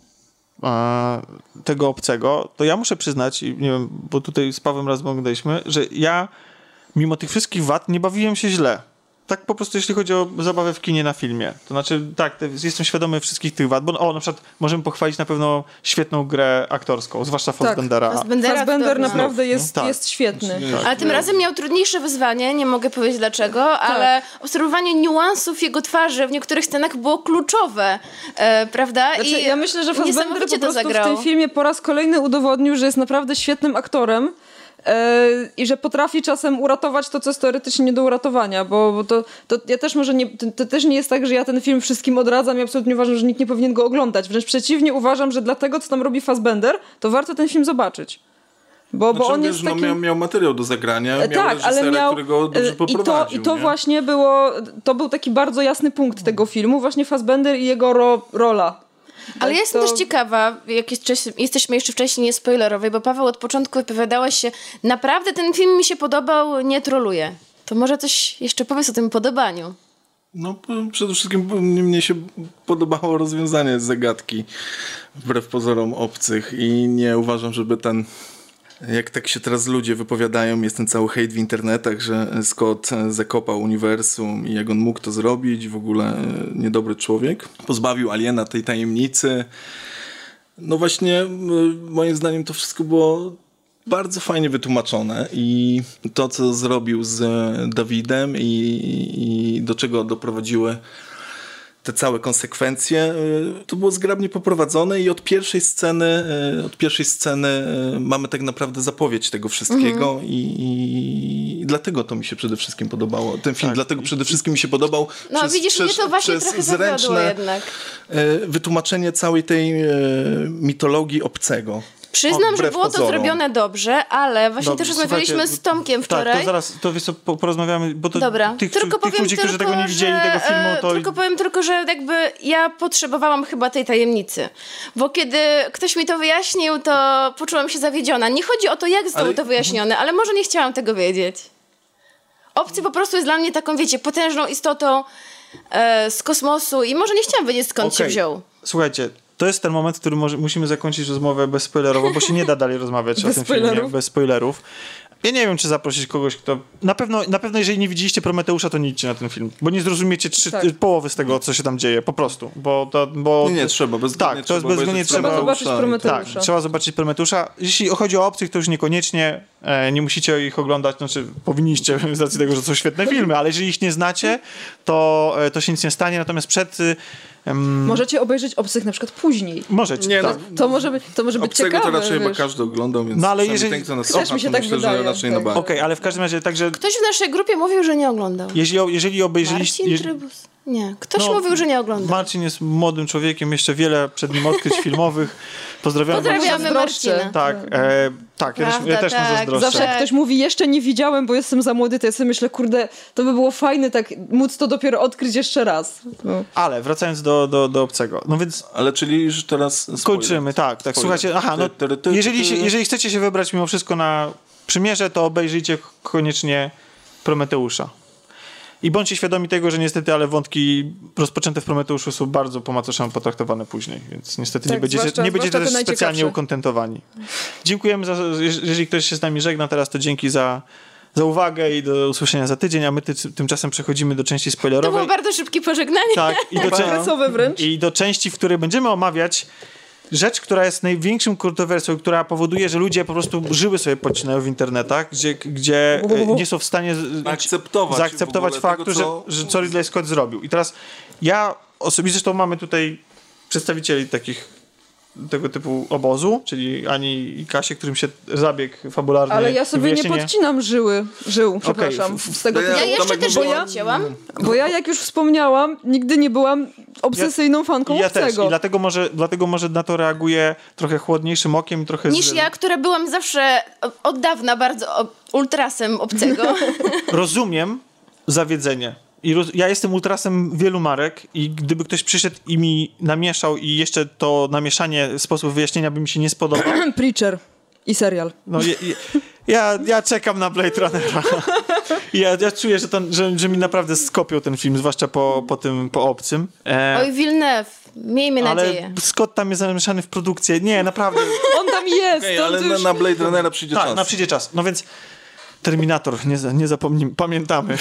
tego obcego, to ja muszę przyznać, i nie wiem, bo tutaj z Pawłem raz oglądaliśmy, że ja mimo tych wszystkich wad nie bawiłem się źle. Tak po prostu jeśli chodzi o zabawę w kinie na filmie. To znaczy, tak, jestem świadomy wszystkich tych wad, bo na przykład możemy pochwalić na pewno świetną grę aktorską, zwłaszcza Fassbendera. Fassbender naprawdę jest świetny. Ale tym razem miał trudniejsze wyzwanie, nie mogę powiedzieć dlaczego, ale obserwowanie niuansów jego twarzy w niektórych scenach było kluczowe, prawda? Znaczy, ja myślę, że Fassbender po prostu w tym filmie po raz kolejny udowodnił, że jest naprawdę świetnym aktorem. I że potrafi czasem uratować to, co jest teoretycznie nie do uratowania, bo to ja też może nie, to też nie jest tak, że ja ten film wszystkim odradzam i absolutnie uważam, że nikt nie powinien go oglądać. Wręcz przeciwnie, uważam, że dlatego, co tam robi Fassbender, to warto ten film zobaczyć. Bo on jest takim... miał materiał do zagrania, miał reżysera, który go dobrze poprowadził. I to właśnie to był taki bardzo jasny punkt tego filmu, właśnie Fassbender i jego rola. Ale ja jestem też ciekawa, jesteśmy jeszcze wcześniej niespoilerowej, bo Paweł od początku wypowiadałeś się, naprawdę ten film mi się podobał, nie troluję. To może coś jeszcze powiedz o tym podobaniu. No przede wszystkim mnie się podobało rozwiązanie zagadki wbrew pozorom obcych i nie uważam, żeby jak tak się teraz ludzie wypowiadają, jest ten cały hejt w internetach, że Scott zakopał uniwersum i jak on mógł to zrobić, w ogóle niedobry człowiek. Pozbawił aliena tej tajemnicy. No właśnie, moim zdaniem to wszystko było bardzo fajnie wytłumaczone i to, co zrobił z Dawidem i do czego doprowadziły te całe konsekwencje, to było zgrabnie poprowadzone i od pierwszej sceny mamy tak naprawdę zapowiedź tego wszystkiego i dlatego to mi się przede wszystkim podobało. Ten film dlatego przede wszystkim mi się podobał. No widzisz, mnie to właśnie trochę zawiodło jednak. Wytłumaczenie całej tej mitologii obcego. Przyznam, że było to zrobione dobrze, ale właśnie też rozmawialiśmy z Tomkiem wczoraj. Tak, to zaraz, porozmawiamy, bo to Dobra. tych ludzi, którzy tego nie widzieli, tego filmu, to... Tylko powiem że jakby ja potrzebowałam chyba tej tajemnicy. Bo kiedy ktoś mi to wyjaśnił, to poczułam się zawiedziona. Nie chodzi o to, jak zostało to wyjaśnione, ale może nie chciałam tego wiedzieć. Obcy po prostu jest dla mnie taką, wiecie, potężną istotą z kosmosu i może nie chciałam wiedzieć, skąd się wziął. Słuchajcie, to jest ten moment, w którym musimy zakończyć rozmowę bezspoilerowo, bo się nie da dalej rozmawiać o tym filmie bez spoilerów. Ja nie wiem, czy zaprosić kogoś, kto... Na pewno, jeżeli nie widzieliście Prometeusza, to nie idźcie na ten film, bo nie zrozumiecie połowy z tego, co się tam dzieje, po prostu. Nie trzeba, bezwzględnie to jest bezwzględnie trzeba zobaczyć Prometeusza. Tak, trzeba zobaczyć Prometeusza. Jeśli chodzi o obcych, to już niekoniecznie, nie musicie ich oglądać, znaczy powinniście, z racji tego, że to są świetne filmy, ale jeżeli ich nie znacie, to się nic nie stanie, natomiast przed... Możecie obejrzeć Obcych na przykład później. Możecie, nie, tak. To może być Obcego ciekawe. to raczej chyba każdy oglądał, więc ale jeżeli... ten, kto nas słucha, mi się to tak myślę, wydaje, że raczej tak. na Okej, ale w każdym razie także... Ktoś w naszej grupie mówił, że nie oglądał. Jeżeli obejrzeliście... Marcin Trybus? Nie. Ktoś mówił, że nie oglądał. Marcin jest młodym człowiekiem, jeszcze wiele przed nim odkryć filmowych. Pozdrawiamy Marcina. Tak, ja też mu zazdroszczę. Zawsze jak ktoś mówi, jeszcze nie widziałem, bo jestem za młody, to ja sobie myślę, kurde, to by było fajne tak móc to dopiero odkryć jeszcze raz. No. Ale wracając do obcego. No więc... Ale czyli już teraz... Kończymy, tak. Słuchajcie, jeżeli chcecie się wybrać mimo wszystko na Przymierze, to obejrzyjcie koniecznie Prometeusza. I bądźcie świadomi tego, że niestety, ale wątki rozpoczęte w Prometeuszu są bardzo po macoszemu potraktowane później, więc niestety Tak, nie będziecie też specjalnie najciekawsze. ukontentowani. Dziękujemy, jeżeli ktoś się z nami żegna teraz, to dzięki za uwagę i do usłyszenia za tydzień, a my tymczasem przechodzimy do części To spoilerowej. było bardzo szybkie pożegnanie. Tak, Okresowe wręcz. i do części, w której będziemy omawiać rzecz, która jest największą kontrowersją, która powoduje, że ludzie po prostu żyły sobie podcinają w internetach, gdzie nie są w stanie zaakceptować faktu, tego, co Ridley Scott zrobił. I teraz ja osobiście, zresztą mamy tutaj przedstawicieli tego typu obozu, czyli Ani i Kasię, którym się zabieg fabularny... Ale ja sobie nie podcinam żył, przepraszam. Okay. Z tego Ja jeszcze Tomek też mówił- nie odcięłam. Bo ja, jak już wspomniałam, nigdy nie byłam obsesyjną fanką Ja też. obcego. I dlatego może na to reaguję trochę chłodniejszym okiem i trochę... Niż ja, która byłam zawsze od dawna bardzo ultrasem obcego. Rozumiem zawiedzenie. Ja jestem ultrasem wielu marek i gdyby ktoś przyszedł i mi namieszał i jeszcze to namieszanie, sposób wyjaśnienia by mi się nie spodobał. Preacher i serial. No, ja czekam na Blade Runnera. Ja czuję, że mi naprawdę skopią ten film, zwłaszcza po Obcym. Oj, Villeneuve, miejmy nadzieję. Ale Scott tam jest zamieszany w produkcję. Nie, naprawdę. On tam jest! Okay, on ale tu już... na Blade Runnera przyjdzie czas. Tak, przyjdzie czas. No więc Terminator, nie zapomnijmy, pamiętamy.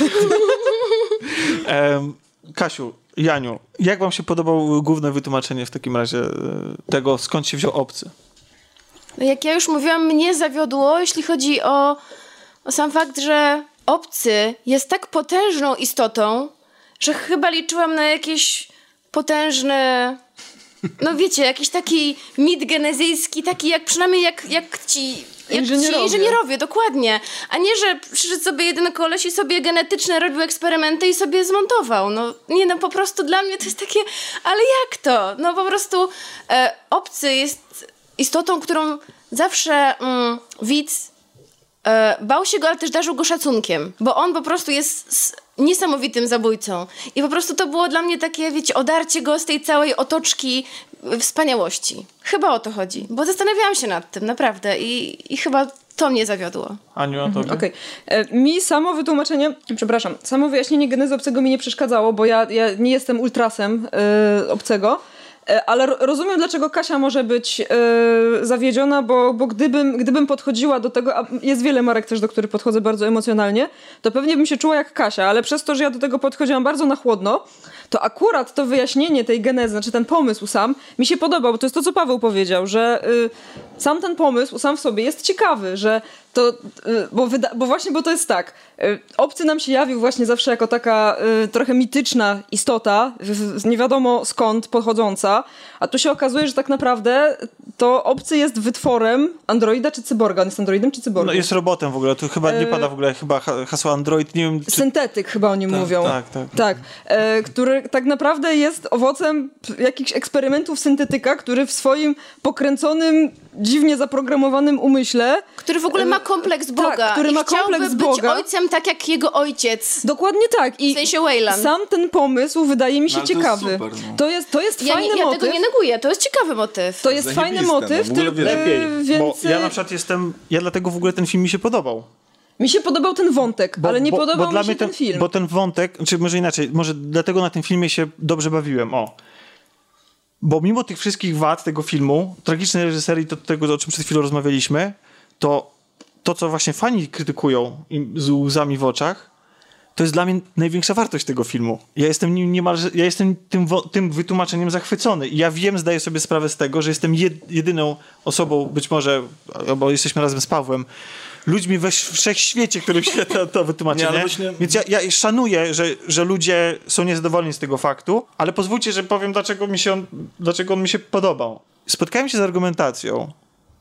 Kasiu, Janiu, jak wam się podobało główne wytłumaczenie w takim razie tego, skąd się wziął Obcy? No jak ja już mówiłam, mnie zawiodło, jeśli chodzi o sam fakt, że Obcy jest tak potężną istotą, że chyba liczyłam na jakieś potężne... No wiecie, jakiś taki mit genezyjski, taki przynajmniej jak ci inżynierowie, dokładnie. A nie, że przyszedł sobie jeden koleś i sobie genetyczne robił eksperymenty i sobie zmontował. No nie, no po prostu dla mnie to jest takie, ale jak to? No po prostu Obcy jest istotą, którą zawsze widz bał się go, ale też darzył go szacunkiem, bo on po prostu jest niesamowitym zabójcą. I po prostu to było dla mnie takie, wiecie, odarcie go z tej całej otoczki wspaniałości. Chyba o to chodzi, bo zastanawiałam się nad tym, naprawdę. I chyba to mnie zawiodło. Aniu, a tobie? Okej. Mi samo wyjaśnienie genezy Obcego mi nie przeszkadzało, bo ja nie jestem ultrasem Obcego. Ale rozumiem, dlaczego Kasia może być zawiedziona, bo gdybym podchodziła do tego, a jest wiele marek też, do których podchodzę bardzo emocjonalnie, to pewnie bym się czuła jak Kasia, ale przez to, że ja do tego podchodziłam bardzo na chłodno, to akurat to wyjaśnienie tej genezy, znaczy ten pomysł sam, mi się podobał, bo to jest to, co Paweł powiedział, że sam ten pomysł sam w sobie jest ciekawy, że to, bo to jest tak, Obcy nam się jawił właśnie zawsze jako taka trochę mityczna istota, nie wiadomo skąd pochodząca, a tu się okazuje, że tak naprawdę to Obcy jest wytworem androida czy cyborga. On jest androidem czy cyborgiem? No jest robotem w ogóle, tu chyba nie pada w ogóle hasło android, nie wiem... Syntetyk chyba o nim mówią. Tak. Który tak naprawdę jest owocem jakichś eksperymentów syntetyka, który w swoim pokręconym, dziwnie zaprogramowanym umyśle... Który w ogóle ma kompleks Boga. Tak, który ma kompleks Boga. Być ojcem tak jak jego ojciec. Dokładnie tak. I w sensie Wayland. Sam ten pomysł wydaje mi się ciekawy. To jest To jest fajny motyw. Ja tego nie neguję, to jest ciekawy motyw. To jest fajny motyw. Lepiej, więc... bo ja na przykład ja dlatego w ogóle ten film mi się podobał. Mi się podobał ten wątek, ale nie podobał mi się ten film. Bo ten wątek, czy może inaczej, może dlatego na tym filmie się dobrze bawiłem, Bo mimo tych wszystkich wad tego filmu, tragicznej reżyserii, to tego, o czym przed chwilą rozmawialiśmy, to co właśnie fani krytykują z łzami w oczach, to jest dla mnie największa wartość tego filmu. Ja jestem tym wytłumaczeniem zachwycony i ja zdaję sobie sprawę z tego, że jestem jedyną osobą, być może, bo jesteśmy razem z Pawłem, ludźmi we wszechświecie, którym się to wytłumaczenie. Więc ja szanuję, że ludzie są niezadowoleni z tego faktu, ale pozwólcie, że powiem, dlaczego on mi się podobał. Spotkałem się z argumentacją,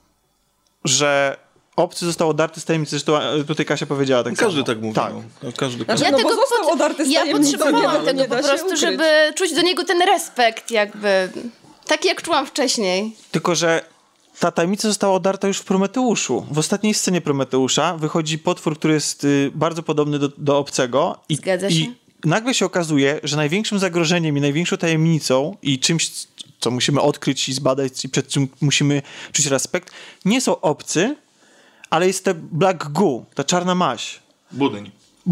że Obcy został odarty z tajemnicy, zresztą tutaj Kasia powiedziała tak Każdy samo. tak mówi. Tak. Każdy. Bo został odarty z tajemnicy. Ja potrzebowałam tego po prostu, żeby czuć do niego ten respekt jakby. Taki jak czułam wcześniej. Tylko, że ta tajemnica została odarta już w Prometeuszu. W ostatniej scenie Prometeusza wychodzi potwór, który jest bardzo podobny do Obcego. Zgadza się. I nagle się okazuje, że największym zagrożeniem i największą tajemnicą i czymś, co musimy odkryć i zbadać i przed czym musimy czuć respekt, nie są obcy, ale jest te black goo, ta czarna maź. Budyń.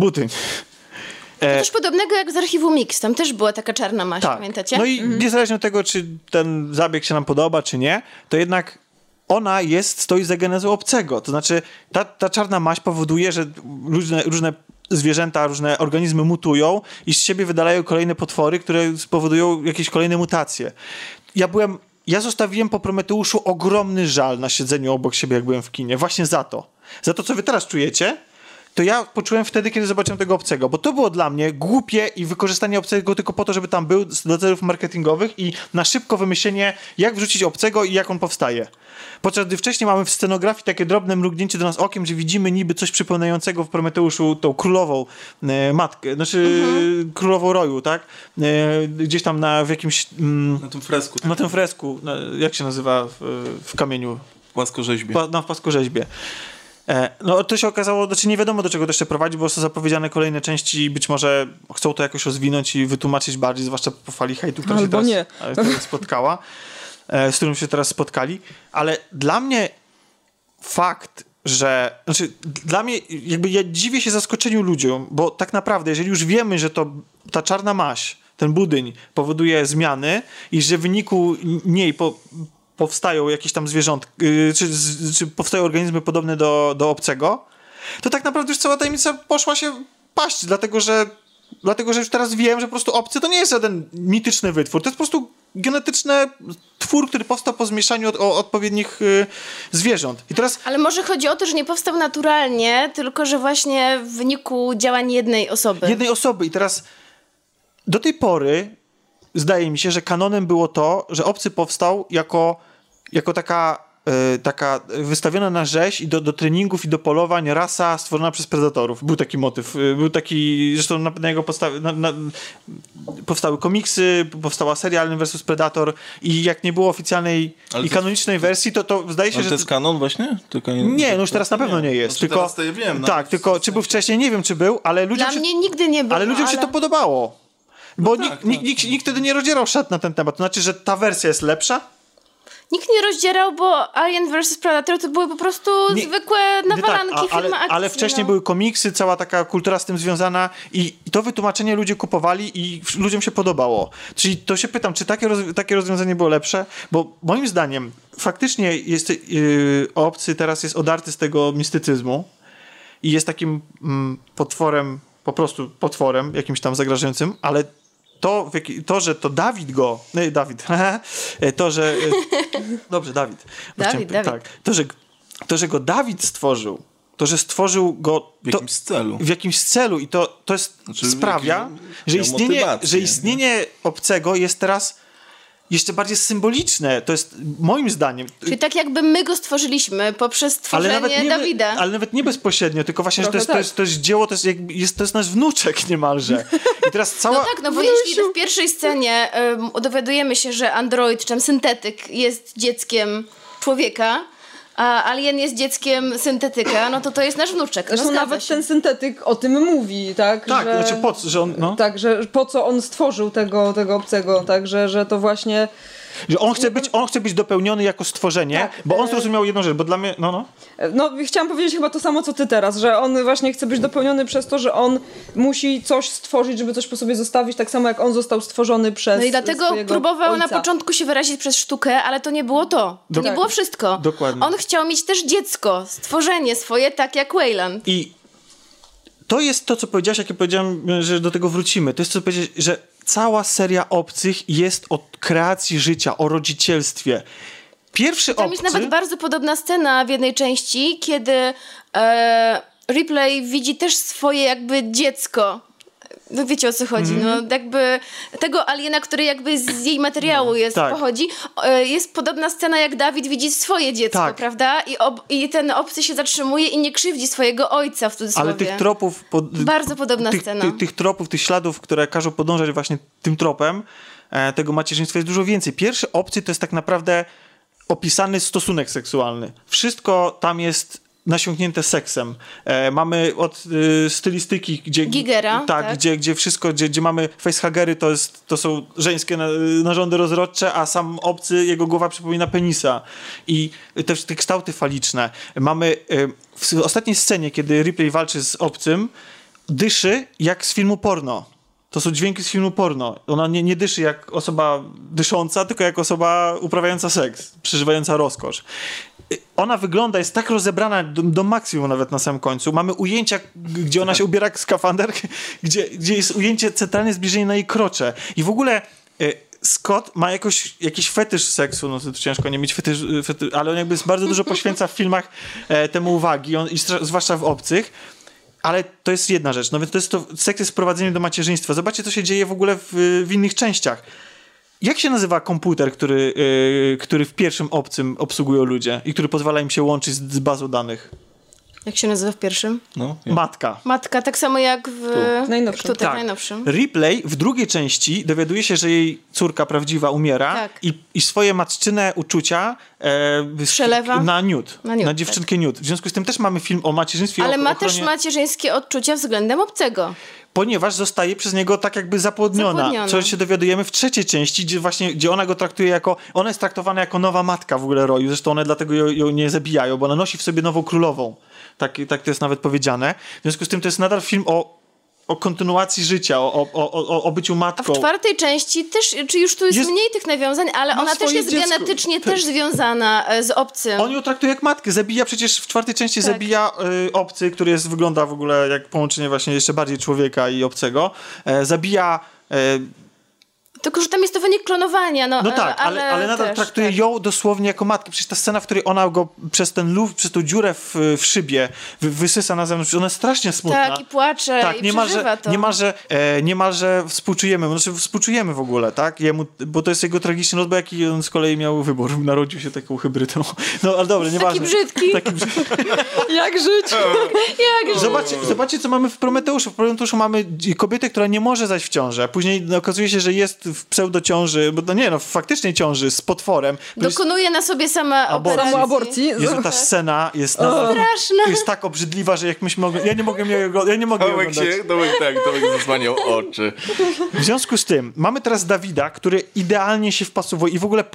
Coś podobnego jak z archiwum Mix, tam też była taka czarna maź, Tak. pamiętacie? No i niezależnie od tego, czy ten zabieg się nam podoba, czy nie, to jednak ona stoi za genezą obcego. To znaczy ta czarna maź powoduje, że różne zwierzęta, różne organizmy mutują i z siebie wydalają kolejne potwory, które spowodują jakieś kolejne mutacje. Ja zostawiłem po Prometeuszu ogromny żal na siedzeniu obok siebie, jak byłem w kinie. Właśnie za to. Za to, co wy teraz czujecie, to ja poczułem wtedy, kiedy zobaczyłem tego obcego, bo to było dla mnie głupie i wykorzystanie obcego tylko po to, żeby tam był do celów marketingowych i na szybko wymyślenie, jak wrzucić obcego i jak on powstaje. Podczas gdy wcześniej mamy w scenografii takie drobne mrugnięcie do nas okiem, że widzimy niby coś przypominającego w Prometeuszu tą królową matkę, królową roju, tak? Gdzieś tam w jakimś... Na tym fresku. Na tym fresku, jak się nazywa w kamieniu? Płaskorzeźbie. W płaskorzeźbie. No to się okazało, znaczy nie wiadomo do czego to jeszcze prowadzi, bo są zapowiedziane kolejne części i być może chcą to jakoś rozwinąć i wytłumaczyć bardziej, zwłaszcza po fali hejtu, która się teraz spotkała, z którym się teraz spotkali, ale dla mnie fakt, dla mnie jakby ja dziwię się zaskoczeniu ludziom, bo tak naprawdę jeżeli już wiemy, że ta czarna maź, ten budyń powoduje zmiany i że w wyniku niej powstają jakieś tam zwierzątka, czy powstają organizmy podobne do obcego, to tak naprawdę już cała tajemnica poszła się paść, dlatego że już teraz wiem, że po prostu obcy to nie jest żaden mityczny wytwór, to jest po prostu genetyczny twór, który powstał po zmieszaniu odpowiednich zwierząt. I teraz... Ale może chodzi o to, że nie powstał naturalnie, tylko że właśnie w wyniku działań jednej osoby. I teraz do tej pory zdaje mi się, że kanonem było to, że obcy powstał jako taka wystawiona na rzeź i do treningów i do polowań rasa stworzona przez predatorów. Był taki motyw. Zresztą na jego podstawie powstały komiksy, powstała seria Alien vs Predator i jak nie było oficjalnej i kanonicznej wersji, to zdaje się, że... że... to jest kanon właśnie? Nie, no już teraz na pewno nie jest. Znaczy, teraz to ja wiem. Tak, tylko czy był wcześniej, nie wiem czy był, ale ludziom Dla mnie nigdy nie było. Ale ludziom się to podobało. Bo nikt wtedy nie rozdzierał szat na ten temat. To znaczy, że ta wersja jest lepsza? Nikt nie rozdzierał, bo Alien vs Predator to były po prostu zwykłe nawalanki filmy akcji. Ale wcześniej były komiksy, cała taka kultura z tym związana i to wytłumaczenie ludzie kupowali i ludziom się podobało. Czyli to się pytam, czy takie rozwiązanie było lepsze? Bo moim zdaniem faktycznie obcy teraz jest odarty z tego mistycyzmu i jest takim potworem, po prostu potworem jakimś tam zagrażającym, ale że to Dawid go... Dawid. Tak. To, że go Dawid stworzył, to, że stworzył go... W jakimś celu. I to sprawia, że istnienie obcego jest teraz jeszcze bardziej symboliczne. To jest moim zdaniem... Czyli tak jakby my go stworzyliśmy poprzez stworzenie Dawida. Ale nawet nie bezpośrednio, tylko właśnie, że to jest dzieło, to jest nasz wnuczek niemalże. I teraz cała... No tak, bo jeśli w pierwszej scenie dowiadujemy się, że android, czy tam syntetyk jest dzieckiem człowieka, a alien jest dzieckiem syntetyka, no to jest nasz wnuczek. Zresztą nawet ten syntetyk o tym mówi, tak? Tak, że on... No. Tak, że po co on stworzył tego obcego, tak? Że to właśnie... Że on chce być dopełniony jako stworzenie, tak, bo on zrozumiał jedną rzecz, bo dla mnie... No, chciałam powiedzieć chyba to samo, co ty teraz, że on właśnie chce być dopełniony przez to, że on musi coś stworzyć, żeby coś po sobie zostawić, tak samo jak on został stworzony przez No i dlatego próbował ojca. Na początku się wyrazić przez sztukę, ale to nie było to. To nie było wszystko. Dokładnie. On chciał mieć też dziecko, stworzenie swoje, tak jak Weyland. I to jest to, co powiedziałaś, jak ja powiedziałem, że do tego wrócimy. To jest to, co powiedziałeś, że cała seria Obcych jest o kreacji życia, o rodzicielstwie. Tam jest nawet bardzo podobna scena w jednej części, kiedy Ripley widzi też swoje jakby dziecko. No wiecie o co chodzi, no jakby tego aliena, który jakby z jej materiału pochodzi. Jest podobna scena, jak Dawid widzi swoje dziecko, prawda? I ten obcy się zatrzymuje i nie krzywdzi swojego ojca w cudzysłowie. Ale tych tropów... Bardzo podobna scena. Tych tropów, tych śladów, które każą podążać właśnie tym tropem, tego macierzyństwa jest dużo więcej. Pierwszy Obcy to jest tak naprawdę opisany stosunek seksualny. Wszystko tam jest nasiąknięte seksem. Mamy od stylistyki, gdzie... Gigera, tak. Gdzie wszystko, gdzie mamy facehagery, to są żeńskie narządy rozrodcze, a sam obcy, jego głowa przypomina penisa. I te kształty faliczne. Mamy w ostatniej scenie, kiedy Ripley walczy z obcym, dyszy jak z filmu porno. To są dźwięki z filmu porno. Ona nie dyszy jak osoba dysząca, tylko jak osoba uprawiająca seks, przeżywająca rozkosz. Ona wygląda, jest tak rozebrana do maksimum nawet na samym końcu. Mamy ujęcia, gdzie ona się ubiera jak skafander, gdzie jest ujęcie, centralne zbliżenie na jej krocze. I w ogóle Scott ma jakiś fetysz seksu, no to ciężko nie mieć fetysz, ale on jakby bardzo dużo poświęca w filmach temu uwagi, zwłaszcza w obcych. Ale to jest jedna rzecz. No więc seks jest wprowadzeniem do macierzyństwa. Zobaczcie, co się dzieje w ogóle w innych częściach. Jak się nazywa komputer, który w pierwszym obcym obsługują ludzie i który pozwala im się łączyć z bazą danych? Jak się nazywa w pierwszym? No, Matka. Matka, tak samo jak w najnowszym. Tutaj, Tak. najnowszym. Ripley w drugiej części dowiaduje się, że jej córka prawdziwa umiera Tak. i swoje matczyne uczucia Przelewa na Newt, na dziewczynkę Newt. W związku z tym też mamy film o macierzyństwie. Ale o ma ochronie, też macierzyńskie odczucia względem obcego. ponieważ zostaje przez niego tak jakby zapłodniona. Co się dowiadujemy w trzeciej części, gdzie ona go traktuje jako... Ona jest traktowana jako nowa matka w ogóle Royu. Zresztą one dlatego ją nie zabijają, bo ona nosi w sobie nową królową. Tak to jest nawet powiedziane. W związku z tym to jest nadal film o kontynuacji życia, o byciu matką. A w czwartej części też, czy już tu jest mniej tych nawiązań, ale ona też jest dziecko. genetycznie też związana z obcym. On ją traktuje jak matkę. Zabija przecież w czwartej części zabija obcy, który wygląda w ogóle jak połączenie właśnie jeszcze bardziej człowieka i obcego. Zabija... Tylko, że tam jest to wynik klonowania. No tak, ale nadal też, traktuje ją dosłownie jako matkę. Przecież ta scena, w której ona go przez ten luf, przez tą dziurę w szybie wysysa na zewnątrz, ona jest strasznie smutna. Tak, i płacze, tak, i przeżywa to. Niemalże współczujemy, współczujemy w ogóle, tak? Jemu, bo to jest jego tragiczny los, bo jaki on z kolei miał wybór. Narodził się taką hybrydą. No, ale dobra, nieważne. Taki brzydki. Jak żyć? Zobaczcie, co mamy w Prometeuszu. W Prometeuszu mamy kobietę, która nie może zajść w ciążę. A później okazuje się, że jest w pseudociąży, bo faktycznie ciąży z potworem. Dokonuje na sobie sama aborcji. Jezu, ta scena jest straszna. Jest tak obrzydliwa, że jak myśmy ja nie mogę jej oglądać. Tomek zasłaniał oczy. W związku z tym mamy teraz Dawida, który idealnie się wpasowuje i w ogóle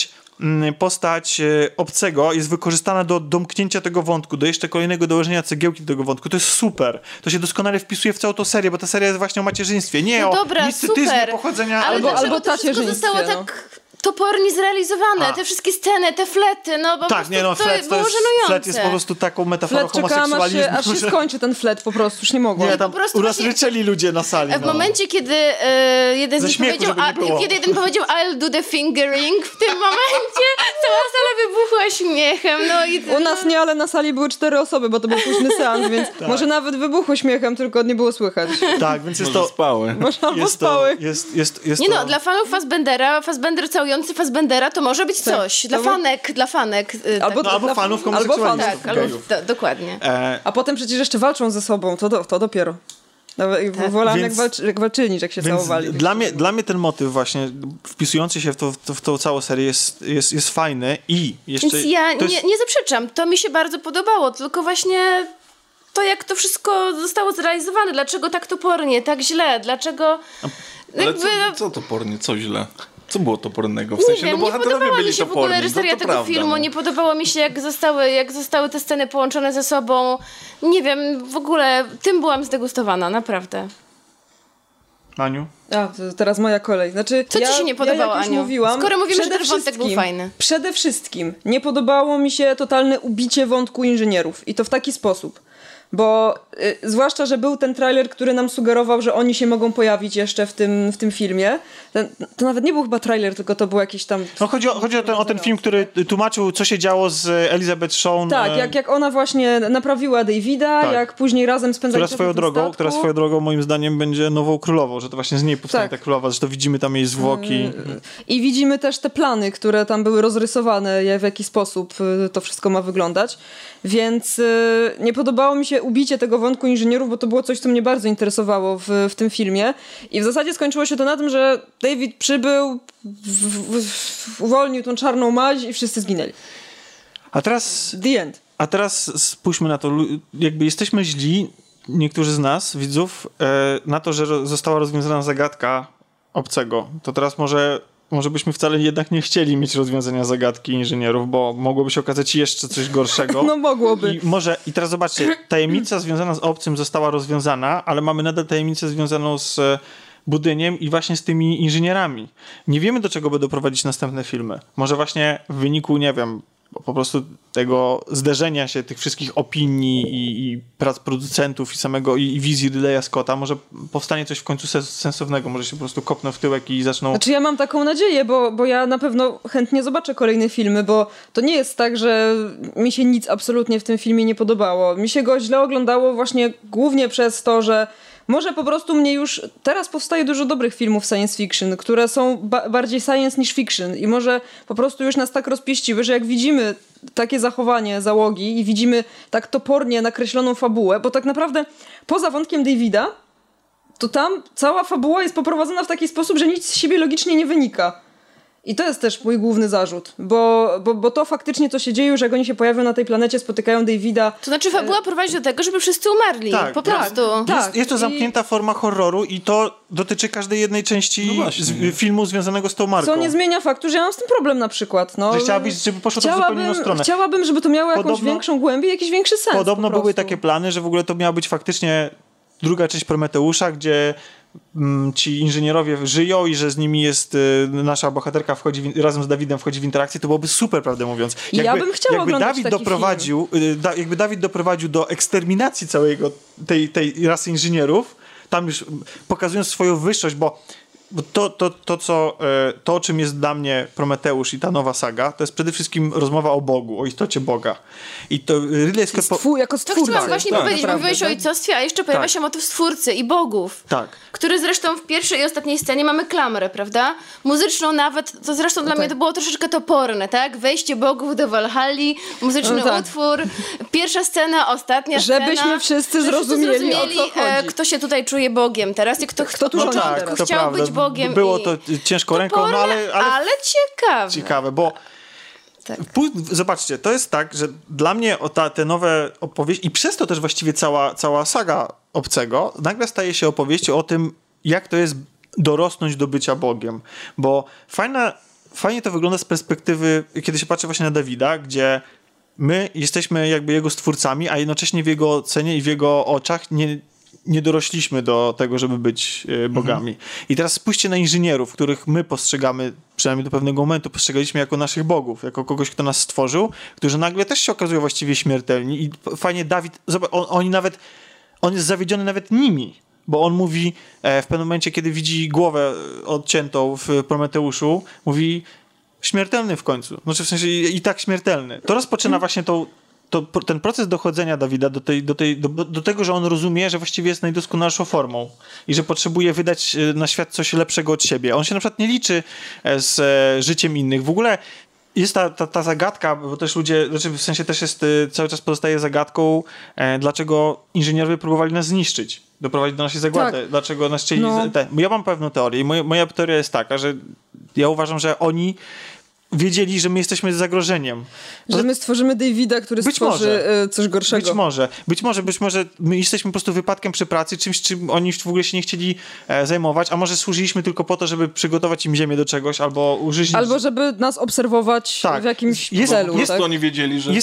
postać obcego jest wykorzystana do domknięcia tego wątku, do jeszcze kolejnego dołożenia cegiełki do tego wątku. To jest super. To się doskonale wpisuje w całą tą serię, bo ta seria jest właśnie o macierzyństwie. Nie o mistycyzmie pochodzenia. Albo to wszystko zostało tak topornie zrealizowane. Te wszystkie sceny, te flety, no bo tak, to było żenujące. Flet jest po prostu taką metaforą homoseksualizmu. Aż się skończy ten flet po prostu, już nie mogło. Nie, tam po u nas ryczeli ludzie na sali. W momencie, kiedy jeden z nich powiedział I'll do the fingering, w tym momencie cała sala wybuchła śmiechem. No i u nas nie, ale na sali były 4 osoby, bo to był późny seans, więc może nawet wybuchło śmiechem, tylko nie było słychać. Tak, więc jest to... spały. Może albo spały. Jest no, dla fanów Fassbender całujący Fassbendera to może być coś. Dla fanek. Albo fanów homoseksualistów. Tak, dokładnie. A potem przecież jeszcze walczą ze sobą, to dopiero. Wolałam jak walczyli, niż jak się całowali. Dla mnie ten motyw właśnie wpisujący się w tą całą serię jest fajny i jeszcze... Więc ja nie zaprzeczam. To mi się bardzo podobało, tylko właśnie to, jak to wszystko zostało zrealizowane. Dlaczego tak topornie, tak źle? Dlaczego... Ale co topornie, co źle? Co było topornego? W sensie, nie podobała mi się w ogóle reżyseria tego filmu, nie podobało mi się, jak zostały te sceny połączone ze sobą. Nie wiem, w ogóle tym byłam zdegustowana, naprawdę. Aniu? Teraz moja kolej. Znaczy, co ci się nie podobało, Aniu? Mówiłam, skoro mówimy, że ten wątek był fajny. Przede wszystkim nie podobało mi się totalne ubicie wątku inżynierów. I to w taki sposób. Bo zwłaszcza, że był ten trailer, który nam sugerował, że oni się mogą pojawić jeszcze w tym filmie. To nawet nie był chyba trailer, tylko to był jakiś tam... No chodzi o ten film, który tłumaczył, co się działo z Elizabeth Shawn. Tak, jak ona właśnie naprawiła Davida, jak później razem spędzali która swoją drogą moim zdaniem będzie nową królową, że to właśnie z niej powstanie ta królowa, zresztą widzimy tam jej zwłoki. I widzimy też te plany, które tam były rozrysowane, w jaki sposób to wszystko ma wyglądać. Więc nie podobało mi się ubicie tego wątku inżynierów, bo to było coś, co mnie bardzo interesowało w tym filmie. I w zasadzie skończyło się to na tym, że David przybył, uwolnił tą czarną maź i wszyscy zginęli. A teraz... The end. A teraz spójrzmy na to, jakby jesteśmy źli, niektórzy z nas, widzów, na to, że została rozwiązana zagadka obcego. To teraz może byśmy wcale jednak nie chcieli mieć rozwiązania zagadki inżynierów, bo mogłoby się okazać jeszcze coś gorszego. No mogłoby. I teraz zobaczcie, tajemnica związana z obcym została rozwiązana, ale mamy nadal tajemnicę związaną z budyniem i właśnie z tymi inżynierami. Nie wiemy, do czego będą prowadzić następne filmy. Może właśnie w wyniku, nie wiem, po prostu tego zderzenia się tych wszystkich opinii i prac producentów i wizji Ridleya Scotta, może powstanie coś w końcu sensownego, może się po prostu kopną w tyłek i zaczną... Znaczy ja mam taką nadzieję, bo ja na pewno chętnie zobaczę kolejne filmy, bo to nie jest tak, że mi się nic absolutnie w tym filmie nie podobało. Mi się go źle oglądało właśnie głównie przez to, że może po prostu mnie już... Teraz powstaje dużo dobrych filmów science fiction, które są bardziej science niż fiction i może po prostu już nas tak rozpieściły, że jak widzimy takie zachowanie załogi i widzimy tak topornie nakreśloną fabułę, bo tak naprawdę poza wątkiem Davida, to tam cała fabuła jest poprowadzona w taki sposób, że nic z siebie logicznie nie wynika. I to jest też mój główny zarzut, bo to faktycznie co się dzieje, że jak oni się pojawią na tej planecie, spotykają Davida. To znaczy fabuła prowadzi do tego, żeby wszyscy umarli. Tak, po prostu. Tak. Jest to zamknięta forma horroru i to dotyczy każdej jednej części filmu związanego z tą marką. Co nie zmienia faktu, że ja mam z tym problem na przykład. No, Że chciałabyś, żeby poszło to w zupełnie inną stronę. Chciałabym, żeby to miało jakąś większą głębię, jakiś większy sens. Podobno były takie plany, że w ogóle to miała być faktycznie druga część Prometeusza, gdzie ci inżynierowie żyją i że z nimi jest nasza bohaterka razem z Dawidem wchodzi w interakcję, to byłoby super, prawdę mówiąc. Ja bym chciała oglądać taki film. Jakby Dawid doprowadził do eksterminacji całego tej rasy inżynierów, tam już pokazując swoją wyższość, bo to, o czym jest dla mnie Prometeusz i ta nowa saga, to jest przede wszystkim rozmowa o Bogu, o istocie Boga. I to Ridley Scott... jako To stwórca. chciałam właśnie powiedzieć, naprawdę, mówiłeś o ojcostwie, a jeszcze pojawia się motyw stwórcy i bogów. Tak. Który zresztą w pierwszej i ostatniej scenie mamy klamrę, prawda? Muzyczną nawet, to zresztą dla mnie to było troszeczkę toporne, tak? Wejście bogów do Walhalli, muzyczny utwór, pierwsza scena, ostatnia Żebyśmy wszyscy zrozumieli, o co chodzi. Kto się tutaj czuje Bogiem teraz i kto tu rządzi początku teraz. To chciał prawda. być Bogiem. Było i to ciężką ręką, toporne, no ale ciekawe. ciekawe, bo Tak. Zobaczcie, to jest tak, że dla mnie te nowe opowieści i przez to też właściwie cała saga Obcego nagle staje się opowieścią o tym, jak to jest dorosnąć do bycia Bogiem. Bo fajnie to wygląda z perspektywy, kiedy się patrzy właśnie na Dawida, gdzie my jesteśmy jakby jego stwórcami, a jednocześnie w jego ocenie i w jego oczach nie dorośliśmy do tego, żeby być bogami. I teraz spójrzcie na inżynierów, których my postrzegamy, przynajmniej do pewnego momentu postrzegaliśmy jako naszych bogów, jako kogoś, kto nas stworzył, którzy nagle też się okazują właściwie śmiertelni i fajnie Dawid, zobacz, on jest zawiedziony nawet nimi, bo on mówi w pewnym momencie, kiedy widzi głowę odciętą w Prometeuszu, mówi śmiertelny w końcu. Znaczy w sensie i tak śmiertelny. To rozpoczyna właśnie ten proces dochodzenia Dawida do tego, że on rozumie, że właściwie jest najdoskonalszą formą i że potrzebuje wydać na świat coś lepszego od siebie. On się na przykład nie liczy z życiem innych. W ogóle jest ta zagadka, bo też ludzie, znaczy w sensie też jest, cały czas pozostaje zagadką, dlaczego inżynierowie próbowali nas zniszczyć, doprowadzić do naszej zagłady. Tak. Dlaczego nas chcieli... Ja mam pewną teorię i moja teoria jest taka, że ja uważam, że oni wiedzieli, że my jesteśmy zagrożeniem. Że my stworzymy Davida, który stworzy coś gorszego. Być może my jesteśmy po prostu wypadkiem przy pracy, czymś, czym oni w ogóle się nie chcieli zajmować, a może służyliśmy tylko po to, żeby przygotować im ziemię do czegoś, albo użyć... Albo żeby nas obserwować w jakimś celu. Tak? Oni wiedzieli, że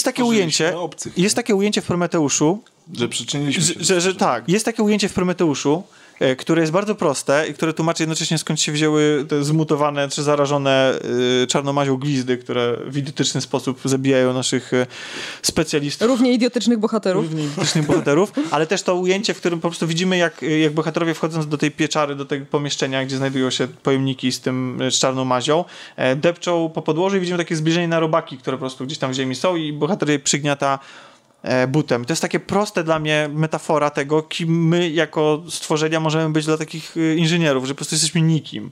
jest takie ujęcie w Prometeuszu, że przyczyniliśmy się. Że tak. Jest takie ujęcie w Prometeuszu, które jest bardzo proste i które tłumaczy jednocześnie, skąd się wzięły te zmutowane czy zarażone czarnomazią glizdy, które w idiotyczny sposób zabijają naszych specjalistów. Równie idiotycznych bohaterów. Ale też to ujęcie, w którym po prostu widzimy, jak bohaterowie wchodząc do tej pieczary, do tego pomieszczenia, gdzie znajdują się pojemniki z czarną mazią, depczą po podłożu i widzimy takie zbliżenie na robaki, które po prostu gdzieś tam w ziemi są i bohater je przygniata butem. To jest takie proste dla mnie metafora tego, kim my jako stworzenia możemy być dla takich inżynierów, że po prostu jesteśmy nikim.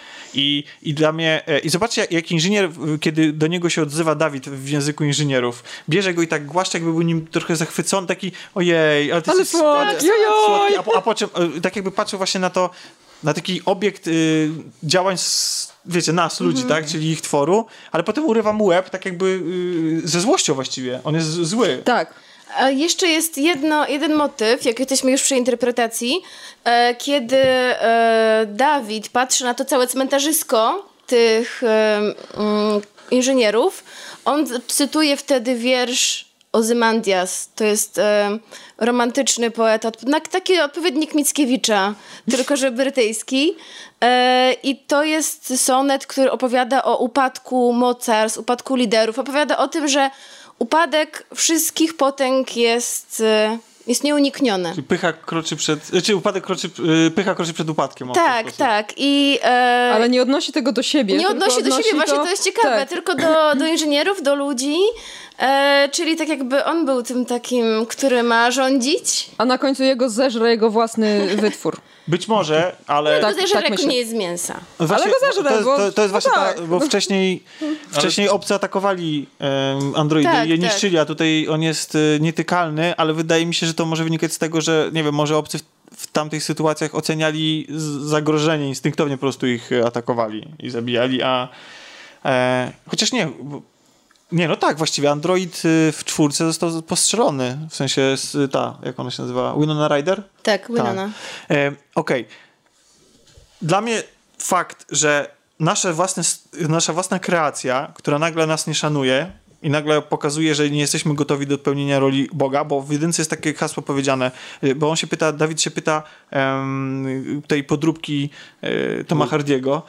I dla mnie... I zobaczcie, jak inżynier, kiedy do niego się odzywa Dawid w języku inżynierów, bierze go i tak głaszcza, jakby był nim trochę zachwycony, taki ojej, ale ty jesteś słodki, a po czym tak jakby patrzył właśnie na to, na taki obiekt działań wiecie, nas, ludzi, tak? Czyli ich tworu, ale potem urywa mu łeb tak jakby ze złością właściwie. On jest zły. Tak. A jeszcze jest jeden motyw, jak jesteśmy już przy interpretacji, kiedy Dawid patrzy na to całe cmentarzysko tych inżynierów, on cytuje wtedy wiersz Ozymandias. To jest romantyczny poeta, taki odpowiednik Mickiewicza, tylko że brytyjski. I to jest sonet, który opowiada o upadku mocarstw, upadku liderów. Opowiada o tym, że upadek wszystkich potęg jest nieunikniony. Czyli pycha kroczy przed upadkiem. Tak, tak. Ale nie odnosi tego do siebie. Nie odnosi do siebie, właśnie to jest ciekawe, tak. tylko do inżynierów, do ludzi. Czyli tak jakby on był tym takim, który ma rządzić. A na końcu zeżre jego własny wytwór. Być może, ale... To zeżre, myślę. nie jest z mięsa. Właśnie, ale go zeżre, to jest właśnie tak. bo wcześniej obcy atakowali androidy i je niszczyli, a tutaj on jest nietykalny, ale wydaje mi się, że to może wynikać z tego, że nie wiem, może obcy w tamtych sytuacjach oceniali zagrożenie, instynktownie po prostu ich atakowali i zabijali, chociaż nie... Nie, no tak, właściwie android w 4 został postrzelony, w sensie jak ona się nazywa? Winona Ryder? Tak, Winona. Okej. Dla mnie fakt, że nasza własna kreacja, która nagle nas nie szanuje i nagle pokazuje, że nie jesteśmy gotowi do pełnienia roli Boga, bo w jedynce jest takie hasło powiedziane, bo Dawid się pyta tej podróbki Toma Hardiego.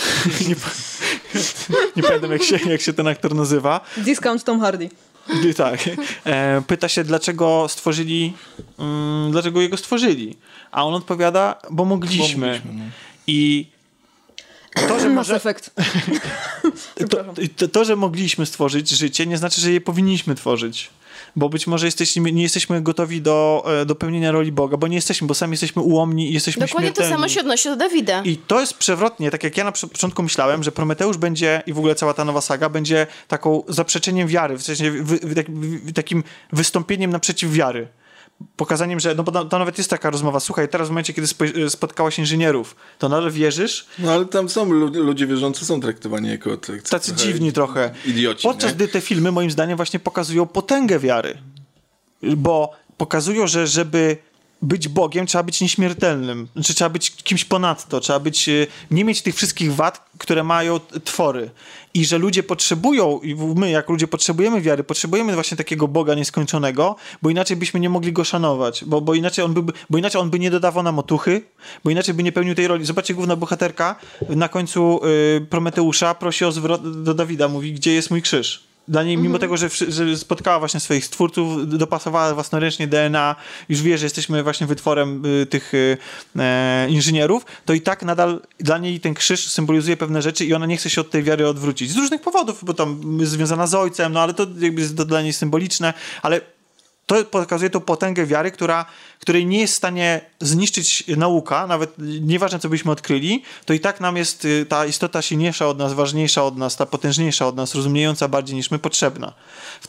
Nie pamiętam, jak się ten aktor nazywa. Discount Tom Hardy. Tak. Pyta się, dlaczego jego stworzyli. A on odpowiada, bo mogliśmy. I to, że Mass Effect. to, że mogliśmy stworzyć życie, nie znaczy, że je powinniśmy tworzyć. Bo być może nie jesteśmy gotowi do pełnienia roli Boga, bo nie jesteśmy, bo sami jesteśmy ułomni i jesteśmy Dokładnie śmiertelni. to samo się odnosi do Dawida. I to jest przewrotnie, tak jak ja na początku myślałem, że Prometeusz będzie, i w ogóle cała ta nowa saga, będzie taką zaprzeczeniem wiary, w sensie takim wystąpieniem naprzeciw wiary. Pokazaniem, że, no bo to nawet jest taka rozmowa, słuchaj, teraz w momencie, kiedy spotkałaś inżynierów, to nadal wierzysz? No ale tam są ludzie wierzący, są traktowani jako tacy dziwni trochę. Idioci. Podczas gdy te filmy moim zdaniem właśnie pokazują potęgę wiary. Bo pokazują, że żeby być Bogiem, trzeba być nieśmiertelnym. Znaczy, trzeba być kimś ponadto, nie mieć tych wszystkich wad, które mają twory. I że ludzie potrzebują, i my jak ludzie potrzebujemy wiary, potrzebujemy właśnie takiego Boga nieskończonego, bo inaczej byśmy nie mogli go szanować, bo inaczej on by nie dodawał nam otuchy, bo inaczej by nie pełnił tej roli. Zobaczcie, główna bohaterka na końcu Prometeusza prosi o zwrot do Dawida, mówi, gdzie jest mój krzyż? Dla niej, mimo tego, że spotkała właśnie swoich stwórców, dopasowała własnoręcznie DNA, już wie, że jesteśmy właśnie wytworem tych inżynierów, to i tak nadal dla niej ten krzyż symbolizuje pewne rzeczy i ona nie chce się od tej wiary odwrócić. Z różnych powodów, bo tam jest związana z ojcem, no ale to jakby jest dla niej symboliczne, ale to pokazuje tą potęgę wiary, której nie jest w stanie zniszczyć nauka, nawet nieważne, co byśmy odkryli, to i tak nam jest ta istota silniejsza od nas, ważniejsza od nas, ta potężniejsza od nas, rozumiejąca bardziej niż my, potrzebna. W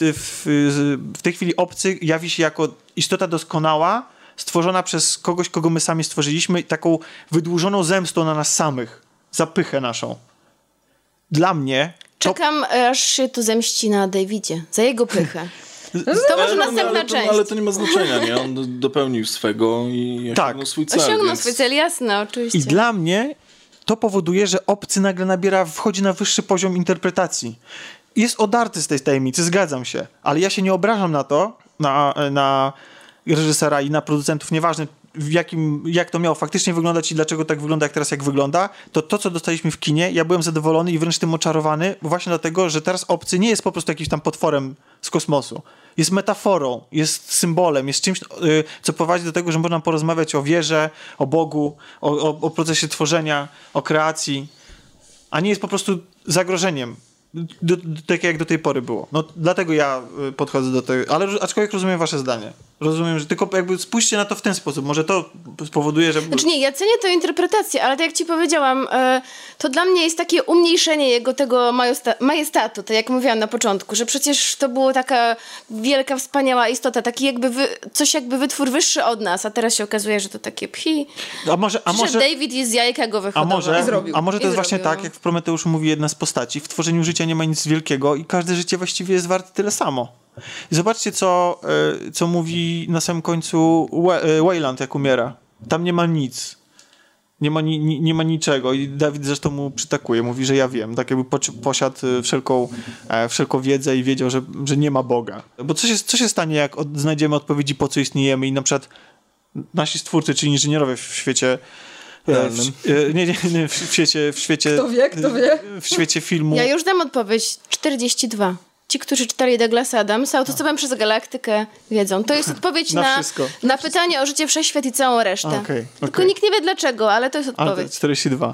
tej chwili obcy jawi się jako istota doskonała, stworzona przez kogoś, kogo my sami stworzyliśmy, taką wydłużoną zemstą na nas samych, za pychę naszą. Dla mnie... Czekam, aż się to zemści na Davidzie, za jego pychę. To może następna część. Ale to nie ma znaczenia, nie? On dopełnił swego i osiągnął swój cel. Osiągnął swój cel, jasne, oczywiście. I dla mnie to powoduje, że obcy nagle wchodzi na wyższy poziom interpretacji. Jest odarty z tej tajemnicy, zgadzam się, ale ja się nie obrażam na to, na reżysera i na producentów, nieważne jak to miało faktycznie wyglądać i dlaczego tak wygląda, jak wygląda, to, co dostaliśmy w kinie, ja byłem zadowolony i wręcz tym oczarowany, właśnie dlatego, że teraz obcy nie jest po prostu jakimś tam potworem z kosmosu. Jest metaforą, jest symbolem, jest czymś, co prowadzi do tego, że można porozmawiać o wierze, o Bogu, o procesie tworzenia, o kreacji, a nie jest po prostu zagrożeniem. Tak jak do tej pory było. No, dlatego ja podchodzę do tego, ale aczkolwiek rozumiem wasze zdanie. Rozumiem, że tylko jakby spójrzcie na to w ten sposób. Może to spowoduje, że... Znaczy nie, ja cenię tę interpretację, ale tak jak ci powiedziałam, to dla mnie jest takie umniejszenie jego tego majestatu, tak jak mówiłam na początku, że przecież to była taka wielka, wspaniała istota, taki jakby coś jakby wytwór wyższy od nas, a teraz się okazuje, że to takie pchi. A może David jest z jajka go wyhodował. A może to jest właśnie tak, jak w Prometeuszu mówi jedna z postaci, w tworzeniu życia nie ma nic wielkiego i każde życie właściwie jest warte tyle samo. I zobaczcie, co mówi na samym końcu Wayland, jak umiera. Tam nie ma nic. Nie ma niczego. I Dawid zresztą mu przytakuje. Mówi, że ja wiem. Tak jakby posiadł wszelką wiedzę i wiedział, że nie ma Boga. Bo co się stanie, jak znajdziemy odpowiedzi, po co istniejemy i na przykład nasi stwórcy, czy inżynierowie w świecie... w świecie... Kto wie? W świecie filmu... Ja już dam odpowiedź. 42. Ci, którzy czytali Douglas Adams, autostopem przez galaktykę wiedzą. To jest odpowiedź na pytanie o życie, wszechświat i całą resztę. Tylko nikt nie wie dlaczego, ale to jest odpowiedź. 42.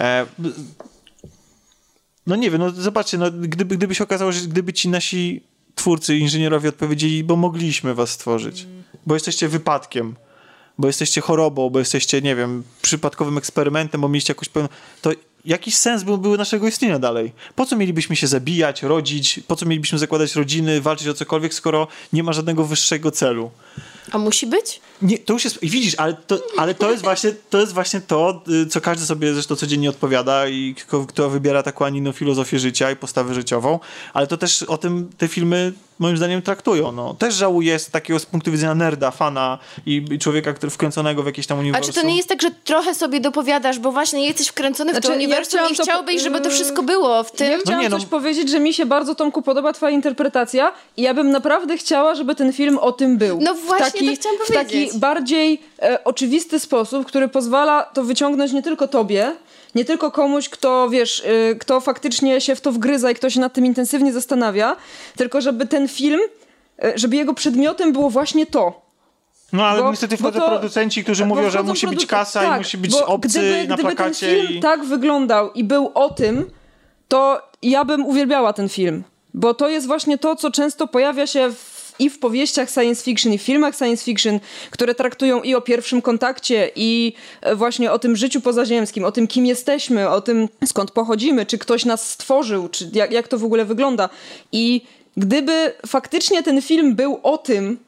No nie wiem, no zobaczcie, no, gdyby się okazało, że gdyby ci nasi twórcy, inżynierowie odpowiedzieli, bo mogliśmy was stworzyć, bo jesteście wypadkiem, bo jesteście chorobą, bo jesteście, nie wiem, przypadkowym eksperymentem, bo mieliście jakąś pewną... To jakiś sens byłby naszego istnienia dalej? Po co mielibyśmy się zabijać, rodzić? Po co mielibyśmy zakładać rodziny, walczyć o cokolwiek, skoro nie ma żadnego wyższego celu? A musi być? Nie, to już jest... I widzisz, ale to jest właśnie to, co każdy sobie zresztą codziennie odpowiada i kto wybiera taką, a nie inną filozofię życia i postawę życiową, ale to też o tym te filmy moim zdaniem traktują. No. Też żałuję z takiego z punktu widzenia nerda, fana i człowieka, który wkręconego w jakieś tam uniwersum. A czy to nie jest tak, że trochę sobie dopowiadasz, bo właśnie jesteś wkręcony w to uniwersum i chciałbyś, żeby to wszystko było w tym? Ja chciałam coś powiedzieć, że mi się bardzo, Tomku, podoba twoja interpretacja i ja bym naprawdę chciała, żeby ten film o tym był. No właśnie, to chciałam powiedzieć. W taki bardziej oczywisty sposób, który pozwala to wyciągnąć nie tylko tobie, nie tylko komuś, kto, wiesz, kto faktycznie się w to wgryza i kto się nad tym intensywnie zastanawia, tylko żeby ten film, żeby jego przedmiotem było właśnie to. No ale niestety wchodzą producenci, którzy mówią, że musi być kasa i musi być obcy na plakacie. Gdyby ten film tak wyglądał i był o tym, to ja bym uwielbiała ten film. Bo to jest właśnie to, co często pojawia się i w powieściach science fiction, i w filmach science fiction, które traktują i o pierwszym kontakcie, i właśnie o tym życiu pozaziemskim, o tym, kim jesteśmy, o tym, skąd pochodzimy, czy ktoś nas stworzył, czy jak to w ogóle wygląda. I gdyby faktycznie ten film był o tym,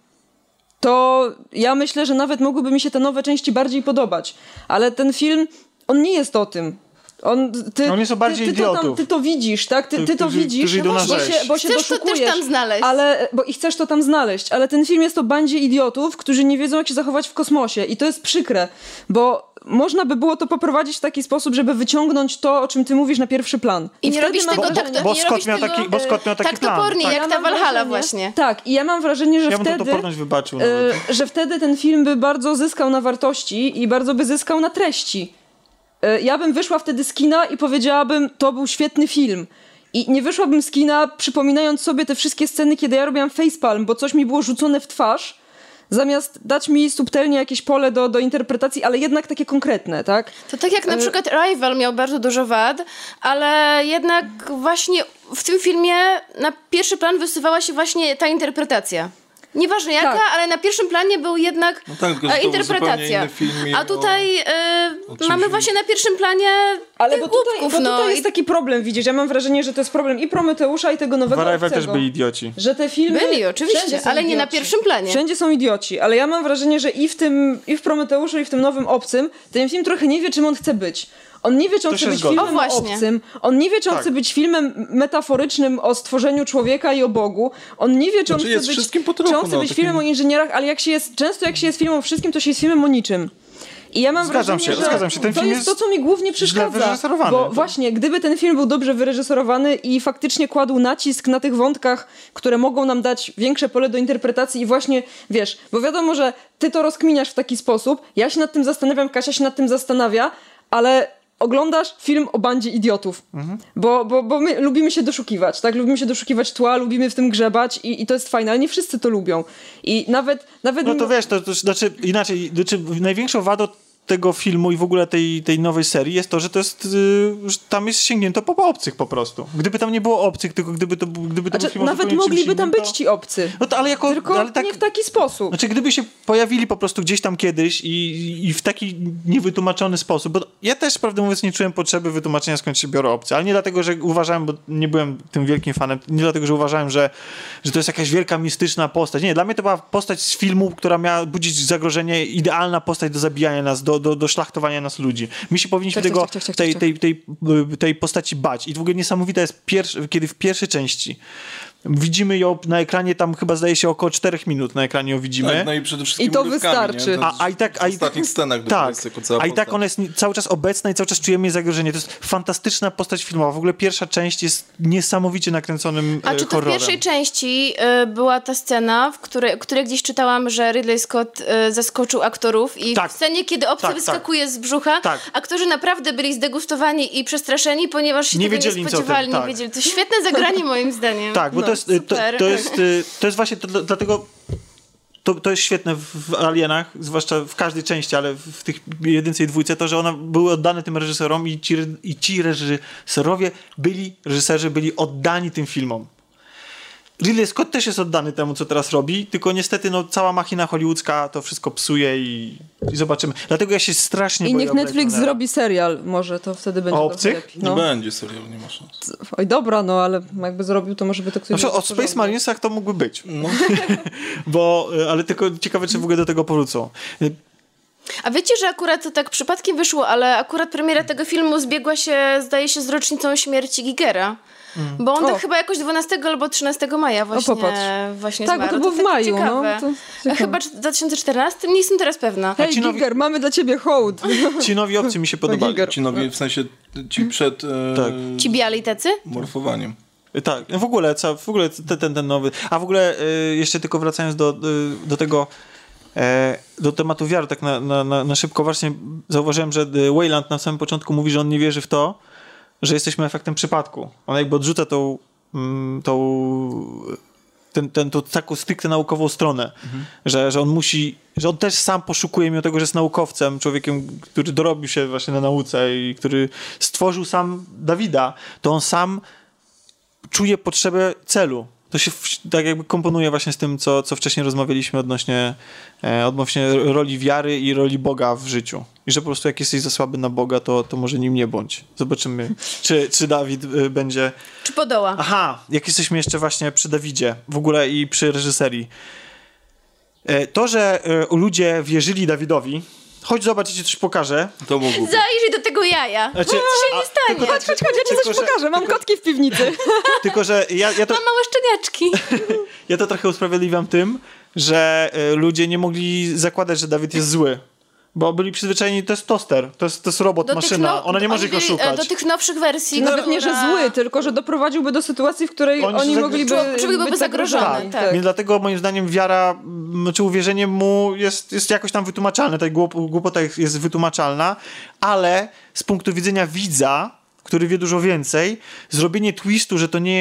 to ja myślę, że nawet mogłyby mi się te nowe części bardziej podobać. Ale ten film, on nie jest o tym. On jest o bardziej idiotów. Ty to widzisz, tak? Ty to widzisz, bo się chcesz to też tam znaleźć. I chcesz to tam znaleźć, ale ten film jest o bandzie idiotów, którzy nie wiedzą, jak się zachować w kosmosie. I to jest przykre, bo można by było to poprowadzić w taki sposób, żeby wyciągnąć to, o czym ty mówisz, na pierwszy plan. I nie robisz tego bo Scott miał taki plan. Topornie, jak ta Valhalla właśnie. Tak, i ja mam wrażenie, że wtedy... toporność wybaczył że wtedy ten film by bardzo zyskał na wartości i bardzo by zyskał na treści. Ja bym wyszła wtedy z kina i powiedziałabym, to był świetny film. I nie wyszłabym z kina przypominając sobie te wszystkie sceny, kiedy ja robiłam facepalm, bo coś mi było rzucone w twarz, zamiast dać mi subtelnie jakieś pole do interpretacji, ale jednak takie konkretne, tak? To tak jak na przykład Arrival miał bardzo dużo wad, ale jednak właśnie w tym filmie na pierwszy plan wysuwała się właśnie ta interpretacja. Nieważne jaka, ale na pierwszym planie był jednak interpretacja. A tutaj mamy właśnie na pierwszym planie ale bo tutaj jest taki problem, widzisz, ja mam wrażenie, że to jest problem i Prometeusza, i tego nowego Arrival też byli idioci. Że te filmy... Byli, oczywiście, ale nie na pierwszym planie. Wszędzie są idioci, ale ja mam wrażenie, że i w Prometeuszu, i w tym nowym Obcym, ten film trochę nie wie, czym on chce być. On nie wie, czy on chce być filmem o obcym. On nie wie, czy on chce być filmem metaforycznym o stworzeniu człowieka i o Bogu. On nie wie, czy on chce być filmem o inżynierach, ale jak się jest filmem o wszystkim, to się jest filmem o niczym. I ja mam wrażenie, że ten to film jest to, co mi głównie przeszkadza. Bo właśnie, gdyby ten film był dobrze wyreżyserowany i faktycznie kładł nacisk na tych wątkach, które mogą nam dać większe pole do interpretacji i właśnie, wiesz, bo wiadomo, że ty to rozkminiasz w taki sposób, ja się nad tym zastanawiam, Kasia się nad tym zastanawia, ale oglądasz film o bandzie idiotów. Bo my lubimy się doszukiwać, tak? Lubimy się doszukiwać tła, lubimy w tym grzebać i to jest fajne, ale nie wszyscy to lubią. I nawet... No to wiesz, to znaczy inaczej, największą wadą tego filmu i w ogóle tej nowej serii jest to, że to jest, że tam jest sięgnięto po obcych po prostu. Gdyby tam nie było obcych, tylko gdyby to był film nawet mogliby tam być ci obcy. No to, ale tylko tak, nie w taki sposób. Znaczy, gdyby się pojawili po prostu gdzieś tam kiedyś i w taki niewytłumaczony sposób, bo ja też, prawdę mówiąc, nie czułem potrzeby wytłumaczenia, skąd się biorą obcy, ale nie dlatego, że uważałem, bo nie byłem tym wielkim fanem, nie dlatego, że uważałem, że to jest jakaś wielka, mistyczna postać. Nie, dla mnie to była postać z filmu, która miała budzić zagrożenie, idealna postać do zabijania nas, do szlachtowania nas ludzi. My się powinniśmy tej postaci bać. I w ogóle niesamowite jest, kiedy w pierwszej części widzimy ją na ekranie, tam chyba zdaje się około 4 minut na ekranie ją widzimy. Tak, no i przede wszystkim I to urywkami, wystarczy. W ostatnich scenach jest tylko cała i tak ona jest cały czas obecna i cały czas czujemy jej zagrożenie. To jest fantastyczna postać filmowa. W ogóle pierwsza część jest niesamowicie nakręconym A czy to horrorem. w pierwszej części była ta scena, w której gdzieś czytałam, że Ridley Scott zaskoczył aktorów i w scenie, kiedy obcy wyskakuje z brzucha, aktorzy naprawdę byli zdegustowani i przestraszeni, ponieważ się nie tego wiedzieli, nie spodziewali, nie wiedzieli. To świetne zagranie moim zdaniem. Tak, bo to jest właśnie dlatego to jest świetne w Alienach, zwłaszcza w każdej części, ale w tych jedynce i dwójce, to, że one były oddane tym reżyserom i ci reżyserzy byli oddani tym filmom. Ridley Scott też jest oddany temu, co teraz robi, tylko niestety cała machina hollywoodzka to wszystko psuje i zobaczymy. Dlatego ja się strasznie boję. I niech Netflix zrobi serial, może to wtedy będzie obcych? lepiej. Nie będzie serial, nie ma szans. Oj, dobra, ale jakby zrobił, to może by to ktoś... O Space Marinesach to mógłby być. No. Ale tylko ciekawe, czy w ogóle do tego powrócą. A wiecie, że akurat to tak przypadkiem wyszło, ale akurat premiera tego filmu zbiegła się, zdaje się, z rocznicą śmierci Gigera. Bo on tak chyba jakoś 12 albo 13 maja właśnie tak, zmarł. bo to było w maju. Chyba 2014? Nie jestem teraz pewna. Hej, Giger, mamy dla ciebie hołd. Ci nowi obcy mi się podobali. Ci nowi, w sensie ci przed Ci biali tacy? morfowaniem. Tak, w ogóle ten nowy. A w ogóle jeszcze tylko wracając do tego do tematu wiary, tak na szybko, właśnie zauważyłem, że Wayland na samym początku mówi, że on nie wierzy w to, że jesteśmy efektem przypadku. On jakby odrzuca tą taką stricte naukową stronę, że on musi, że on też sam poszukuje, mimo tego, że jest naukowcem, człowiekiem, który dorobił się właśnie na nauce i który stworzył sam Dawida, to on sam czuje potrzebę celu. To się tak jakby komponuje właśnie z tym, co wcześniej rozmawialiśmy odnośnie roli wiary i roli Boga w życiu. I że po prostu jak jesteś za słaby na Boga, to może nim nie bądź. Zobaczymy, czy Dawid będzie... Czy podoła. Aha, jak jesteśmy jeszcze właśnie przy Dawidzie w ogóle i przy reżyserii. To, że ludzie wierzyli Dawidowi, chodź zobacz, ja ci coś pokażę. To mógłby. Zajrzyj do tego jaja. Znaczy, co się nie stanie? Chodź, ja ci coś pokażę. Mam kotki w piwnicy. Tylko, że ja to... Mam małe szczeniaczki. Ja to trochę usprawiedliwiam tym, że ludzie nie mogli zakładać, że Dawid jest zły. Bo byli przyzwyczajeni, to jest toster, to jest robot, maszyna, ona nie może go szukać. Do tych nowszych wersji. Nawet nie, że zły, tylko że doprowadziłby do sytuacji, w której oni mogliby byłby zagrożony. Tak. Więc dlatego moim zdaniem wiara, czy uwierzenie mu jest jakoś tam wytłumaczalne, ta głupota jest wytłumaczalna, ale z punktu widzenia widza, który wie dużo więcej, zrobienie twistu, że to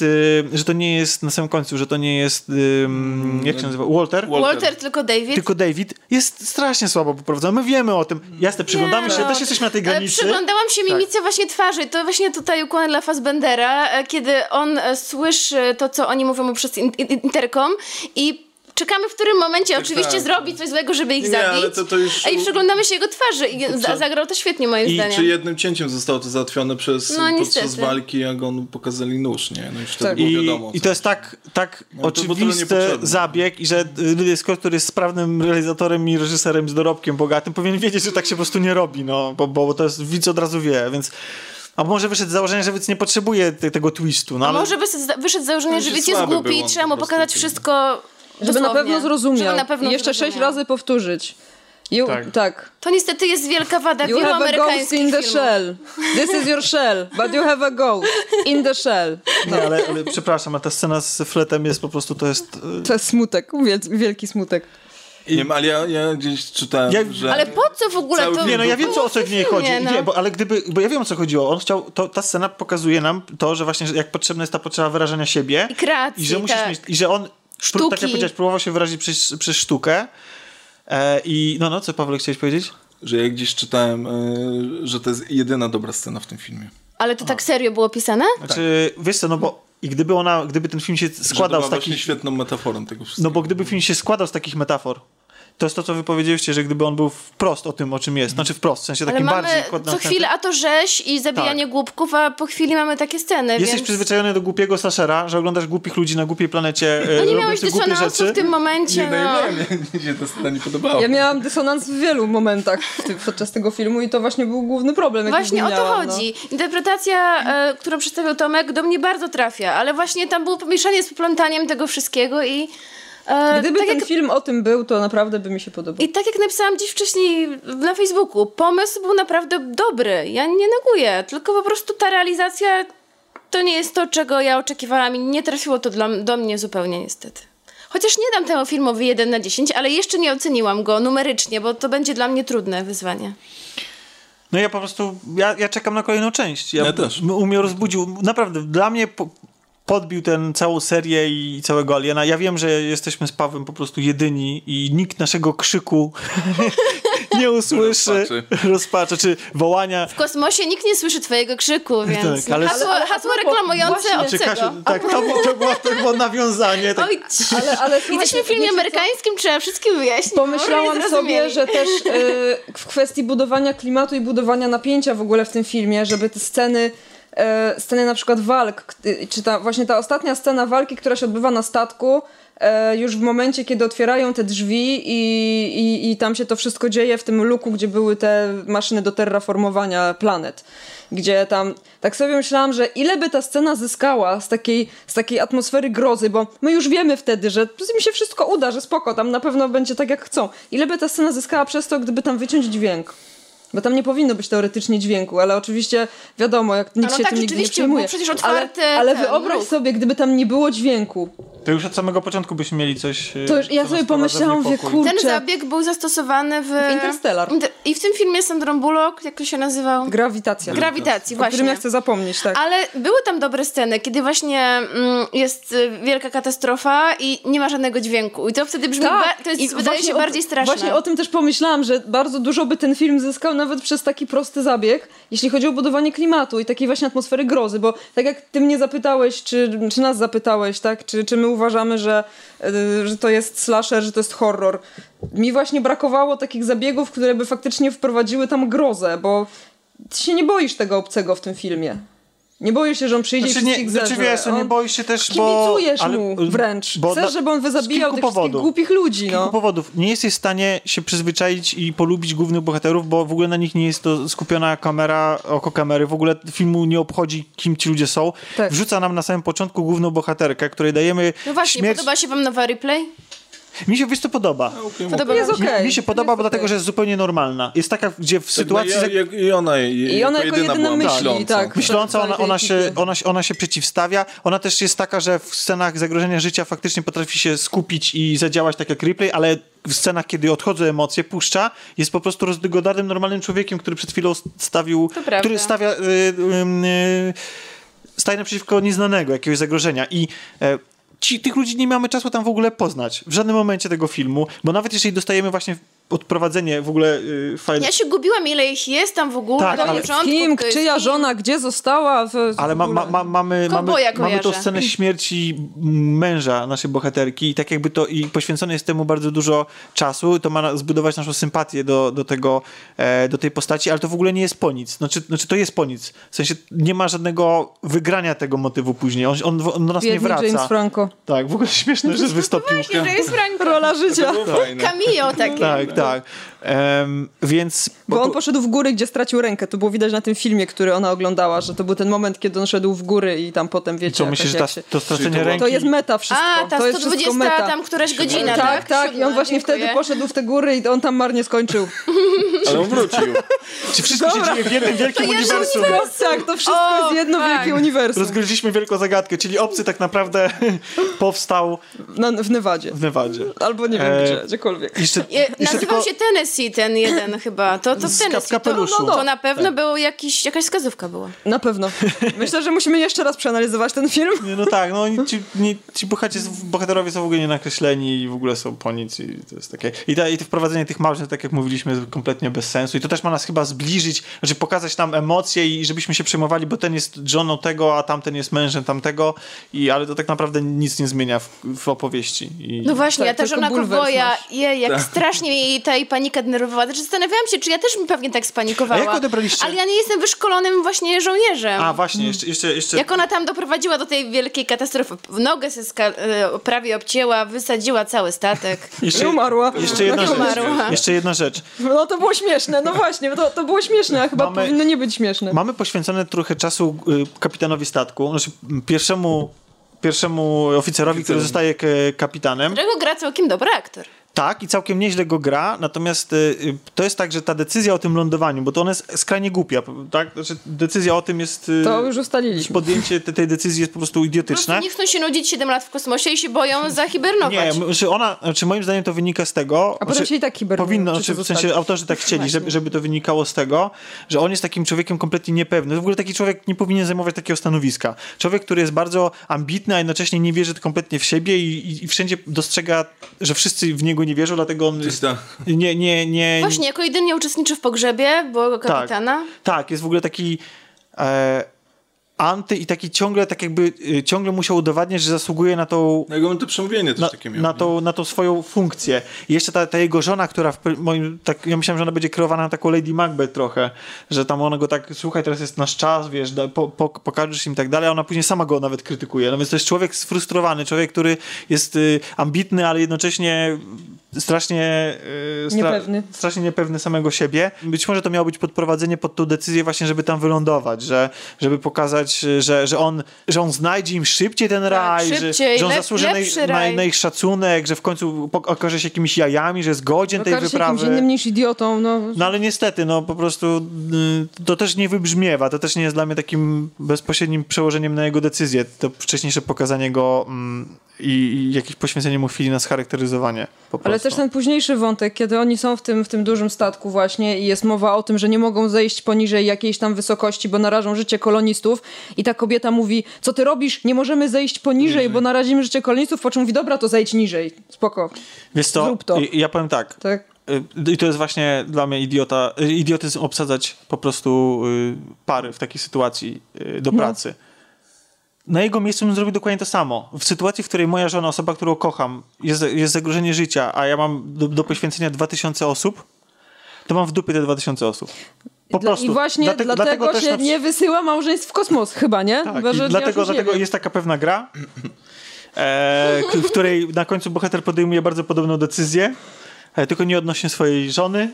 nie jest na samym końcu, że to nie jest jak się nazywa? Walter, tylko David. Tylko David jest strasznie słabo poprowadzony. My wiemy o tym. Jasne, przyglądamy się, też jesteśmy na tej granicy. Przyglądałam się mimice właśnie twarzy. To właśnie tutaj ukłon dla Fassbendera, kiedy on słyszy to, co oni mówią mu przez interkom i czekamy, w którym momencie oczywiście zrobi coś złego, żeby ich zabić. Ale to już... I przyglądamy się jego twarzy i zagrał to świetnie, moim zdaniem. I czy jednym cięciem zostało to załatwione podczas walki, jak on pokazali nóż, nie? No i wtedy było wiadomo. I to jest tak oczywisty zabieg i że Ridley Scott, który jest sprawnym realizatorem i reżyserem z dorobkiem bogatym, powinien wiedzieć, że tak się po prostu nie robi, no, bo to jest, widz od razu wie, więc... A może wyszedł z założenia, że widz nie potrzebuje tego twistu. No, ale... A może wyszedł z założenia, że widz jest głupi i trzeba mu pokazać wszystko... Żeby na pewno zrozumiał. I jeszcze 6 razy powtórzyć. Tak. To niestety jest wielka wada wielu amerykańskich filmów. You have a ghost in the shell. This is your shell, but you have a ghost in the shell. No. Nie, ale przepraszam, a ta scena z fletem jest po prostu, to jest smutek, wielki smutek. Nie wiem, ale ja gdzieś czytałem, że... Ale po co w ogóle to... Nie, no ja wiem, o co w niej chodzi. No. Nie, bo ja wiem, o co chodziło. On chciał, ta scena pokazuje nam to, że właśnie jak potrzebna jest ta potrzeba wyrażania siebie. I kreacji, i że musisz mieć, i że on, tak jak powiedziałeś, próbował się wyrazić przez sztukę. I co Paweł chciałeś powiedzieć? że ja gdzieś czytałem, że to jest jedyna dobra scena w tym filmie. Ale to tak serio było pisane? Znaczy, wiesz co, no bo i gdyby ten film się składał z takich... świetną metaforą tego wszystkiego. No bo gdyby film się składał z takich metafor, to jest to, co wy powiedzieliście, że gdyby on był wprost o tym, o czym jest. Znaczy wprost, w sensie Ale takim mamy bardziej... co chwilę a to rzeź i zabijanie głupków, a po chwili mamy takie sceny, Jesteś więc... przyzwyczajony do głupiego slashera, że oglądasz głupich ludzi na głupiej planecie, No nie miałeś robiących głupie dysonansu rzeczy. w tym momencie, Mi się ta scena nie podobała. Ja miałam dysonans w wielu momentach podczas tego filmu i to właśnie był główny problem, jaki Właśnie o to miałam, chodzi. Interpretacja, którą przedstawił Tomek, do mnie bardzo trafia, ale właśnie tam było pomieszanie z poplątaniem tego wszystkiego i... Gdyby tak ten jak, film o tym był, to naprawdę by mi się podobał. I tak jak napisałam dziś wcześniej na Facebooku, pomysł był naprawdę dobry. Ja nie neguję, tylko po prostu ta realizacja to nie jest to, czego ja oczekiwałam i nie trafiło to do mnie zupełnie niestety. Chociaż nie dam temu filmowi 1 na 10, ale jeszcze nie oceniłam go numerycznie, bo to będzie dla mnie trudne wyzwanie. No ja po prostu, ja czekam na kolejną część. Ja też. Mnie rozbudził, naprawdę, dla mnie podbił tę całą serię i całego Aliena. Ja wiem, że jesteśmy z Pawłem po prostu jedyni i nikt naszego krzyku nie usłyszy, rozpaczy, czy wołania. W kosmosie nikt nie słyszy twojego krzyku, więc Tak, ale- hasło reklamujące właśnie, Czy obcego. Kasiu, tak, to było nawiązanie. Tak. Oj, Ale jesteśmy w filmie amerykańskim, trzeba wszystkim wyjaśnić. Pomyślałam Może nie sobie, zrozumieli. że też w kwestii budowania klimatu i budowania napięcia w ogóle w tym filmie, żeby te sceny na przykład walk, czy właśnie ta ostatnia scena walki, która się odbywa na statku, już w momencie, kiedy otwierają te drzwi i tam się to wszystko dzieje w tym luku, gdzie były te maszyny do terraformowania planet. Gdzie tam, tak sobie myślałam, że ile by ta scena zyskała z takiej atmosfery grozy, bo my już wiemy wtedy, że mi się wszystko uda, że spoko, tam na pewno będzie tak jak chcą. Ile by ta scena zyskała przez to, gdyby tam wyciąć dźwięk? Bo tam nie powinno być teoretycznie dźwięku, ale oczywiście wiadomo, jak nikt no się tak, tym nigdy nie rzeczywiście, przejmuje. bo przecież otwarty ale ten wyobraź mruk. sobie, gdyby tam nie było dźwięku. To już od samego początku byśmy mieli coś... To już ja co sobie nas pomyślałam, wprowadza w wie, niepokój. Ten zabieg był zastosowany w Interstellar. I w tym filmie Sandrą Bullock, jak to się nazywał? Grawitacja. Grawitacji, O którym ja właśnie. chcę zapomnieć, tak. Ale były tam dobre sceny, kiedy właśnie jest wielka katastrofa i nie ma żadnego dźwięku. I to wtedy brzmi, to I jest, wydaje się właśnie bardziej straszne. Właśnie o tym też pomyślałam, że bardzo dużo by ten film zyskał nawet przez taki prosty zabieg, jeśli chodzi o budowanie klimatu i takiej właśnie atmosfery grozy, bo tak jak ty mnie zapytałeś, czy nas zapytałeś, tak, czy my uważamy, że to jest slasher, że to jest horror. Mi właśnie brakowało takich zabiegów, które by faktycznie wprowadziły tam grozę, bo ty się nie boisz tego obcego w tym filmie. Nie boisz się, że on przyjdzie i wszystkich zerze. Wiesz, nie boisz się też, Kibicujesz ale, mu wręcz. bo Chcesz, żeby on wyzabijał tych wszystkich głupich ludzi. Z kilku powodów. Nie jesteś w stanie się przyzwyczaić i polubić głównych bohaterów, bo w ogóle na nich nie jest to skupiona kamera, oko kamery. W ogóle filmu nie obchodzi, kim ci ludzie są. Tak. Wrzuca nam na samym początku główną bohaterkę, której dajemy No właśnie, śmierć. podoba się wam nowa replay? Mi się, wiesz co, podoba. Podoba Jest wam się? okej. Mi się podoba, Jest bo dlatego, okej. że jest zupełnie normalna. Jest taka, gdzie w sytuacji... I ona jako jedyna była myśli, myśląca. tak. Myśląca, Tak, ona się przeciwstawia. Ona też jest taka, że w scenach zagrożenia życia faktycznie potrafi się skupić i zadziałać tak jak Ripley, ale w scenach, kiedy odchodzą emocje, puszcza, jest po prostu rozdygodarnym, normalnym człowiekiem, który przed chwilą który staje naprzeciwko nieznanego, jakiegoś zagrożenia. I tych ludzi nie mamy czasu tam w ogóle poznać. W żadnym momencie tego filmu, bo nawet jeżeli dostajemy właśnie odprowadzenie w ogóle fajne. Ja się gubiłam, ile ich jest tam w ogóle Tak, na ale początku. Kim, kto jest czyja kim. żona, gdzie została. Ale mamy Cowboya tą kojarzę. scenę śmierci męża naszej bohaterki i tak jakby to i poświęcone jest temu bardzo dużo czasu, to ma zbudować naszą sympatię do tej postaci, ale to w ogóle nie jest po nic. Znaczy to jest po nic. W sensie nie ma żadnego wygrania tego motywu później. On do nas nie Biedny wraca. James Franco. Tak, w ogóle śmieszne, że wystąpił. Właśnie, że jest Franco. Rola życia. To było fajne. Cameo takie. Tak. Więc... Bo on poszedł w góry, gdzie stracił rękę. To było widać na tym filmie, który ona oglądała, że to był ten moment, kiedy on szedł w góry i tam potem, wiecie... Co myślisz, że to stracenie ręki... To jest meta wszystko. A, ta to jest wszystko 120 meta. tam któraś godzina, Tak, tak. I on Siódma, właśnie dziękuję. wtedy poszedł w te góry i on tam marnie skończył. Ale on wrócił. Czy wszystko się dzieje w jednym wielkim uniwersum? Tak, to wszystko jest jedno tak. wielkie uniwersum. Rozgryźliśmy wielką zagadkę, czyli obcy tak naprawdę powstał W Nevadzie. w Nevadzie. Albo nie wiem gdziekolwiek. Jeszcze Na nazywał się Tennessee, ten jeden chyba. To w Tennessee. kapeluszu. To na pewno był jakaś wskazówka była. Na pewno. Myślę, że musimy jeszcze raz przeanalizować ten film. No tak, no ci bohaterowie są w ogóle nie nakreśleni i w ogóle są po nic i to jest takie... I to wprowadzenie tych małżeństw, tak jak mówiliśmy, jest kompletnie bez sensu i to też ma nas chyba zbliżyć, znaczy pokazać tam emocje i żebyśmy się przejmowali, bo ten jest żoną tego, a tamten jest mężem tamtego, ale to tak naprawdę nic nie zmienia w opowieści. No właśnie, Tak, a ta żona kowboja, jak Tak. strasznie jej ta panika denerwowała. Znaczy zastanawiałam się, czy ja też bym pewnie tak spanikowała. A jak odebraliście? Ale ja nie jestem wyszkolonym właśnie żołnierzem. A właśnie, jeszcze... Jak ona tam doprowadziła do tej wielkiej katastrofy. W nogę się prawie obcięła, wysadziła cały statek. I umarła. Jeszcze jedna rzecz. No to było śmieszne, no właśnie, to było śmieszne, a chyba powinno nie być śmieszne. Mamy poświęcone trochę czasu kapitanowi statku, znaczy pierwszemu oficerowi, który zostaje kapitanem. Którego gra całkiem dobry aktor. Tak, i całkiem nieźle go gra, natomiast to jest tak, że ta decyzja o tym lądowaniu, bo to ona jest skrajnie głupia, tak? Znaczy, decyzja o tym jest... To już ustaliliśmy. Podjęcie tej decyzji jest po prostu idiotyczne. Po prostu nie chcą się nudzić 7 lat w kosmosie i się boją zahibernować. Nie, moim zdaniem to wynika z tego... A potem się i tak hibernują. W sensie autorzy tak chcieli, żeby to wynikało z tego, że on jest takim człowiekiem kompletnie niepewny. W ogóle taki człowiek nie powinien zajmować takiego stanowiska. Człowiek, który jest bardzo ambitny, a jednocześnie nie wierzy kompletnie w siebie i wszędzie dostrzega, że wszyscy w niego nie wierzą, dlatego on nie... Właśnie, jako jedynie uczestniczy w pogrzebie byłego kapitana. Tak, jest w ogóle taki anty i taki ciągle musiał udowadniać, że zasługuje na tą... No to przemówienie też takie miało. Na tą swoją funkcję. I jeszcze ta jego żona, która ja myślałem, że ona będzie kreowana na taką Lady Macbeth trochę, że tam ona go tak, słuchaj, teraz jest nasz czas, wiesz, pokażesz im i tak dalej, a ona później sama go nawet krytykuje. No więc to jest człowiek sfrustrowany, człowiek, który jest ambitny, ale jednocześnie strasznie niepewny samego siebie. Być może to miało być podprowadzenie pod tą decyzję właśnie, żeby tam wylądować, żeby pokazać, że on znajdzie im szybciej ten raj, że on zasłuży na ich szacunek, że w końcu okaże się jakimiś jajami, że jest godzien tej wyprawy. Jakimś innym niż idiotą. No ale niestety, po prostu to też nie wybrzmiewa, to też nie jest dla mnie takim bezpośrednim przełożeniem na jego decyzję. To wcześniejsze pokazanie go i jakieś poświęcenie mu chwili na scharakteryzowanie. Ale też ten późniejszy wątek, kiedy oni są w tym dużym statku właśnie i jest mowa o tym, że nie mogą zejść poniżej jakiejś tam wysokości, bo narażą życie kolonistów i ta kobieta mówi, co ty robisz? Nie możemy zejść poniżej, bo narazimy życie kolonistów, po czym mówi, dobra, to zejdź niżej. Spoko. Wiesz co? Zrób to. Ja powiem tak. I to jest właśnie dla mnie idiotyzm obsadzać po prostu pary w takiej sytuacji do pracy. Na jego miejscu bym zrobił dokładnie to samo. W sytuacji, w której moja żona, osoba, którą kocham, jest zagrożenie życia, a ja mam do poświęcenia 2000 osób, to mam w dupie te 2000 osób. Po prostu. I właśnie dlatego się nie wysyła małżeństw w kosmos, chyba, nie? Tak, dlatego jest taka pewna gra, w której na końcu bohater podejmuje bardzo podobną decyzję, tylko nie odnośnie swojej żony.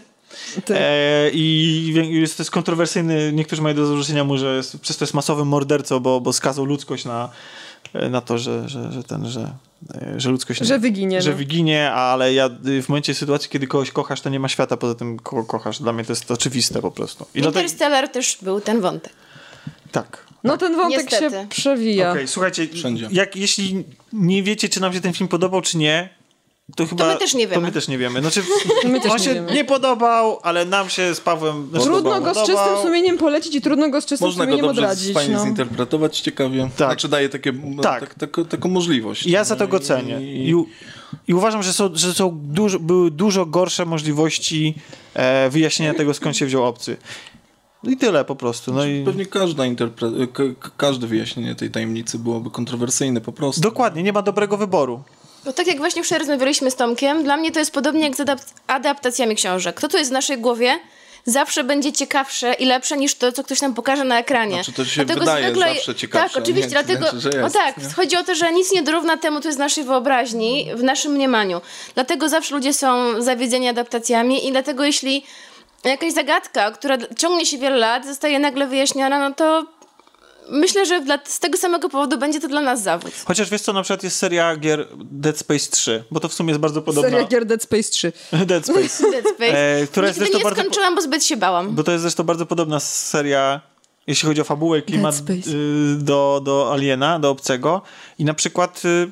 I to jest kontrowersyjny. Niektórzy mają do zarzucenia mu, że przez to jest masowym mordercą, bo skazał ludzkość na to, że ludzkość wyginie, ale ja w momencie sytuacji, kiedy kogoś kochasz, to nie ma świata poza tym, kogo kochasz. Dla mnie to jest oczywiste po prostu. Interstellar też był ten wątek. Tak. No ten wątek Niestety się przewija. Okej, słuchajcie, jeśli nie wiecie, czy nam się ten film podobał, czy nie, to my też nie wiemy. To my też nie wiemy. Znaczy, on się nie podobał, ale nam się z Pawłem trudno go z czystym sumieniem polecić i trudno go z czystym sumieniem odradzić. Można go fajnie zinterpretować ciekawie. Tak. Znaczy daje taką możliwość. Ja za to go cenię. I uważam, że były dużo gorsze możliwości wyjaśnienia tego, skąd się wziął obcy. I tyle po prostu. Pewnie każde wyjaśnienie tej tajemnicy byłoby kontrowersyjne po prostu. Dokładnie, nie ma dobrego wyboru. Bo tak jak właśnie wczoraj rozmawialiśmy z Tomkiem, dla mnie to jest podobnie jak z adaptacjami książek. To, co jest w naszej głowie, zawsze będzie ciekawsze i lepsze niż to, co ktoś nam pokaże na ekranie. Znaczy to się wydaje zawsze ciekawsze. Tak, oczywiście, dlatego... Chodzi o to, że nic nie dorówna temu, co jest w naszej wyobraźni, w naszym mniemaniu. Dlatego zawsze ludzie są zawiedzeni adaptacjami i dlatego jeśli jakaś zagadka, która ciągnie się wiele lat, zostaje nagle wyjaśniona, no to myślę, że z tego samego powodu będzie to dla nas zawód. Chociaż wiesz co, na przykład jest seria gier Dead Space 3, bo to w sumie jest bardzo podobna. Seria gier Dead Space 3. Dead Space. Która jest nie skończyłam, bo zbyt się bałam. Bo to jest zresztą bardzo podobna seria, jeśli chodzi o fabułę, klimat do Aliena, do Obcego. I na przykład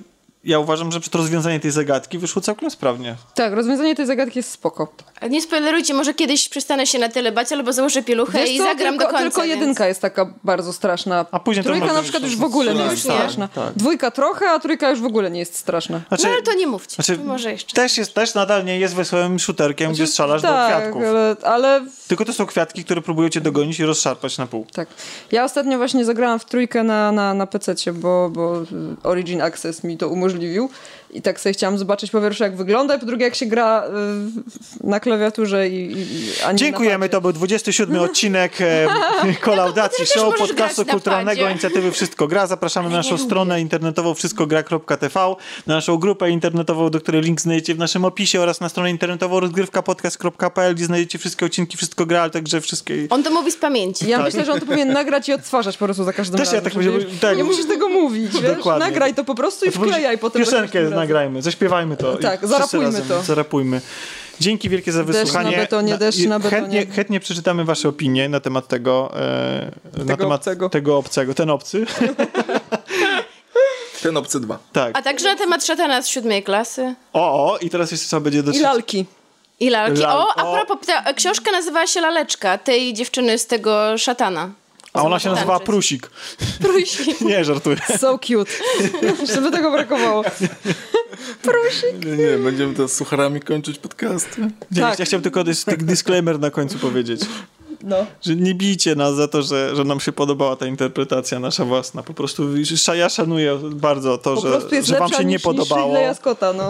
ja uważam, że to rozwiązanie tej zagadki wyszło całkiem sprawnie. Tak, rozwiązanie tej zagadki jest spoko. A nie spoilerujcie, może kiedyś przestanę się na tyle bać, albo założę pieluchę Wiesz i co, zagram do końca. tylko jedynka jest taka bardzo straszna. A później to Trójka można na przykład już już w ogóle nie tak, jest tak, straszna. tak. Dwójka trochę, a trójka już w ogóle nie jest straszna. Znaczy, No ale to nie mówcie, znaczy, może jeszcze. też nadal nie jest wesołym shooterkiem, gdzie strzelasz do Tak, kwiatków. ale Tylko to są kwiatki, które próbują cię dogonić i rozszarpać na pół. tak. Ja ostatnio właśnie zagrałam w trójkę na PC-cie, bo Origin Access mi to umożliwił. I tak sobie chciałam zobaczyć po pierwsze jak wygląda, i po drugie jak się gra na klawiaturze a nie Dziękujemy, na padzie. to był 27 odcinek Kolaudacji też Show, możesz podcastu grać na kulturalnego padzie. inicjatywy Wszystko Gra. Zapraszamy na Ale naszą nie stronę internetową wszystkogra.tv, na naszą grupę internetową, do której link znajdziecie w naszym opisie, oraz na stronę internetową rozgrywkapodcast.pl, gdzie znajdziecie wszystkie odcinki Wszystko Gra, ale także wszystkie... On to mówi z pamięci. Ja myślę, że on to powinien nagrać i odtwarzać po prostu za każdym Też ja razem. tak żeby- myślę, tak. Nie musisz tego mówić, wiesz? Dokładnie. Nagraj to po prostu i wklejaj potem. za Piosenkę każdym razem. nagrajmy, zaśpiewajmy to. Tak, i wszyscy zarapujmy razem to. Zarapujmy. Dzięki wielkie za Deszcz wysłuchanie. na betonie, deszcz na betonie. Chętnie przeczytamy wasze opinie na temat tego, na temat obcego. tego obcego. Ten obcy. Ten obcy 2. Tak. A także na temat szatana z 7 klasy. I teraz jeszcze trzeba będzie I dotrzeć. lalki. I lalki. A O. propos, ta książka nazywała się Laleczka, tej dziewczyny z tego szatana. A ona się nazywała Tańczyć. Prusik. Prusik. Nie, żartuję. So cute. Żeby tego brakowało. Nie, będziemy teraz z sucharami kończyć podcasty. Nie, Tak. Ja chciałem tylko disclaimer na końcu powiedzieć. No. Że nie bijcie nas za to, że nam się podobała ta interpretacja nasza własna. Po prostu ja szanuję bardzo to, Po prostu jest że wam lepsza się nie niż podobało. Ridleya Scotta, no.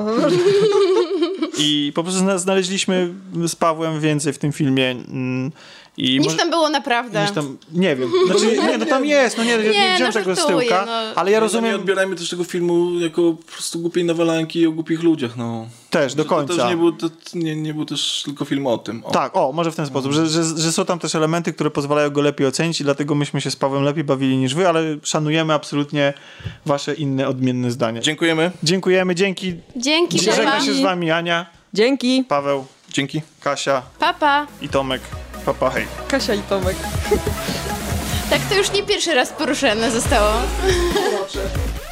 I po prostu znaleźliśmy z Pawłem więcej w tym filmie. I Niż tam było naprawdę. niż tam, nie wiem. Znaczy, nie, no tam jest, no nie wziąłem no tego z żartuję, tyłka, no. ale ja Nie rozumiem odbierajmy też tego filmu jako po prostu głupiej nawalanki o głupich ludziach, no. też do końca. To też nie był też tylko film o tym. O. Tak, może w ten sposób, że są tam też elementy, które pozwalają go lepiej ocenić i dlatego myśmy się z Pawłem lepiej bawili niż wy, ale szanujemy absolutnie wasze inne, odmienne zdania. Dziękujemy. Dziękujemy, dzięki. Dzięki, Żegna papa. się z wami Ania, Dzięki. Paweł, Dzięki. Kasia Papa. i Tomek. Papa, hej. Kasia i Tomek. Tak to już nie pierwszy raz poruszane zostało. Proszę.